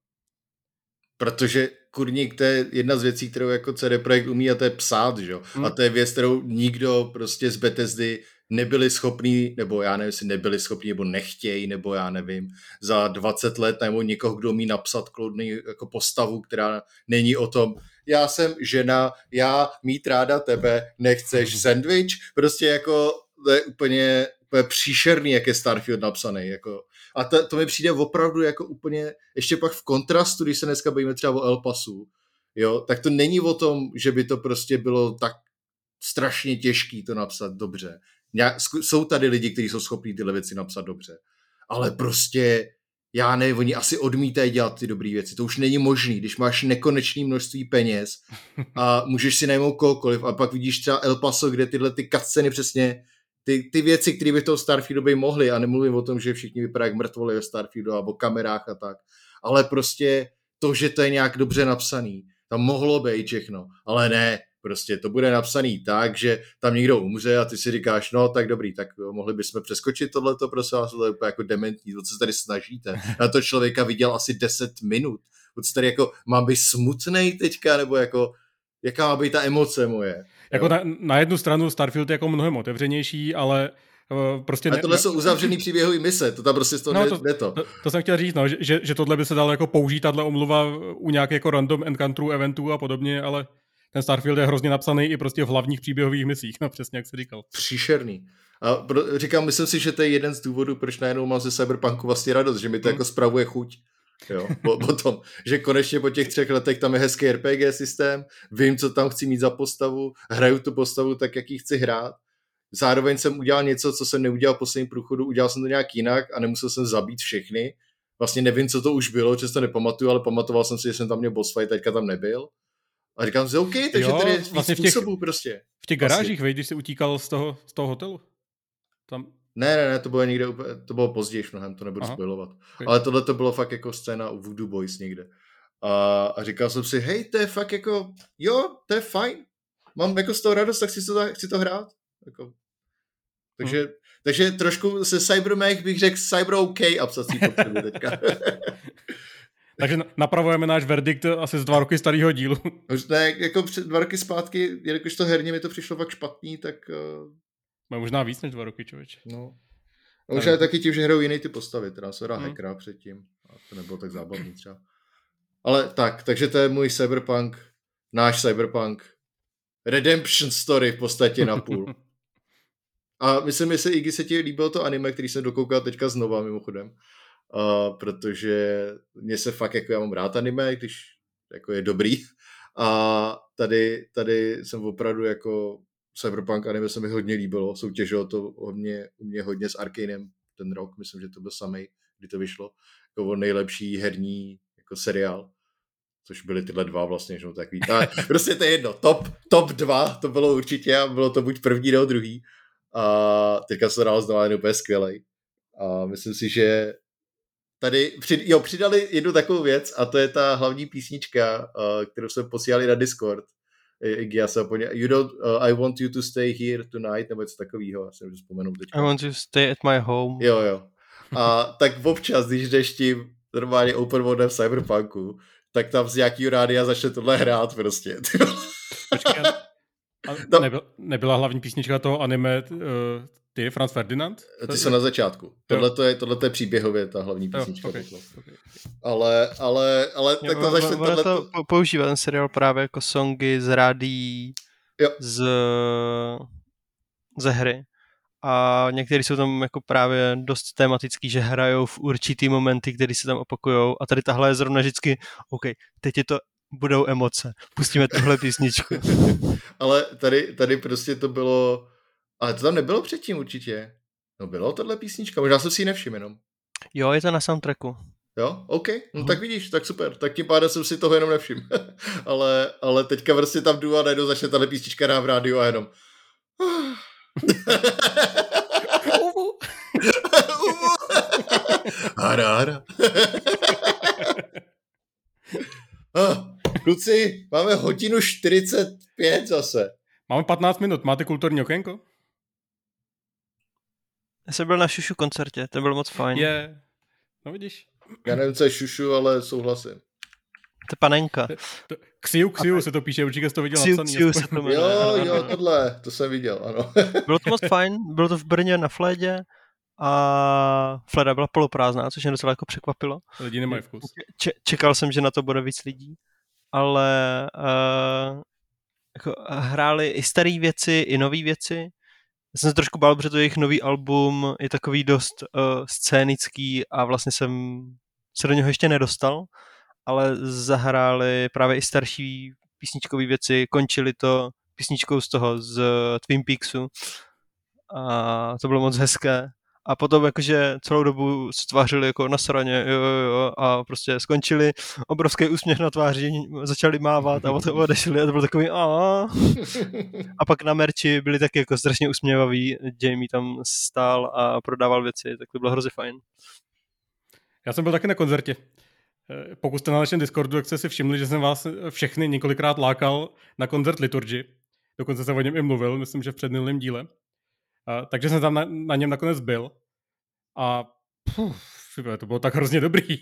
Protože kurník, to je jedna z věcí, kterou jako C D Projekt umí a to je psát, že jo. Hmm. A to je věc, kterou nikdo prostě z Bethesdy nebyli schopní, nebo já nevím, jestli nebyli schopní, nebo nechtějí, nebo já nevím, za dvacet let nebo někoho, kdo umí napsat kloudný jako postavu, která není o tom, já jsem žena, já mít ráda tebe, nechceš sandwich, prostě jako to je úplně, úplně příšerný, jak je Starfield napsaný, jako. A to, to mi přijde opravdu jako úplně, ještě pak v kontrastu, když se dneska bavíme třeba o El Pasu, jo, tak to není o tom, že by to prostě bylo tak strašně těžký to napsat dobře. Jsou tady lidi, kteří jsou schopní tyhle věci napsat dobře. Ale prostě, já nevím, oni asi odmítají dělat ty dobré věci. To už není možný, když máš nekonečné množství peněz a můžeš si najmout kohokoliv a pak vidíš třeba El Paso, kde tyhle ty cutsceny přesně, ty, ty věci, které by v toho Starfieldu by mohly, a nemluvím o tom, že všichni vypadají jak mrtvoli ve Starfieldu nebo kamerách a tak, ale prostě to, že to je nějak dobře napsaný, tam mohlo být všechno, ale ne, prostě to bude napsaný tak, že tam někdo umře a ty si říkáš, no tak dobrý, tak jo, mohli bychom přeskočit tohleto, prosím vás, to je úplně jako dementní, to co se tady snažíte. Na to člověka viděl asi deset minut, co tady jako, mám být smutnej teďka, nebo jako, jaká má být ta emoce moje. Jako na, na jednu stranu Starfield je jako mnohem otevřenější, ale uh, prostě... A tohle ne, jsou uzavřený příběhový mise, to tam prostě z toho no, to, jde to. to. To jsem chtěl říct, no, že, že tohle by se dalo jako použít, tahle omluva u nějakých jako random encounterů, eventů a podobně, ale ten Starfield je hrozně napsaný i prostě v hlavních příběhových misích, no přesně jak jsi říkal. Příšerný. A pro, říkám, myslím si, že to je jeden z důvodů, proč najednou mám ze Cyberpunku vlastně radost, že mi to hmm. jako spravuje chuť. Jo, po, potom, že konečně po těch třech letech tam je hezký R P G systém, vím, co tam chci mít za postavu, hraju tu postavu tak, jak ji chci hrát. Zároveň jsem udělal něco, co jsem neudělal v posledním průchodu, udělal jsem to nějak jinak a nemusel jsem zabít všechny. Vlastně nevím, co to už bylo, často nepamatuju, ale pamatoval jsem si, že jsem tam měl boss fight, teďka tam nebyl. A říkám si, OK, takže jo, tady je vlastně v těch, způsobů prostě. V těch garážích, vlastně. Když jsi utíkal z toho, z toho hotelu? Tam... Ne, ne, ne, to bylo někde úplně, to bylo později mnohem, to nebudu spojovat. Okay. Ale tohle to bylo fakt jako scéna u Voodoo Boys někde. A, a říkal jsem si, hej, to je fakt jako, jo, to je fajn. Mám jako z toho radost, tak si to, chci to hrát. Jako. Takže, hmm. takže trošku se CyberMech bych řekl Cyber OK a psací potřeby teďka. Takže napravujeme náš verdikt asi z dva roky starého dílu. Už ne, jako před dva roky zpátky, jelikož to herně mi to přišlo fakt špatný, tak... Uh... Má možná víc než dva roky, člověče. No. A možná je taky tím, že hrajou jiný ty postavy, teda se hrá hmm. hackera předtím. A to nebylo tak zábavný třeba. Ale tak, takže to je můj Cyberpunk, náš Cyberpunk. Redemption story v podstatě na půl. A myslím, jestli Iggy se ti líbilo to anime, který jsem dokoukal teďka znova mimochodem. Uh, protože mě se fakt, jako já mám rád anime, když jako je dobrý. A tady, tady jsem opravdu jako Cyberpunk anime se mi hodně líbilo. Soutěžilo to hodně, u mě hodně s Arcanem ten rok. Myslím, že to byl samej, kdy to vyšlo. Jako nejlepší herní jako seriál. Což byly tyhle dva vlastně, že no, takový. A prostě to je jedno. Top, top dva to bylo určitě a bylo to buď první nebo druhý. A teďka se dalo znova jen úplně skvělej. A myslím si, že tady přid, jo, přidali jednu takovou věc a to je ta hlavní písnička, uh, kterou jsme posílali na Discord. Já se po ně, you don't, uh, I want you to stay here tonight, nebo něco takovýho, já jsem vzpomenu teďka. I want you to stay at my home. Jo, jo. A tak občas, když jdeš tím normálně open worldem v Cyberpunku, tak tam z nějakýho rádia začne tohle hrát prostě. Počkej, A To- nebyla, nebyla hlavní písnička toho anime uh, ty, Franz Ferdinand? Ty jsou na začátku. Tohle to je, tohle je příběhově ta hlavní písnička. Jo, okay, potom. okay. Ale, ale, ale tak to začne Ono to tohleto... po- používá ten seriál právě jako songy z rádií, Jo. z, ze hry. A některý jsou tam jako právě dost tematický, že hrajou v určitý momenty, které se tam opakujou. A tady tahle je zrovna vždycky, OK, teď je to, budou emoce. Pustíme tuhle písničku. Ale tady, tady prostě to bylo... Ale to tam nebylo předtím určitě. No bylo tohle písnička, možná jsem si ji nevšiml jenom. Jo, je to na soundtracku. Jo, OK, no tak vidíš, tak super, tak tím pádem jsem si toho jenom nevšiml. ale, ale teďka vlastně tam jdu a najednou začne tahle písnička hrát v rádiu a jenom... Hara, hara. Kluci, máme hodinu čtyřicet pět zase. Máme patnáct minut, máte kulturní okénko? Já jsem byl na Šušu koncertě, to bylo moc fajn. Je, yeah. No vidíš. Já nevím, co je šušu, ale souhlasím. To je panenka. Ksiu, ksiu se to píše, určitě jsi to viděl Ksiu, napsaný. ksiu se to jmenuje. Jo, jo, tohle, to jsem viděl, ano. Bylo to moc fajn, bylo to v Brně na Flédě a Fléda byla poloprázdná, což mě docela jako překvapilo. Lidi nemají vkus. Če- čekal jsem, že na to bude víc lidí, ale uh, jako hráli i staré věci, i nové věci. Já jsem se trošku bál, protože to jejich nový album je takový dost uh, scénický a vlastně jsem se do něho ještě nedostal, ale zahráli právě i starší písničkové věci, končili to písničkou z toho, z Twin Peaksu a to bylo moc hezké. A potom jakože celou dobu se tvářili jako na sraně, jo, jo, jo, a prostě skončili, obrovský úsměv na tváři, začali mávat a potom odešli a to bylo takový aaa. A pak na merči byli taky jako strašně usměvaví, Jamie tam stál a prodával věci, tak to bylo hrozně fajn. Já jsem byl taky na koncertě. Pokud jste na našem Discordu, tak jste si všimli, že jsem vás všechny několikrát lákal na koncert Liturgy. Dokonce jsem o něm i mluvil, myslím, že v předminulém díle. A, takže jsem tam na, na něm nakonec byl. A puf, to bylo tak hrozně dobrý.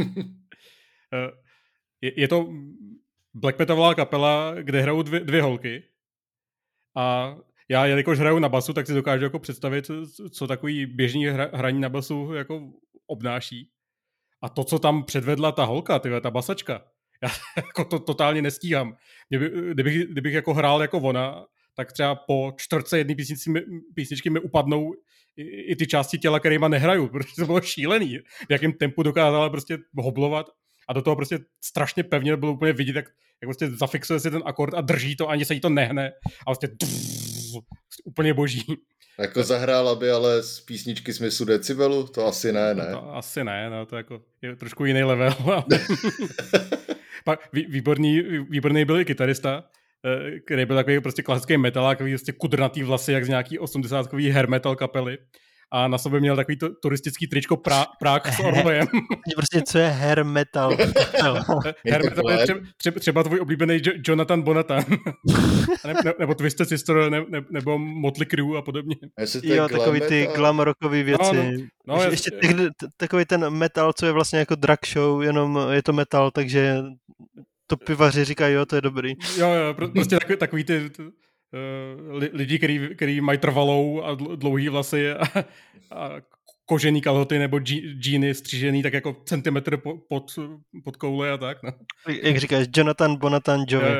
je, je to black metalová kapela, kde hrajou dvě, dvě holky. A já, jelikož hraju na basu, tak si dokážu jako představit, co takový běžný hra, hraní na basu jako obnáší. A to, co tam předvedla ta holka, tyhle, ta basačka, já jako to totálně nestíhám. Kdyby, kdybych, kdybych jako hrál jako ona, tak třeba po čtvrtce jedné písničky mi upadnou i, i ty části těla, kterýma nehraju, protože to bylo šílený. V jakém tempu dokázala prostě hoblovat a do toho prostě strašně pevně bylo úplně vidět, jak, jak prostě zafixuje si ten akord a drží to, ani se jí to nehne a prostě úplně boží. Jako zahrál, aby ale z písničky smyslu decibelu? To asi ne, ne? To asi ne, no to jako je trošku jiný level. Pak výborný, výborný byl i kytarista, který byl takový prostě klasický metalák, takový prostě kudrnatý vlasy, jak z nějaký osmdesátkový hair metal kapely. A na sobě měl takový to, turistický tričko prá, Prák s orlojem. Prostě co je hair metal? Hair metal je třeba, třeba, třeba tvůj oblíbený jo, Jonathan Bonatan. ne, ne, nebo Twisted Sister, ne, ne, nebo Motley Crue a podobně. Jo, takový ty glam rockový věci. No, no, no, ještě je, je, takový ten metal, co je vlastně jako drag show, jenom je to metal, takže to pivaři říkají, jo, to je dobrý. Jo, jo, prostě takový, takový ty... ty Uh, lidi, který, který mají trvalou a dlouhý vlasy a, a kožený kalhoty nebo džíny střížený tak jako centimetr po, pod, pod koule a tak. No. Jak říkáš, Jonathan Bonatan Joey.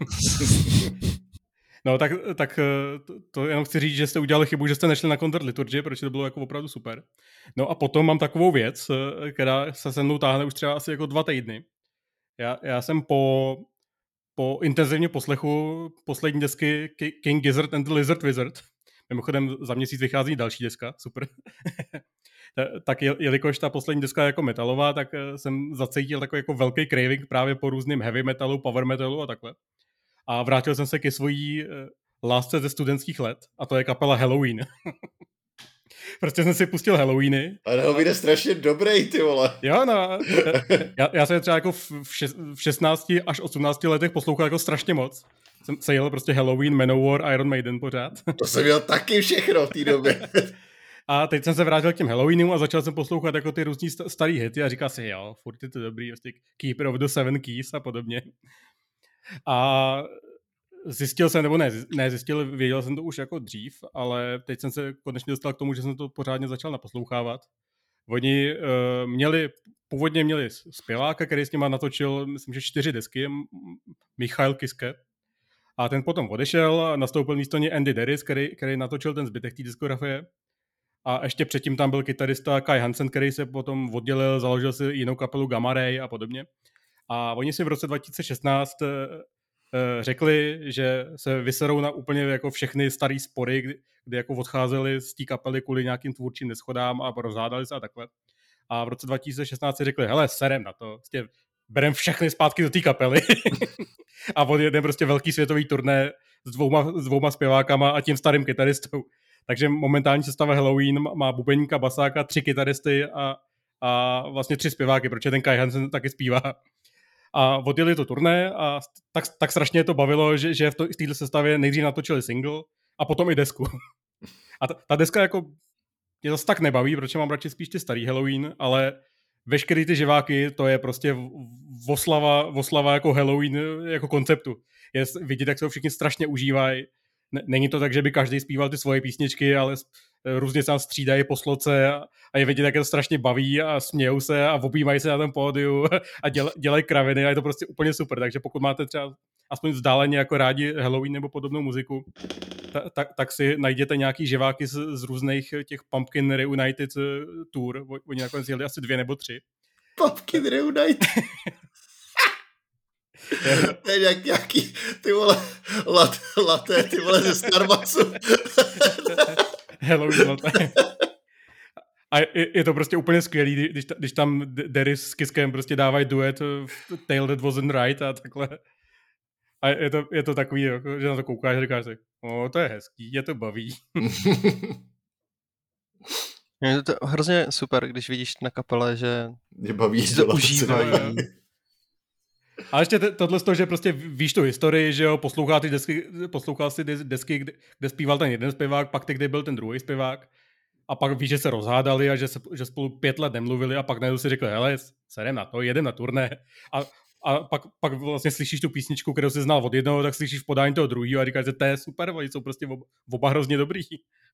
No tak, tak to, to jenom chci říct, že jste udělali chybu, že jste nešli na koncert Liturgy, protože to bylo jako opravdu super. No a potom mám takovou věc, která se se mnou táhne už třeba asi jako dva týdny. Já, já jsem po po intenzivně poslechu poslední desky King Gizzard and the Lizard Wizard. Mimochodem za měsíc vychází další deska, super. Tak jelikož ta poslední deska je jako metalová, tak jsem zacítil takový jako velký craving právě po různým heavy metalu, power metalu a takhle. A vrátil jsem se ke svojí lásce ze studentských let a to je kapela Halloween. Prostě jsem si pustil Halloweeny. A Halloween je strašně dobrý, ty vole. Jo, no. Já, já jsem třeba jako v, v šestnácti až osmnácti letech poslouchal jako strašně moc. Jsem se jel prostě Halloween, Manowar, Iron Maiden pořád. To jsem měl taky všechno v té době. A teď jsem se vrátil k těm Halloweenům a začal jsem poslouchat jako ty různý starý hity a říkal si, jo, furt je to dobrý, prostě Keeper of the Seven Keys a podobně. A zjistil jsem, nebo ne, ne zjistil, věděl jsem to už jako dřív, ale teď jsem se konečně dostal k tomu, že jsem to pořádně začal naposlouchávat. Oni uh, měli, původně měli zpěváka, který s nima natočil, myslím, že čtyři desky, Michail Kiske. A ten potom odešel a nastoupil místo něj Andy Deris, který, který natočil ten zbytek té diskografie. A ještě předtím tam byl kytarista Kai Hansen, který se potom oddělil, založil si jinou kapelu Gamma Ray a podobně. A oni si v roce dva tisíce šestnáct uh, řekli, že se vyserou na úplně jako všechny starý spory, kdy, kdy jako odcházeli z té kapely kvůli nějakým tvůrčím neschodám a rozhádali se a takhle. A v roce dva tisíce šestnáct si řekli, hele, serem na to, prostě berem všechny zpátky do té kapely a odjedeme prostě velký světový turné s dvouma, s dvouma zpěvákama a tím starým kytaristou. Takže momentální sestava Halloween má bubeníka, basáka, tři kytaristy a, a vlastně tři zpěváky, protože ten Kai Hansen taky zpívá. A odjeli to turné a tak, tak strašně to bavilo, že, že v, to, v této sestavě nejdřív natočili single a potom i desku. A ta, ta deska jako mě zase tak nebaví, protože mám radši spíš ty starý Halloween, ale veškerý ty živáky, to je prostě oslava, oslava jako Halloween jako konceptu. Je vidět, jak se ho všichni strašně užívají. Není to tak, že by každý zpíval ty svoje písničky, ale různě se tam střídají po sloce a, a je vidět, jak je to strašně baví a smějou se a objímají se na tom pódiu a děl, dělají kraviny a je to prostě úplně super. Takže pokud máte třeba aspoň vzdáleně jako rádi Halloween nebo podobnou muziku, ta, ta, tak si najděte nějaký živáky z, z různých těch Pumpkin Reunited tour. Oni nakonec jeli asi dvě nebo tři. Pumpkin Reunited. To je nějak, nějaký, ty vole, lat, laté, ty vole, ze Starbucksu. Halloween laté. A je, je to prostě úplně skvělý, když, když tam Deris s Kiskem prostě dávají duet v Tale That Wasn't Right a takhle. A je to, je to takový, že na to koukáš a říkáš si, o, to je hezký, je to baví. Je to hrozně super, když vidíš na kapele, že je baví, si to užívají. A ještě tohle z toho, že prostě víš tu historii, že jo, poslouchal, ty desky, poslouchal si desky, kde, kde zpíval ten jeden zpěvák, pak ty, kde byl ten druhý zpěvák. A pak víš, že se rozhádali a že, se, že spolu pět let nemluvili a pak najednou si řekli, hele, serem na to, jedem na turné. A, a pak, pak vlastně slyšíš tu písničku, kterou jsi znal od jednoho, tak slyšíš v podání toho druhého a říkáš, že to je super, oni jsou prostě oba, oba hrozně dobrý.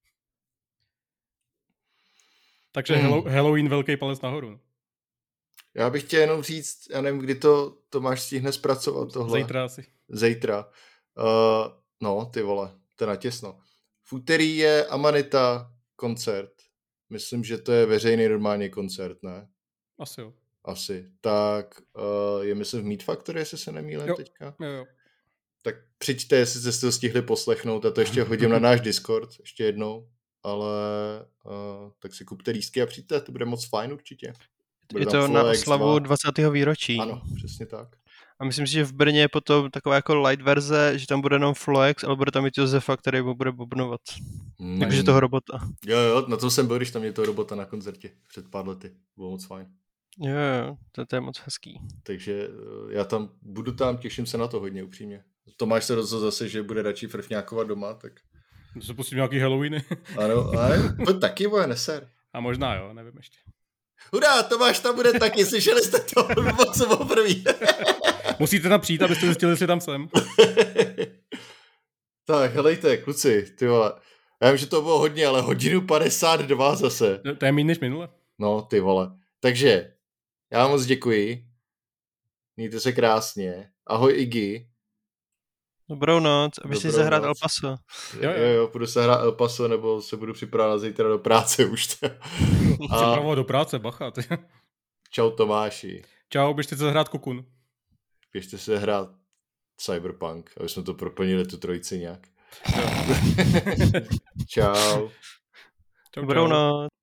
Takže hmm. Halloween velký palec nahoru. Já bych chtěl jenom říct, já nevím, kdy to Tomáš stihne zpracovat tohle. Zítra asi. Zítra. Uh, no, ty vole, to je natěsno. V úterý je Amanita koncert. Myslím, že to je veřejný normální koncert, ne? Asi jo. Asi. Tak uh, je myslím v Meat Factory, jestli se nemýlím teďka. Jo, jo. Tak přijďte, jestli jste to stihli poslechnout a to ještě hodím na náš Discord ještě jednou. Ale uh, tak si kupte lístky a přijďte, to bude moc fajn určitě. Bude je to na oslavu dvacátého výročí. Ano, přesně tak. A myslím si, že v Brně je potom taková jako light verze, že tam bude jenom Floex, ale bude tam i Josefa, který mu bude bobnovat. Hmm. Takže toho robota. Jo, jo, na to jsem byl, když tam je toho robota na koncertě před pár lety. Bylo moc fajn. Jo, jo, to, to je moc hezký. Takže já tam budu tam, těším se na to hodně upřímně. Tomáš se rozhodl zase, že bude radši frfňákovat doma, tak... To se pustím nějaký Halloweeny. Ano, ale to taky bude neser. A možná jo, nevím ještě. Hurá, Tomáš tam bude taky, slyšeli jste to moc poprvé. Musíte tam přijít, abyste zjistili, jestli tam jsem. Tak, helejte, kluci, ty vole. Já vím, že to bylo hodně, ale hodinu padesát dva zase. To je méně než minule. No, ty vole. Takže, já vám moc děkuji. Mějte se krásně. Ahoj Iggy. Dobrou noc, aby si zahrát El Paso. Jo, jo, jo, budu se hrát El Paso, nebo se budu připravovat zítra do práce už. A... Připravovat do práce, bacha. Ty. Čau Tomáši. Čau, běžte se hrát Cocoon. Běžte se hrát Cyberpunk, aby jsme to proplnili tu trojici nějak. Čau. Čau, Dobrou čau. noc.